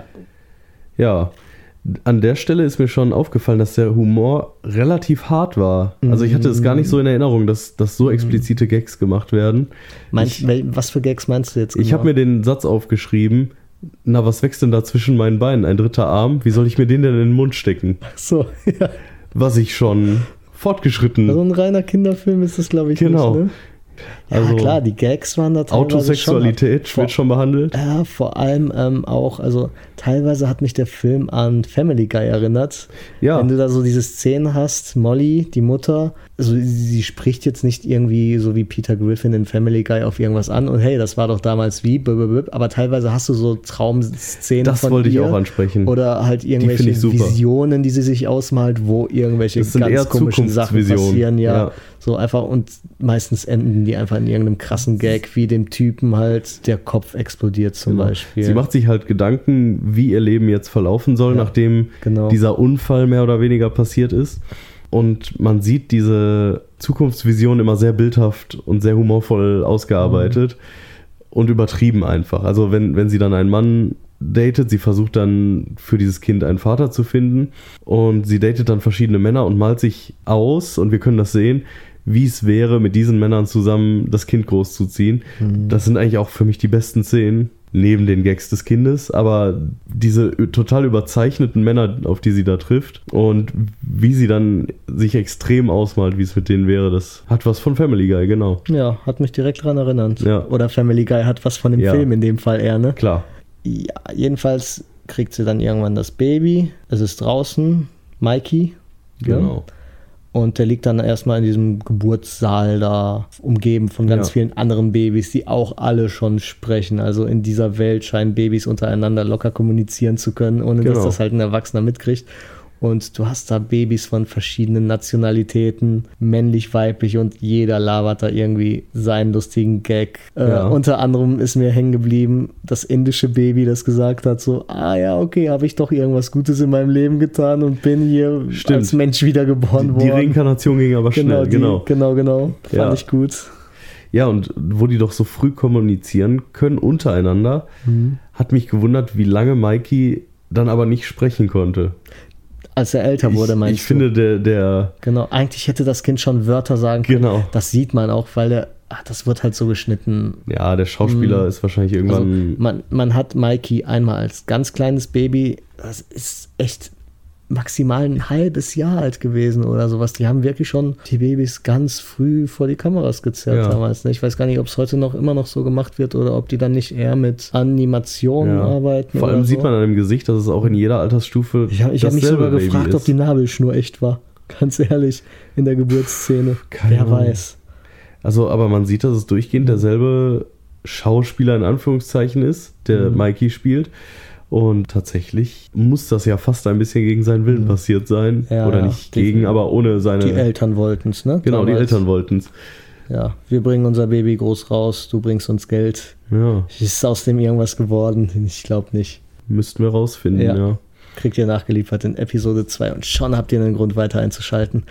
Ja. An der Stelle ist mir schon aufgefallen, dass der Humor relativ hart war. Also ich hatte es gar nicht so in Erinnerung, dass, dass so explizite Gags gemacht werden. Meinst, Ich- wel- was für Gags meinst du jetzt? Ich habe mir den Satz aufgeschrieben, na, was wächst denn da zwischen meinen Beinen? Ein dritter Arm? Wie soll ich mir den denn in den Mund stecken? so, ja. Was ich schon fortgeschritten... Also ein reiner Kinderfilm ist das, glaube ich, Genau. nicht, ne? Ja, Also klar, die Gags waren da teilweise Autosexualität schon, wird schon behandelt. Ja, vor allem ähm, auch, also teilweise hat mich der Film an Family Guy erinnert. Ja. Wenn du da so diese Szenen hast, Molly, die Mutter, also sie, sie spricht jetzt nicht irgendwie so wie Peter Griffin in Family Guy auf irgendwas an und hey, das war doch damals wie, blablabla, aber teilweise hast du so Traumszenen Das von wollte ich ihr auch ansprechen. oder halt finde irgendwelche ich super. Visionen, die sie sich ausmalt, wo irgendwelche Das sind ganz eher komischen Sachen Zukunftsvisionen, passieren, ja. ja. So einfach und meistens enden die einfach in irgendeinem krassen Gag, wie dem Typen halt der Kopf explodiert zum Genau. Beispiel. Sie macht sich halt Gedanken, wie ihr Leben jetzt verlaufen soll, Ja, nachdem genau. dieser Unfall mehr oder weniger passiert ist. Und man sieht diese Zukunftsvision immer sehr bildhaft und sehr humorvoll ausgearbeitet und übertrieben einfach. Also wenn, wenn sie dann einen Mann datet, sie versucht dann für dieses Kind einen Vater zu finden und sie datet dann verschiedene Männer und malt sich aus, und wir können das sehen, wie es wäre, mit diesen Männern zusammen das Kind großzuziehen. Mhm. Das sind eigentlich auch für mich die besten Szenen, neben den Gags des Kindes, aber diese total überzeichneten Männer, auf die sie da trifft und wie sie dann sich extrem ausmalt, wie es mit denen wäre, das hat was von Family Guy, genau. Ja, hat mich direkt dran erinnert. Ja. Oder Family Guy hat was von dem Ja. Film in dem Fall eher, ne? Klar. Ja, jedenfalls kriegt sie dann irgendwann das Baby. Es ist draußen, Mikey. ja. Genau. Und der liegt dann erstmal in diesem Geburtssaal da, umgeben von ganz Ja. vielen anderen Babys, die auch alle schon sprechen. Also in dieser Welt scheinen Babys untereinander locker kommunizieren zu können, ohne dass Genau. das halt ein Erwachsener mitkriegt. Und du hast da Babys von verschiedenen Nationalitäten, männlich, weiblich, und jeder labert da irgendwie seinen lustigen Gag. Äh, Ja. unter anderem ist mir hängen geblieben, das indische Baby, das gesagt hat so, ah ja, okay, habe ich doch irgendwas Gutes in meinem Leben getan und bin hier Stimmt. als Mensch wiedergeboren Die, worden. die Reinkarnation ging aber Genau, schnell, die, genau. genau, genau. Fand Ja. ich gut. Ja, und wo die doch so früh kommunizieren können untereinander, mhm. hat mich gewundert, wie lange Mikey dann aber nicht sprechen konnte. Als er älter wurde, ich, meinst ich du? Ich finde, der, der... Genau, eigentlich hätte das Kind schon Wörter sagen können. Genau. Das sieht man auch, weil der... Ach, das wird halt so geschnitten. Ja, der Schauspieler hm. ist wahrscheinlich irgendwann... Also man, man hat Mikey einmal als ganz kleines Baby, das ist echt maximal ein halbes Jahr alt gewesen oder sowas. Die haben wirklich schon die Babys ganz früh vor die Kameras gezerrt ja. damals. Ich weiß gar nicht, ob es heute noch immer noch so gemacht wird oder ob die dann nicht eher mit Animationen ja. arbeiten. Vor allem oder sieht so. man an dem Gesicht, dass es auch in jeder Altersstufe Ich habe hab mich sogar Baby gefragt, ist. ob die Nabelschnur echt war. Ganz ehrlich, in der Geburtsszene. Keine Wer Ahnung. weiß. Also, aber man sieht, dass es durchgehend derselbe Schauspieler in Anführungszeichen ist, der mhm. Mikey spielt. Und tatsächlich muss das ja fast ein bisschen gegen seinen Willen mhm. passiert sein. Ja, Oder ja, nicht gegen, die, aber ohne seine... Die Eltern wollten es, ne? Genau, damals. die Eltern wollten es. Ja, wir bringen unser Baby groß raus, du bringst uns Geld. Ja. Ist aus dem irgendwas geworden? Ich glaube nicht. Müssten wir rausfinden, ja. ja. Kriegt ihr nachgeliefert in Episode zwei und schon habt ihr einen Grund weiter einzuschalten.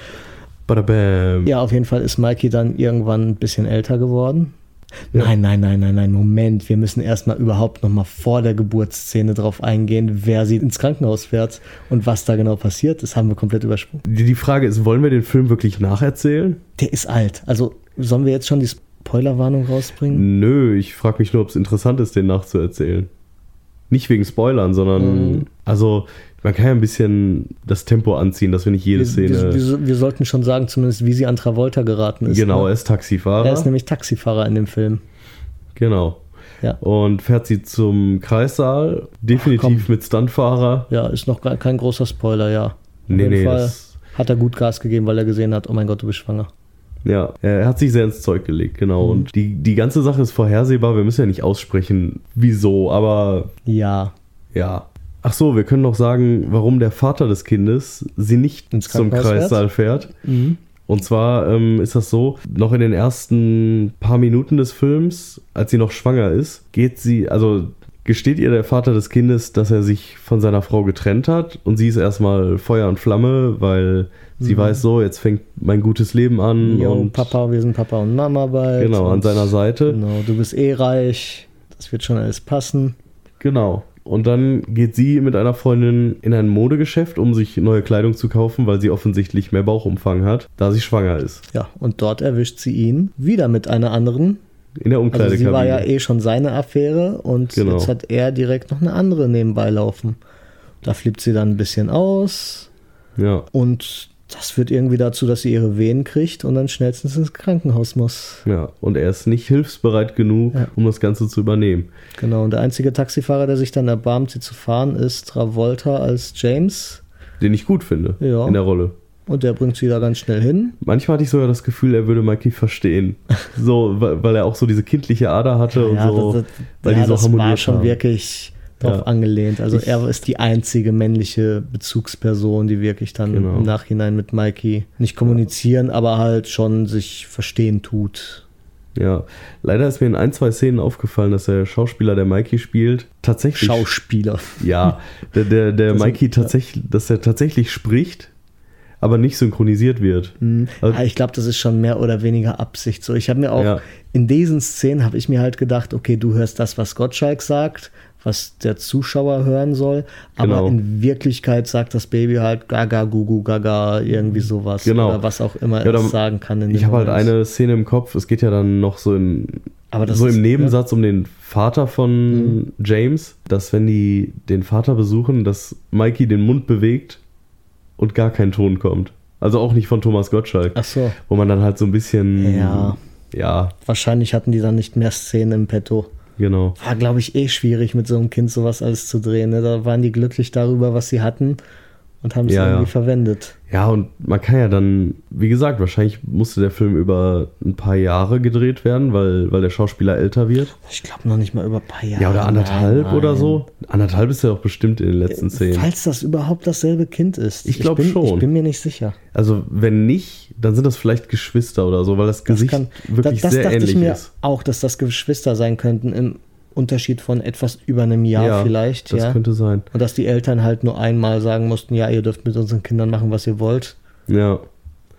Badabam. Ja, auf jeden Fall ist Mikey dann irgendwann ein bisschen älter geworden. Ja. Nein, nein, nein, nein, nein, Moment. Wir müssen erstmal überhaupt nochmal vor der Geburtsszene drauf eingehen, wer sie ins Krankenhaus fährt und was da genau passiert. Das haben wir komplett übersprungen. Die, die Frage ist, wollen wir den Film wirklich nacherzählen? Der ist alt. Also sollen wir jetzt schon die Spoilerwarnung rausbringen? Nö, ich frage mich nur, ob es interessant ist, den nachzuerzählen. Nicht wegen Spoilern, sondern mhm. also man kann ja ein bisschen das Tempo anziehen, dass wir nicht jede wir, Szene... Wir, wir, wir sollten schon sagen, zumindest wie sie an Travolta geraten ist. Genau, ne? er ist Taxifahrer. Er ist nämlich Taxifahrer in dem Film. Genau. Ja. Und fährt sie zum Kreissaal, definitiv Ach, mit Stuntfahrer. Ja, ist noch gar kein großer Spoiler, ja. Auf nee, jeden nee. Fall Das hat er gut Gas gegeben, weil er gesehen hat, oh mein Gott, du bist schwanger. Ja, er hat sich sehr ins Zeug gelegt, genau. Mhm. Und die, die ganze Sache ist vorhersehbar, wir müssen ja nicht aussprechen, wieso, aber... Ja. Ja. Ach so, wir können noch sagen, warum der Vater des Kindes sie nicht ins zum Kreissaal fährt. fährt. Mhm. Und zwar ähm, ist das so, noch in den ersten paar Minuten des Films, als sie noch schwanger ist, geht sie, also gesteht ihr der Vater des Kindes, dass er sich von seiner Frau getrennt hat. Und sie ist erstmal Feuer und Flamme, weil sie mhm. weiß so, jetzt fängt mein gutes Leben an. Jo, und Papa, wir sind Papa und Mama bald. Genau, an seiner Seite. Genau, du bist eh reich, das wird schon alles passen. Genau. Und dann geht sie mit einer Freundin in ein Modegeschäft, um sich neue Kleidung zu kaufen, weil sie offensichtlich mehr Bauchumfang hat, da sie schwanger ist. Ja, und dort erwischt sie ihn wieder mit einer anderen. In der Umkleidekabine. Also sie war ja eh schon seine Affäre und genau. Jetzt hat er direkt noch eine andere nebenbei laufen. Da flippt sie dann ein bisschen aus. Ja. Und das führt irgendwie dazu, dass sie ihre Wehen kriegt und dann schnellstens ins Krankenhaus muss. Ja, und er ist nicht hilfsbereit genug, ja. um das Ganze zu übernehmen. Genau, und der einzige Taxifahrer, der sich dann erbarmt, sie zu fahren, ist Travolta als James. Den ich gut finde ja. in der Rolle. Und der bringt sie da ganz schnell hin. Manchmal hatte ich sogar das Gefühl, er würde Mikey verstehen. So, weil er auch so diese kindliche Ader hatte ja, und ja, so. Das, weil ja, die so das harmoniert war schon haben. wirklich drauf ja. angelehnt. Also ich, er ist die einzige männliche Bezugsperson, die wirklich dann genau. im Nachhinein mit Mikey nicht kommunizieren, ja. aber halt schon sich verstehen tut. Ja, leider ist mir in ein, zwei Szenen aufgefallen, dass der Schauspieler, der Mikey spielt, tatsächlich... Schauspieler. Ja, der, der, der Mikey tatsächlich, dass er tatsächlich spricht, aber nicht synchronisiert wird. Mhm. Also, ja, ich glaube, das ist schon mehr oder weniger Absicht. So, ich habe mir auch ja. in diesen Szenen habe ich mir halt gedacht, okay, du hörst das, was Gottschalk sagt, was der Zuschauer hören soll, aber genau. in Wirklichkeit sagt das Baby halt Gaga, Gugu, Gaga, irgendwie sowas. Genau. Oder was auch immer ja, es sagen kann. In ich habe halt eine Szene im Kopf, es geht ja dann noch so, in, aber das so ist, im Nebensatz ja. um den Vater von mhm. James, dass wenn die den Vater besuchen, dass Mikey den Mund bewegt und gar kein Ton kommt. Also auch nicht von Thomas Gottschalk. Ach so. Wo man dann halt so ein bisschen... Ja. ja. Wahrscheinlich hatten die dann nicht mehr Szenen im Petto. Genau. War, glaube ich, eh schwierig, mit so einem Kind sowas alles zu drehen. Ne? Da waren die glücklich darüber, was sie hatten und haben es ja, irgendwie ja. verwendet. Ja, und man kann ja dann, wie gesagt, wahrscheinlich musste der Film über ein paar Jahre gedreht werden, weil, weil der Schauspieler älter wird. Ich glaube noch nicht mal über ein paar Jahre. Ja, oder anderthalb nein, oder nein. so. Anderthalb ist ja auch bestimmt in den letzten Szenen. Falls das überhaupt dasselbe Kind ist. Ich glaube schon. Ich bin mir nicht sicher. Also wenn nicht, dann sind das vielleicht Geschwister oder so, weil das, das Gesicht kann, wirklich das, das sehr ähnlich ist. Das dachte ich mir auch, dass das Geschwister sein könnten im Unterschied von etwas über einem Jahr ja, vielleicht. Das ja. könnte sein. Und dass die Eltern halt nur einmal sagen mussten, ja, ihr dürft mit unseren Kindern machen, was ihr wollt. Ja.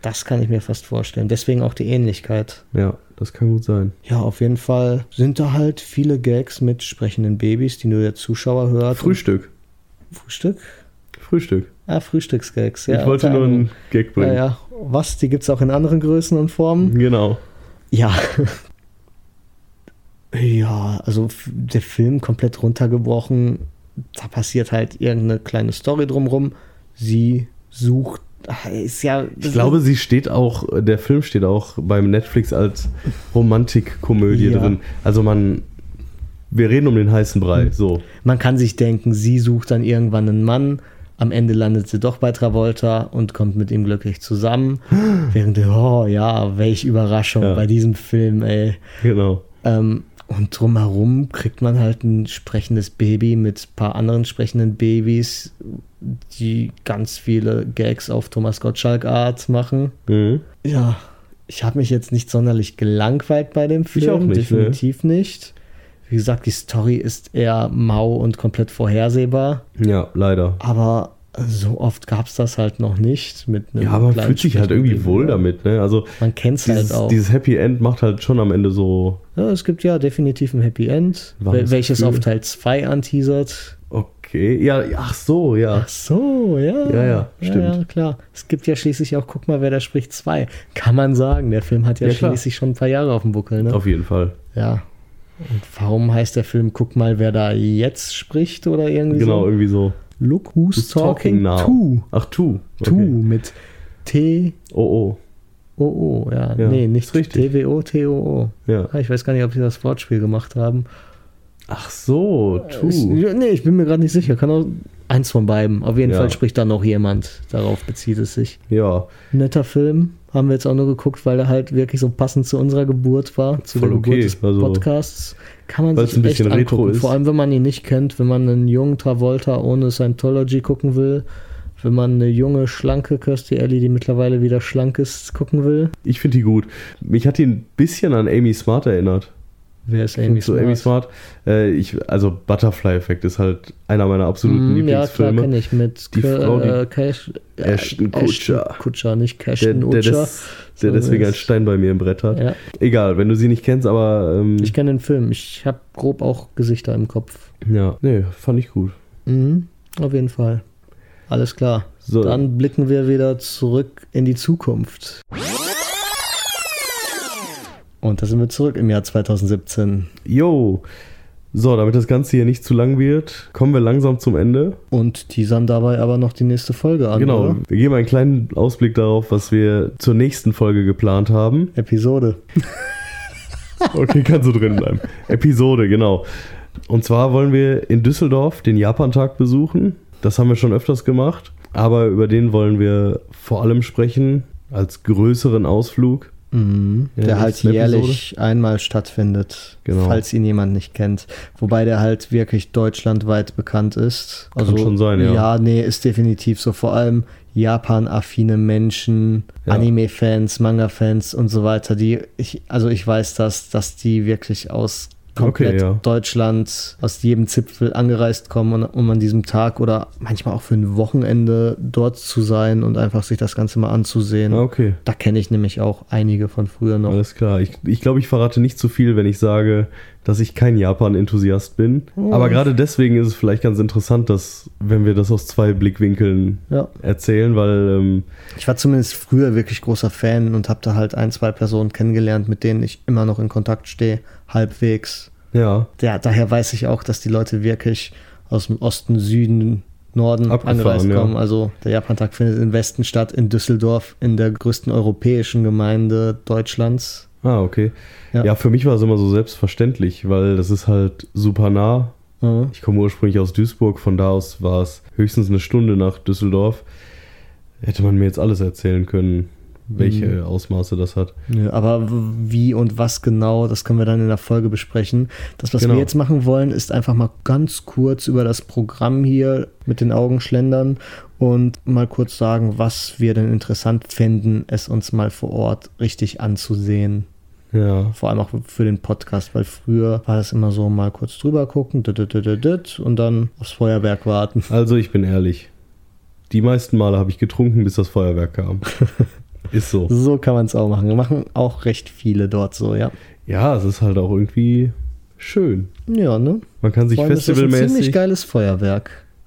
Das kann ich mir fast vorstellen. Deswegen auch die Ähnlichkeit. Ja, das kann gut sein. Ja, auf jeden Fall sind da halt viele Gags mit sprechenden Babys, die nur der Zuschauer hört. Frühstück. Frühstück? Frühstück. Ah, Frühstücksgags. Ja, ich wollte nur einen Gag bringen. Ja, ja. Was? Die gibt es auch in anderen Größen und Formen? Genau. Ja. Ja, also der Film komplett runtergebrochen. Da passiert halt irgendeine kleine Story drumrum. Sie sucht Ist ja, ich glaube, sie steht auch, der Film steht auch beim Netflix als Romantikkomödie ja. drin. Also man, wir reden um den heißen Brei, so. Man kann sich denken, sie sucht dann irgendwann einen Mann, am Ende landet sie doch bei Travolta und kommt mit ihm glücklich zusammen. Während, oh ja, welche Überraschung ja. bei diesem Film, ey. Genau. Ähm, und drumherum kriegt man halt ein sprechendes Baby mit ein paar anderen sprechenden Babys, die ganz viele Gags auf Thomas Gottschalk-Art machen. Mhm. Ja, ich habe mich jetzt nicht sonderlich gelangweilt bei dem Film. Ich auch nicht, definitiv ne? nicht. Wie gesagt, die Story ist eher mau und komplett vorhersehbar. Ja, leider. Aber so oft gab es das halt noch nicht. Mit einem ja, aber man fühlt sich halt irgendwie wohl damit. Ne? Also man kennt es halt auch. Dieses Happy End macht halt schon am Ende so... Ja, es gibt ja definitiv ein Happy End, welches Gefühl. Auf Teil zwei anteasert. Okay, ja, ach so, ja. Ach so, ja. Ja, ja, stimmt. Ja, ja, klar. Es gibt ja schließlich auch, guck mal, wer da spricht, zwei. Kann man sagen, der Film hat ja, ja schließlich schon ein paar Jahre auf dem Buckel. Ne? Auf jeden Fall. Ja. Und warum heißt der Film, guck mal, wer da jetzt spricht oder irgendwie genau, so? Genau, irgendwie so. Look who's, who's talking, talking now. Two. Ach, Two. Okay. Two mit T. O O. O O, ja. ja. Nee, nicht richtig. T W O, T O O. Ja. Ich weiß gar nicht, ob sie das Wortspiel gemacht haben. Ach so, Two. Ich, nee, ich bin mir gerade nicht sicher. Kann auch eins von beiden. Auf jeden ja. Fall spricht da noch jemand. Darauf bezieht es sich. Ja. Netter Film. Haben wir jetzt auch nur geguckt, weil er halt wirklich so passend zu unserer Geburt war. Zu Voll der okay. Geburt des also, Podcasts. Kann man sich ein bisschen echt retro angucken. ist. Vor allem, wenn man ihn nicht kennt. Wenn man einen jungen Travolta ohne Scientology gucken will. Wenn man eine junge, schlanke Kirstie Alley, die mittlerweile wieder schlank ist, gucken will. Ich finde die gut. Mich hat die ein bisschen an Amy Smart erinnert. Wer ist Amy so Smart? Amy Smart. Äh, ich, also Butterfly-Effekt ist halt einer meiner absoluten mm, Lieblingsfilme. Ja, klar, kenne ich. Mit die K- Frau, die äh, Cash, äh, Ashton Kutcher. Ashton Kutcher, nicht Cashton der, der, Kutcher. des, der so deswegen einen Stein bei mir im Brett hat. Ja. Egal, wenn du sie nicht kennst, aber... Ähm, ich kenne den Film. Ich habe grob auch Gesichter im Kopf. Ja, nee, fand ich gut. Mhm, auf jeden Fall. Alles klar. So. Dann blicken wir wieder zurück in die Zukunft. Und da sind wir zurück im Jahr zwanzig siebzehn. Jo. So, damit das Ganze hier nicht zu lang wird, kommen wir langsam zum Ende. Und teasern dabei aber noch die nächste Folge an, Genau, oder? Wir geben einen kleinen Ausblick darauf, was wir zur nächsten Folge geplant haben. Episode. Okay, kann so drin bleiben. Episode, genau. Und zwar wollen wir in Düsseldorf den Japan-Tag besuchen. Das haben wir schon öfters gemacht. Aber über den wollen wir vor allem sprechen, als größeren Ausflug. Mhm, der halt jährlich Episode. einmal stattfindet, genau. falls ihn jemand nicht kennt. Wobei der halt wirklich deutschlandweit bekannt ist. Also, kann schon sein, ja. Ja, nee, ist definitiv so. Vor allem Japan-affine Menschen, ja. Anime-Fans, Manga-Fans und so weiter. Die ich, also ich weiß, dass, dass die wirklich aus komplett okay, ja. Deutschland, aus jedem Zipfel angereist kommen, um an diesem Tag oder manchmal auch für ein Wochenende dort zu sein und einfach sich das Ganze mal anzusehen. Okay. Da kenne ich nämlich auch einige von früher noch. Alles klar. Ich, ich glaube, ich verrate nicht zu viel, wenn ich sage, dass ich kein Japan-Enthusiast bin. Oh. Aber gerade deswegen ist es vielleicht ganz interessant, dass, wenn wir das aus zwei Blickwinkeln ja. erzählen, weil ähm, ich war zumindest früher wirklich großer Fan und habe da halt ein, zwei Personen kennengelernt, mit denen ich immer noch in Kontakt stehe, halbwegs. Ja. Ja, daher weiß ich auch, dass die Leute wirklich aus dem Osten, Süden, Norden Abgefahren, angereist kommen. Ja. Also der Japan-Tag findet im Westen statt, in Düsseldorf, in der größten europäischen Gemeinde Deutschlands. Ah, okay. Ja, Ja. für mich war es immer so selbstverständlich, weil das ist halt super nah. Mhm. Ich komme ursprünglich aus Duisburg, von da aus war es höchstens eine Stunde nach Düsseldorf. Hätte man mir jetzt alles erzählen können, welche Mhm. Ausmaße das hat. Nö, aber w- wie und was genau, das können wir dann in der Folge besprechen. Das, was Genau. wir jetzt machen wollen, ist einfach mal ganz kurz über das Programm hier mit den Augen schlendern und mal kurz sagen, was wir denn interessant fänden, es uns mal vor Ort richtig anzusehen. Ja. Vor allem auch für den Podcast, weil früher war das immer so, mal kurz drüber gucken dit, dit, dit, dit, und dann aufs Feuerwerk warten. Also ich bin ehrlich. Die meisten Male habe ich getrunken, bis das Feuerwerk kam. Ist so. So kann man es auch machen. Machen auch recht viele dort so, ja. Ja, es ist halt auch irgendwie schön. Ja, ne? Man kann sich Vor allem ist das ein festivalmäßig... ziemlich geiles Feuerwerk.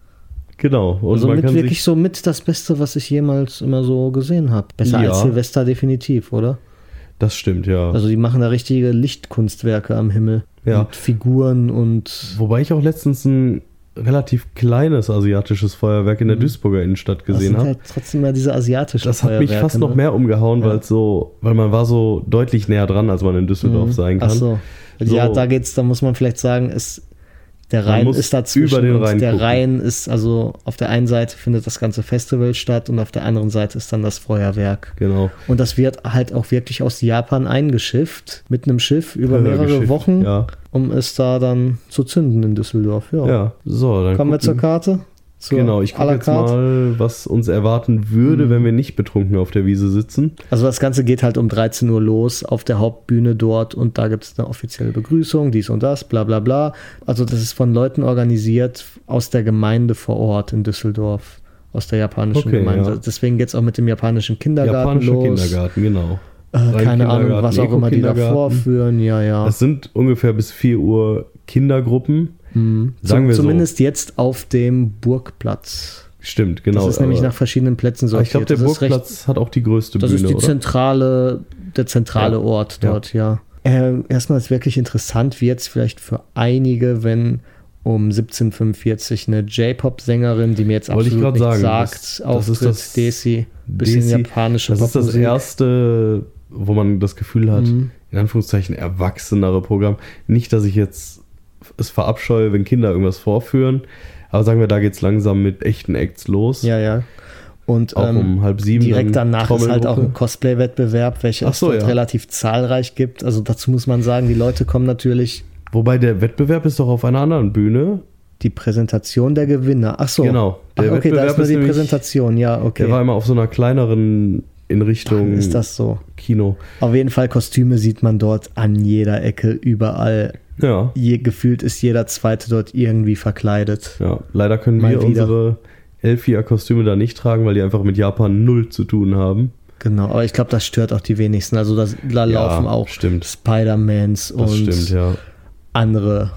Genau. Und Also man mit kann wirklich sich, so mit das Beste, was ich jemals immer so gesehen habe. Besser Ja. als Silvester definitiv, oder? Das stimmt, ja. Also die machen da richtige Lichtkunstwerke am Himmel. Ja. Mit Figuren und... Wobei ich auch letztens ein relativ kleines asiatisches Feuerwerk in der Duisburger Innenstadt das gesehen sind habe. halt trotzdem ja diese asiatischen Das hat mich Feuerwerke, fast noch ne? mehr umgehauen, Ja. weil so, weil man war so deutlich näher dran, als man in Düsseldorf Mhm. sein kann. Ach so. So. Ja, da geht's, da muss man vielleicht sagen, ist der Man Rhein muss ist dazwischen über den und Rhein der gucken. Rhein ist, also auf der einen Seite findet das ganze Festival statt und auf der anderen Seite ist dann das Feuerwerk. Genau. Und das wird halt auch wirklich aus Japan eingeschifft, mit einem Schiff über Ja, mehrere geschifft, Wochen, ja. um es da dann zu zünden in Düsseldorf. Ja. Ja, so, dann Kommen wir gucken. zur Karte? Zur Genau, ich à gucke la jetzt carte? mal, was uns erwarten würde, Mhm. wenn wir nicht betrunken auf der Wiese sitzen. Also das Ganze geht halt um dreizehn Uhr los auf der Hauptbühne dort und da gibt es eine offizielle Begrüßung, dies und das, bla bla bla. Also das ist von Leuten organisiert aus der Gemeinde vor Ort in Düsseldorf, aus der japanischen Okay, Gemeinde. ja. Deswegen geht es auch mit dem japanischen Kindergarten Japanischer los. Kindergarten, genau. Äh, keine Ahnung, was auch immer die da Eco-Kindergarten. vorführen, ja, ja. Es sind ungefähr bis vier Uhr Kindergruppen. Mhm. Sagen Zum, wir so. zumindest jetzt auf dem Burgplatz. Stimmt, genau. Das ist nämlich aber- nach verschiedenen Plätzen aber ich sortiert. glaube, der Das ist recht- Burgplatz hat auch die größte Das Bühne, ist die oder? zentrale, der zentrale Ja. Ort dort, ja. Äh, erstmal ist wirklich interessant, wie jetzt vielleicht für einige, wenn um siebzehn Uhr fünfundvierzig eine J-Pop-Sängerin, die mir jetzt Wollte ich absolut grad nichts sagen, sagt, das- das auftritt, ist das- Desi, bisschen Desi, japanische Das ist das Popmusik. erste, wo man das Gefühl hat, Mhm. in Anführungszeichen erwachsenere Programm. Nicht, dass ich jetzt es verabscheue, wenn Kinder irgendwas vorführen, aber sagen wir, da geht's langsam mit echten Acts los. Ja, ja. Und Auch ähm, um halb sieben. direkt dann danach ist halt auch ein Trommelgruppe. Cosplay-Wettbewerb, welcher Ach es so, dort ja. relativ zahlreich gibt. Also dazu muss man sagen, die Leute kommen natürlich, Wobei der Wettbewerb ist doch auf einer anderen Bühne. die Präsentation der Gewinner. Ach so. Genau. Ach, Der okay, da Wettbewerb ist nur ist die nämlich- Präsentation. Ja, okay. Der war immer auf so einer kleineren in Richtung Dann ist das so. Kino. Auf jeden Fall, Kostüme sieht man dort an jeder Ecke, überall. Ja. Je, gefühlt ist jeder Zweite dort irgendwie verkleidet. Ja, leider können Mal wir wieder. unsere Elfia-Kostüme da nicht tragen, weil die einfach mit Japan null zu tun haben. Genau, aber ich glaube, das stört auch die wenigsten. Also da, da Ja, laufen auch stimmt. Spider-Mans Das und stimmt, ja. andere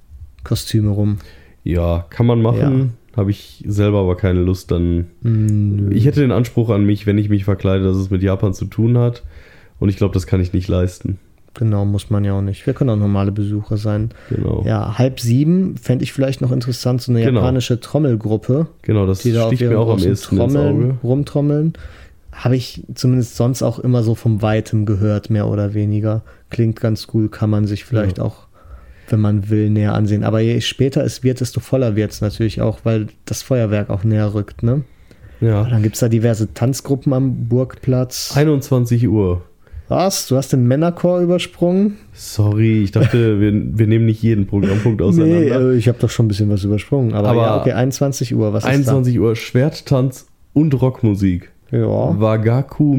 Kostüme rum. Ja, kann man machen. Habe ich selber aber keine Lust dann. Mm, Ich hätte den Anspruch an mich, wenn ich mich verkleide, dass es mit Japan zu tun hat. Und ich glaube, das kann ich nicht leisten. Genau, muss man ja auch nicht. Wir können auch normale Besucher sein. Genau. Ja, halb sieben fände ich vielleicht noch interessant, so eine Genau. japanische Trommelgruppe, Genau, das die da auf sticht ihren mir auch am großen ehesten ins Trommeln Auge. rumtrommeln. Habe ich zumindest sonst auch immer so vom Weitem gehört, mehr oder weniger. Klingt ganz cool, kann man sich vielleicht Ja. auch, wenn man will, näher ansehen. Aber je später es wird, desto voller wird es natürlich auch, weil das Feuerwerk auch näher rückt, ne? Ja. Und dann gibt es da diverse Tanzgruppen am Burgplatz. einundzwanzig Uhr. Was? Du hast den Männerchor übersprungen? Sorry, ich dachte, wir, wir nehmen nicht jeden Programmpunkt auseinander. Nee, äh, ich habe doch schon ein bisschen was übersprungen. Aber, Aber ja, okay, einundzwanzig Uhr, was einundzwanzig Uhr Schwerttanz und Rockmusik. ist da? Ja. Wagaku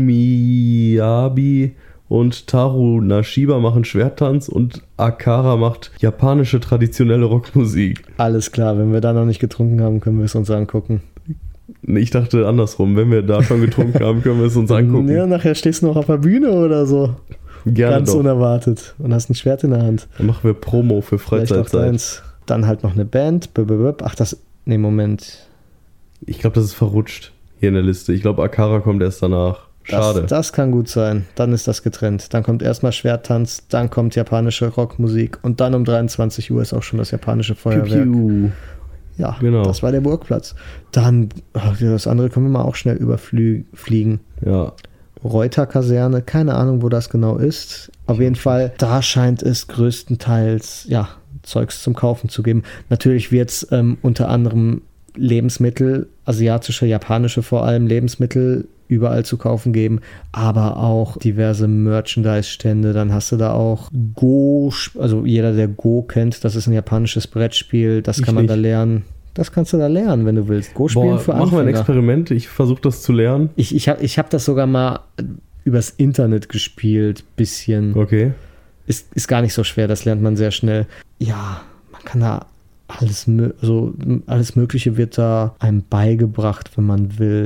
Miyabi und Taru Nashiba machen Schwerttanz und Akara macht japanische traditionelle Rockmusik. Alles klar, wenn wir da noch nicht getrunken haben, können wir es uns angucken. Nee, Ich dachte andersrum, wenn wir da schon getrunken haben, können wir es uns angucken. Ja, nachher stehst du noch auf der Bühne oder so. Gerne Ganz doch. unerwartet. Und hast ein Schwert in der Hand. Dann machen wir Promo für Vielleicht auch Freizeitzeit. deins. Dann halt noch eine Band. Bö, bö, bö. Ach, das. Nee, Moment. Ich glaube, das ist verrutscht hier in der Liste. Ich glaube, Akara kommt erst danach. Schade. Das, das kann gut sein. Dann ist das getrennt. Dann kommt erstmal Schwerttanz, dann kommt japanische Rockmusik und dann um dreiundzwanzig Uhr ist auch schon das japanische Piu, Feuerwerk. piu. Ja, Genau. das war der Burgplatz. Dann, ach, das andere können wir mal auch schnell überfliegen. Ja, Reuter-Kaserne, keine Ahnung, wo das genau ist. Auf jeden Fall, da scheint es größtenteils, ja, Zeugs zum Kaufen zu geben. Natürlich wird es ähm, unter anderem Lebensmittel, asiatische, japanische vor allem Lebensmittel überall zu kaufen geben, aber auch diverse Merchandise-Stände. Dann hast du da auch Go, also jeder, der Go kennt, das ist ein japanisches Brettspiel, das Ich kann man nicht. da lernen. Das kannst du da lernen, wenn du willst. Go spielen Boah, für machen wir ein Anfänger. Experiment. Ich versuche das zu lernen. Ich, ich habe ich hab das sogar mal übers Internet gespielt, bisschen. Okay. Ist, ist gar nicht so schwer, das lernt man sehr schnell. Ja, man kann da alles, mö- also alles Mögliche wird da einem beigebracht, wenn man will.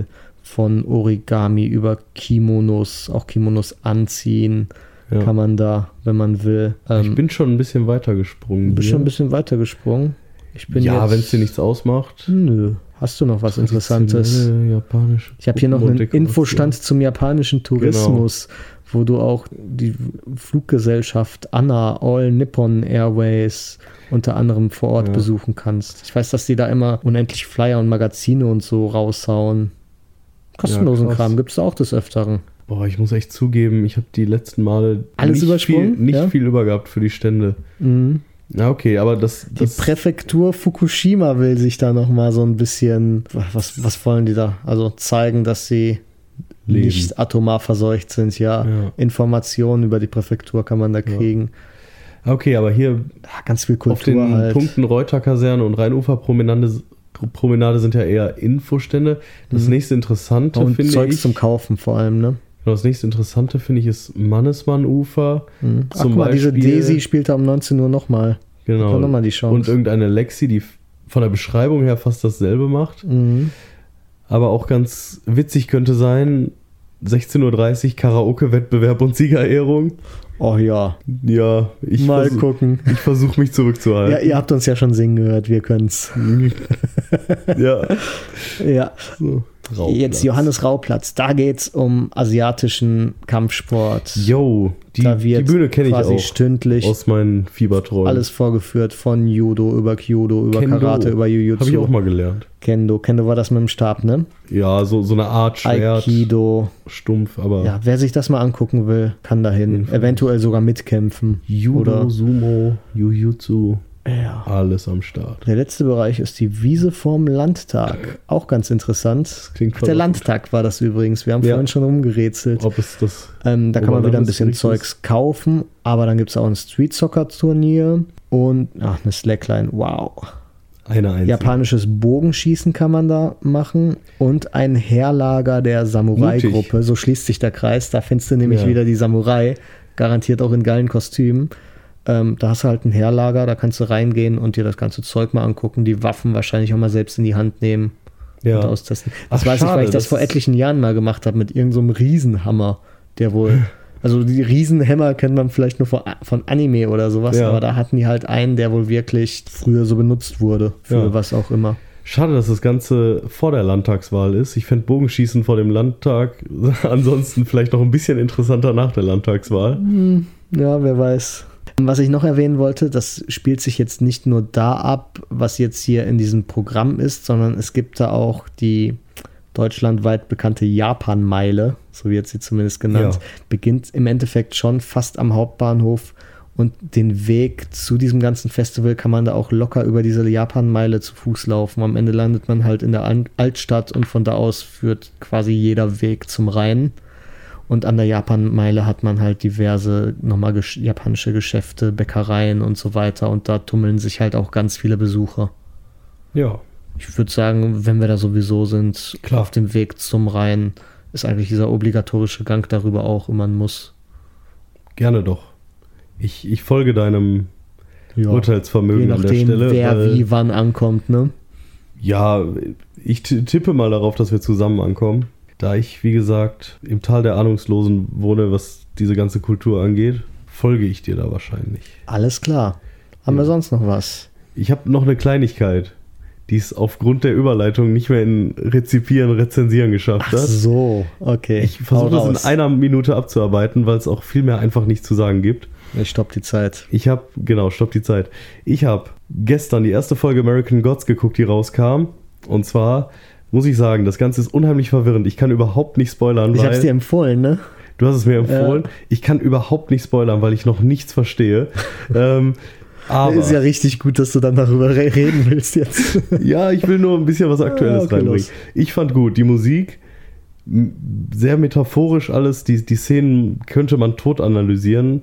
von Origami über Kimonos, auch Kimonos anziehen, ja. kann man da, wenn man will. Ähm, ich bin schon ein bisschen weiter gesprungen. Du bist schon ein bisschen weiter gesprungen. Ich bin ja, jetzt, wenn es dir nichts ausmacht. Nö. Hast du noch was Interessantes? Japanische ich habe hier noch einen Infostand zum japanischen Tourismus, genau. wo du auch die Fluggesellschaft ANA, All Nippon Airways, unter anderem vor Ort ja. besuchen kannst. Ich weiß, dass die da immer unendlich Flyer und Magazine und so raushauen. Kostenlosen ja, Kram gibt es auch des Öfteren. Boah, ich muss echt zugeben, ich habe die letzten Male Alles nicht, viel, nicht ja? viel übergehabt für die Stände. Mhm. Ja, okay, aber das, das... Die Präfektur Fukushima will sich da nochmal so ein bisschen... Was, was wollen die da? Also zeigen, dass sie Leben. nicht atomar verseucht sind. Ja, ja, Informationen über die Präfektur kann man da kriegen. Ja. Okay, aber hier ja, ganz viel Kultur auf den halt. Punkten Reuter-Kaserne und Rheinuferpromenade Promenade sind ja eher Infostände. Das mhm. nächste Interessante und finde Zeugs ich... zum Kaufen vor allem, ne? Das nächste Interessante finde ich ist Mannesmann-Ufer. Mhm. Ach, guck mal, diese Daisy spielt da um neunzehn Uhr nochmal. Genau. Noch mal die Chance. Und irgendeine Lexi, die von der Beschreibung her fast dasselbe macht. Mhm. Aber auch ganz witzig könnte sein, sechzehn Uhr dreißig Karaoke-Wettbewerb und Siegerehrung. Oh ja. Ja, ich mal versuch, gucken. Ich versuche mich zurückzuhalten. Ja, ihr habt uns ja schon singen gehört, wir können's. ja. Ja. So. Rauplatz. Jetzt Johannes Rauplatz, da geht's um asiatischen Kampfsport. Yo, die, da wird die Bühne kenne ich auch stündlich aus meinen Fieberträumen. Alles vorgeführt, von Judo über Kyudo, über Kendo. Karate, über Jiu-Jitsu. Habe ich auch mal gelernt. Kendo, Kendo war das mit dem Stab, ne? Ja, so, so eine Art Schwert. Aikido. Stumpf, aber... Ja, wer sich das mal angucken will, kann dahin. Eventuell sogar mitkämpfen. Judo, oder Sumo, Jiu-Jitsu. Ja. Alles am Start. Der letzte Bereich ist die Wiese vorm Landtag. Auch ganz interessant. Das klingt Ach, der Landtag gut. War das übrigens. Wir haben ja. vorhin schon rumgerätselt. Ob es das ähm, da kann man wieder ein bisschen Zeugs kaufen. Aber dann gibt es auch ein Street-Soccer-Turnier und ach, eine Slackline. Wow. Eine einzige. Japanisches Bogenschießen kann man da machen. Und ein Heerlager der Samurai-Gruppe. So schließt sich der Kreis. Da findest du nämlich ja. wieder die Samurai. Garantiert auch in geilen Kostümen. Ähm, da hast du halt ein Heerlager, da kannst du reingehen und dir das ganze Zeug mal angucken, die Waffen wahrscheinlich auch mal selbst in die Hand nehmen ja. und austesten. Das Ach, weiß schade, ich, weil ich das, das vor etlichen Jahren mal gemacht habe mit irgendeinem so Riesenhammer, der wohl, also die Riesenhämmer kennt man vielleicht nur von, von Anime oder sowas, ja. aber da hatten die halt einen, der wohl wirklich früher so benutzt wurde, für ja. was auch immer. Schade, dass das Ganze vor der Landtagswahl ist. Ich fände Bogenschießen vor dem Landtag ansonsten vielleicht noch ein bisschen interessanter nach der Landtagswahl. Ja, wer weiß. Was ich noch erwähnen wollte, das spielt sich jetzt nicht nur da ab, was jetzt hier in diesem Programm ist, sondern es gibt da auch die deutschlandweit bekannte Japan-Meile, so wird sie zumindest genannt, ja. beginnt im Endeffekt schon fast am Hauptbahnhof und den Weg zu diesem ganzen Festival kann man da auch locker über diese Japan-Meile zu Fuß laufen. Am Ende landet man halt in der Altstadt und von da aus führt quasi jeder Weg zum Rhein. Und an der Japan-Meile hat man halt diverse nochmal gesch- japanische Geschäfte, Bäckereien und so weiter. Und da tummeln sich halt auch ganz viele Besucher. Ja. Ich würde sagen, wenn wir da sowieso sind, Klar. auf dem Weg zum Rhein, ist eigentlich dieser obligatorische Gang darüber auch immer ein Muss. Gerne doch. Ich, ich folge deinem ja. Urteilsvermögen Je nachdem, an der Stelle. wer weil, wie wann ankommt, ne? Ja, ich t- tippe mal darauf, dass wir zusammen ankommen. Da ich, wie gesagt, im Tal der Ahnungslosen wohne, was diese ganze Kultur angeht, folge ich dir da wahrscheinlich. Alles klar. Haben ja. wir sonst noch was? Ich habe noch eine Kleinigkeit, die es aufgrund der Überleitung nicht mehr in Rezipieren, Rezensieren geschafft Ach hat. so, okay. Ich versuche das in einer Minute abzuarbeiten, weil es auch viel mehr einfach nicht zu sagen gibt. Ich stopp die Zeit. Ich habe, genau, stopp die Zeit. Ich habe gestern die erste Folge American Gods geguckt, die rauskam. Und zwar muss ich sagen, das Ganze ist unheimlich verwirrend. Ich kann überhaupt nicht spoilern, ich weil... Ich habe es dir empfohlen, ne? Du hast es mir empfohlen. Ja. Ich kann überhaupt nicht spoilern, weil ich noch nichts verstehe. ähm, aber ist ja richtig gut, dass du dann darüber reden willst jetzt. Ja, ich will nur ein bisschen was Aktuelles okay, reinbringen. los. Ich fand gut, die Musik, sehr metaphorisch alles. Die, die Szenen könnte man tot analysieren.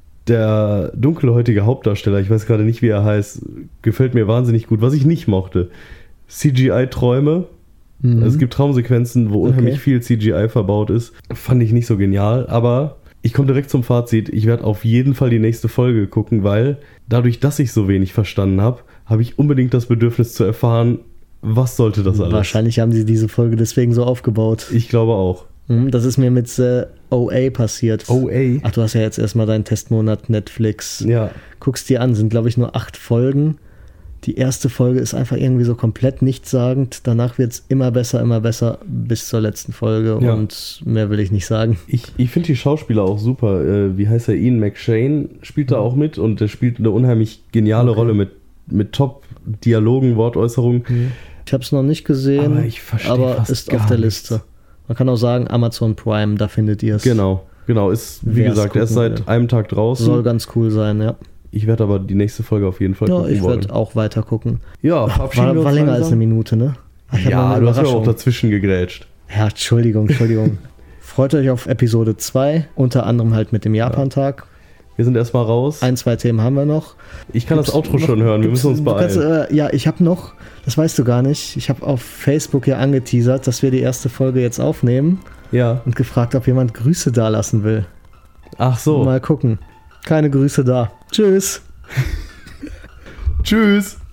Der dunkelhäutige Hauptdarsteller, ich weiß gerade nicht, wie er heißt, gefällt mir wahnsinnig gut. Was ich nicht mochte, C G I-Träume. Mhm. Also es gibt Traumsequenzen, wo unheimlich okay. viel C G I verbaut ist. Fand ich nicht so genial, aber ich komme direkt zum Fazit. Ich werde auf jeden Fall die nächste Folge gucken, weil dadurch, dass ich so wenig verstanden habe, habe ich unbedingt das Bedürfnis zu erfahren, Was sollte das alles? Wahrscheinlich haben sie diese Folge deswegen so aufgebaut. Ich glaube auch. Das ist mir mit äh, O A passiert. O A? Ach, du hast ja jetzt erstmal deinen Testmonat Netflix. Ja. Guckst dir an, sind glaube ich nur acht Folgen. Die erste Folge ist einfach irgendwie so komplett nichtssagend. Danach wird es immer besser, immer besser bis zur letzten Folge. Ja. Und mehr will ich nicht sagen. Ich, ich finde die Schauspieler auch super. Äh, wie heißt er? Ian McShane spielt da auch mit und der spielt eine unheimlich geniale okay. Rolle mit, mit Top-Dialogen, Wortäußerungen. Ich habe es noch nicht gesehen, aber, ich aber ist auf der Liste. Nichts. Man kann auch sagen, Amazon Prime, da findet ihr es. Genau, genau. Ist, wie Wer's gesagt, erst seit ja. einem Tag draußen. Soll ganz cool sein, ja. Ich werde aber die nächste Folge auf jeden Fall ja, gucken ich werde auch weiter gucken. Ja, verabschieden war, wir uns war länger als eine Minute, ne? Ich ja, du hast ja auch dazwischen gegrätscht. Ja, Entschuldigung, Entschuldigung. Freut euch auf Episode zwei, unter anderem halt mit dem Japan-Tag. Wir sind erstmal raus. Ein, zwei Themen haben wir noch. Ich kann gibt's das Outro noch, schon hören, wir müssen uns beeilen. Kannst, äh, ja, ich habe noch, das weißt du gar nicht, ich habe auf Facebook ja angeteasert, dass wir die erste Folge jetzt aufnehmen. Ja. Und gefragt, ob jemand Grüße da lassen will. Ach so. Mal gucken. Keine Grüße da. Tschüss. Tschüss.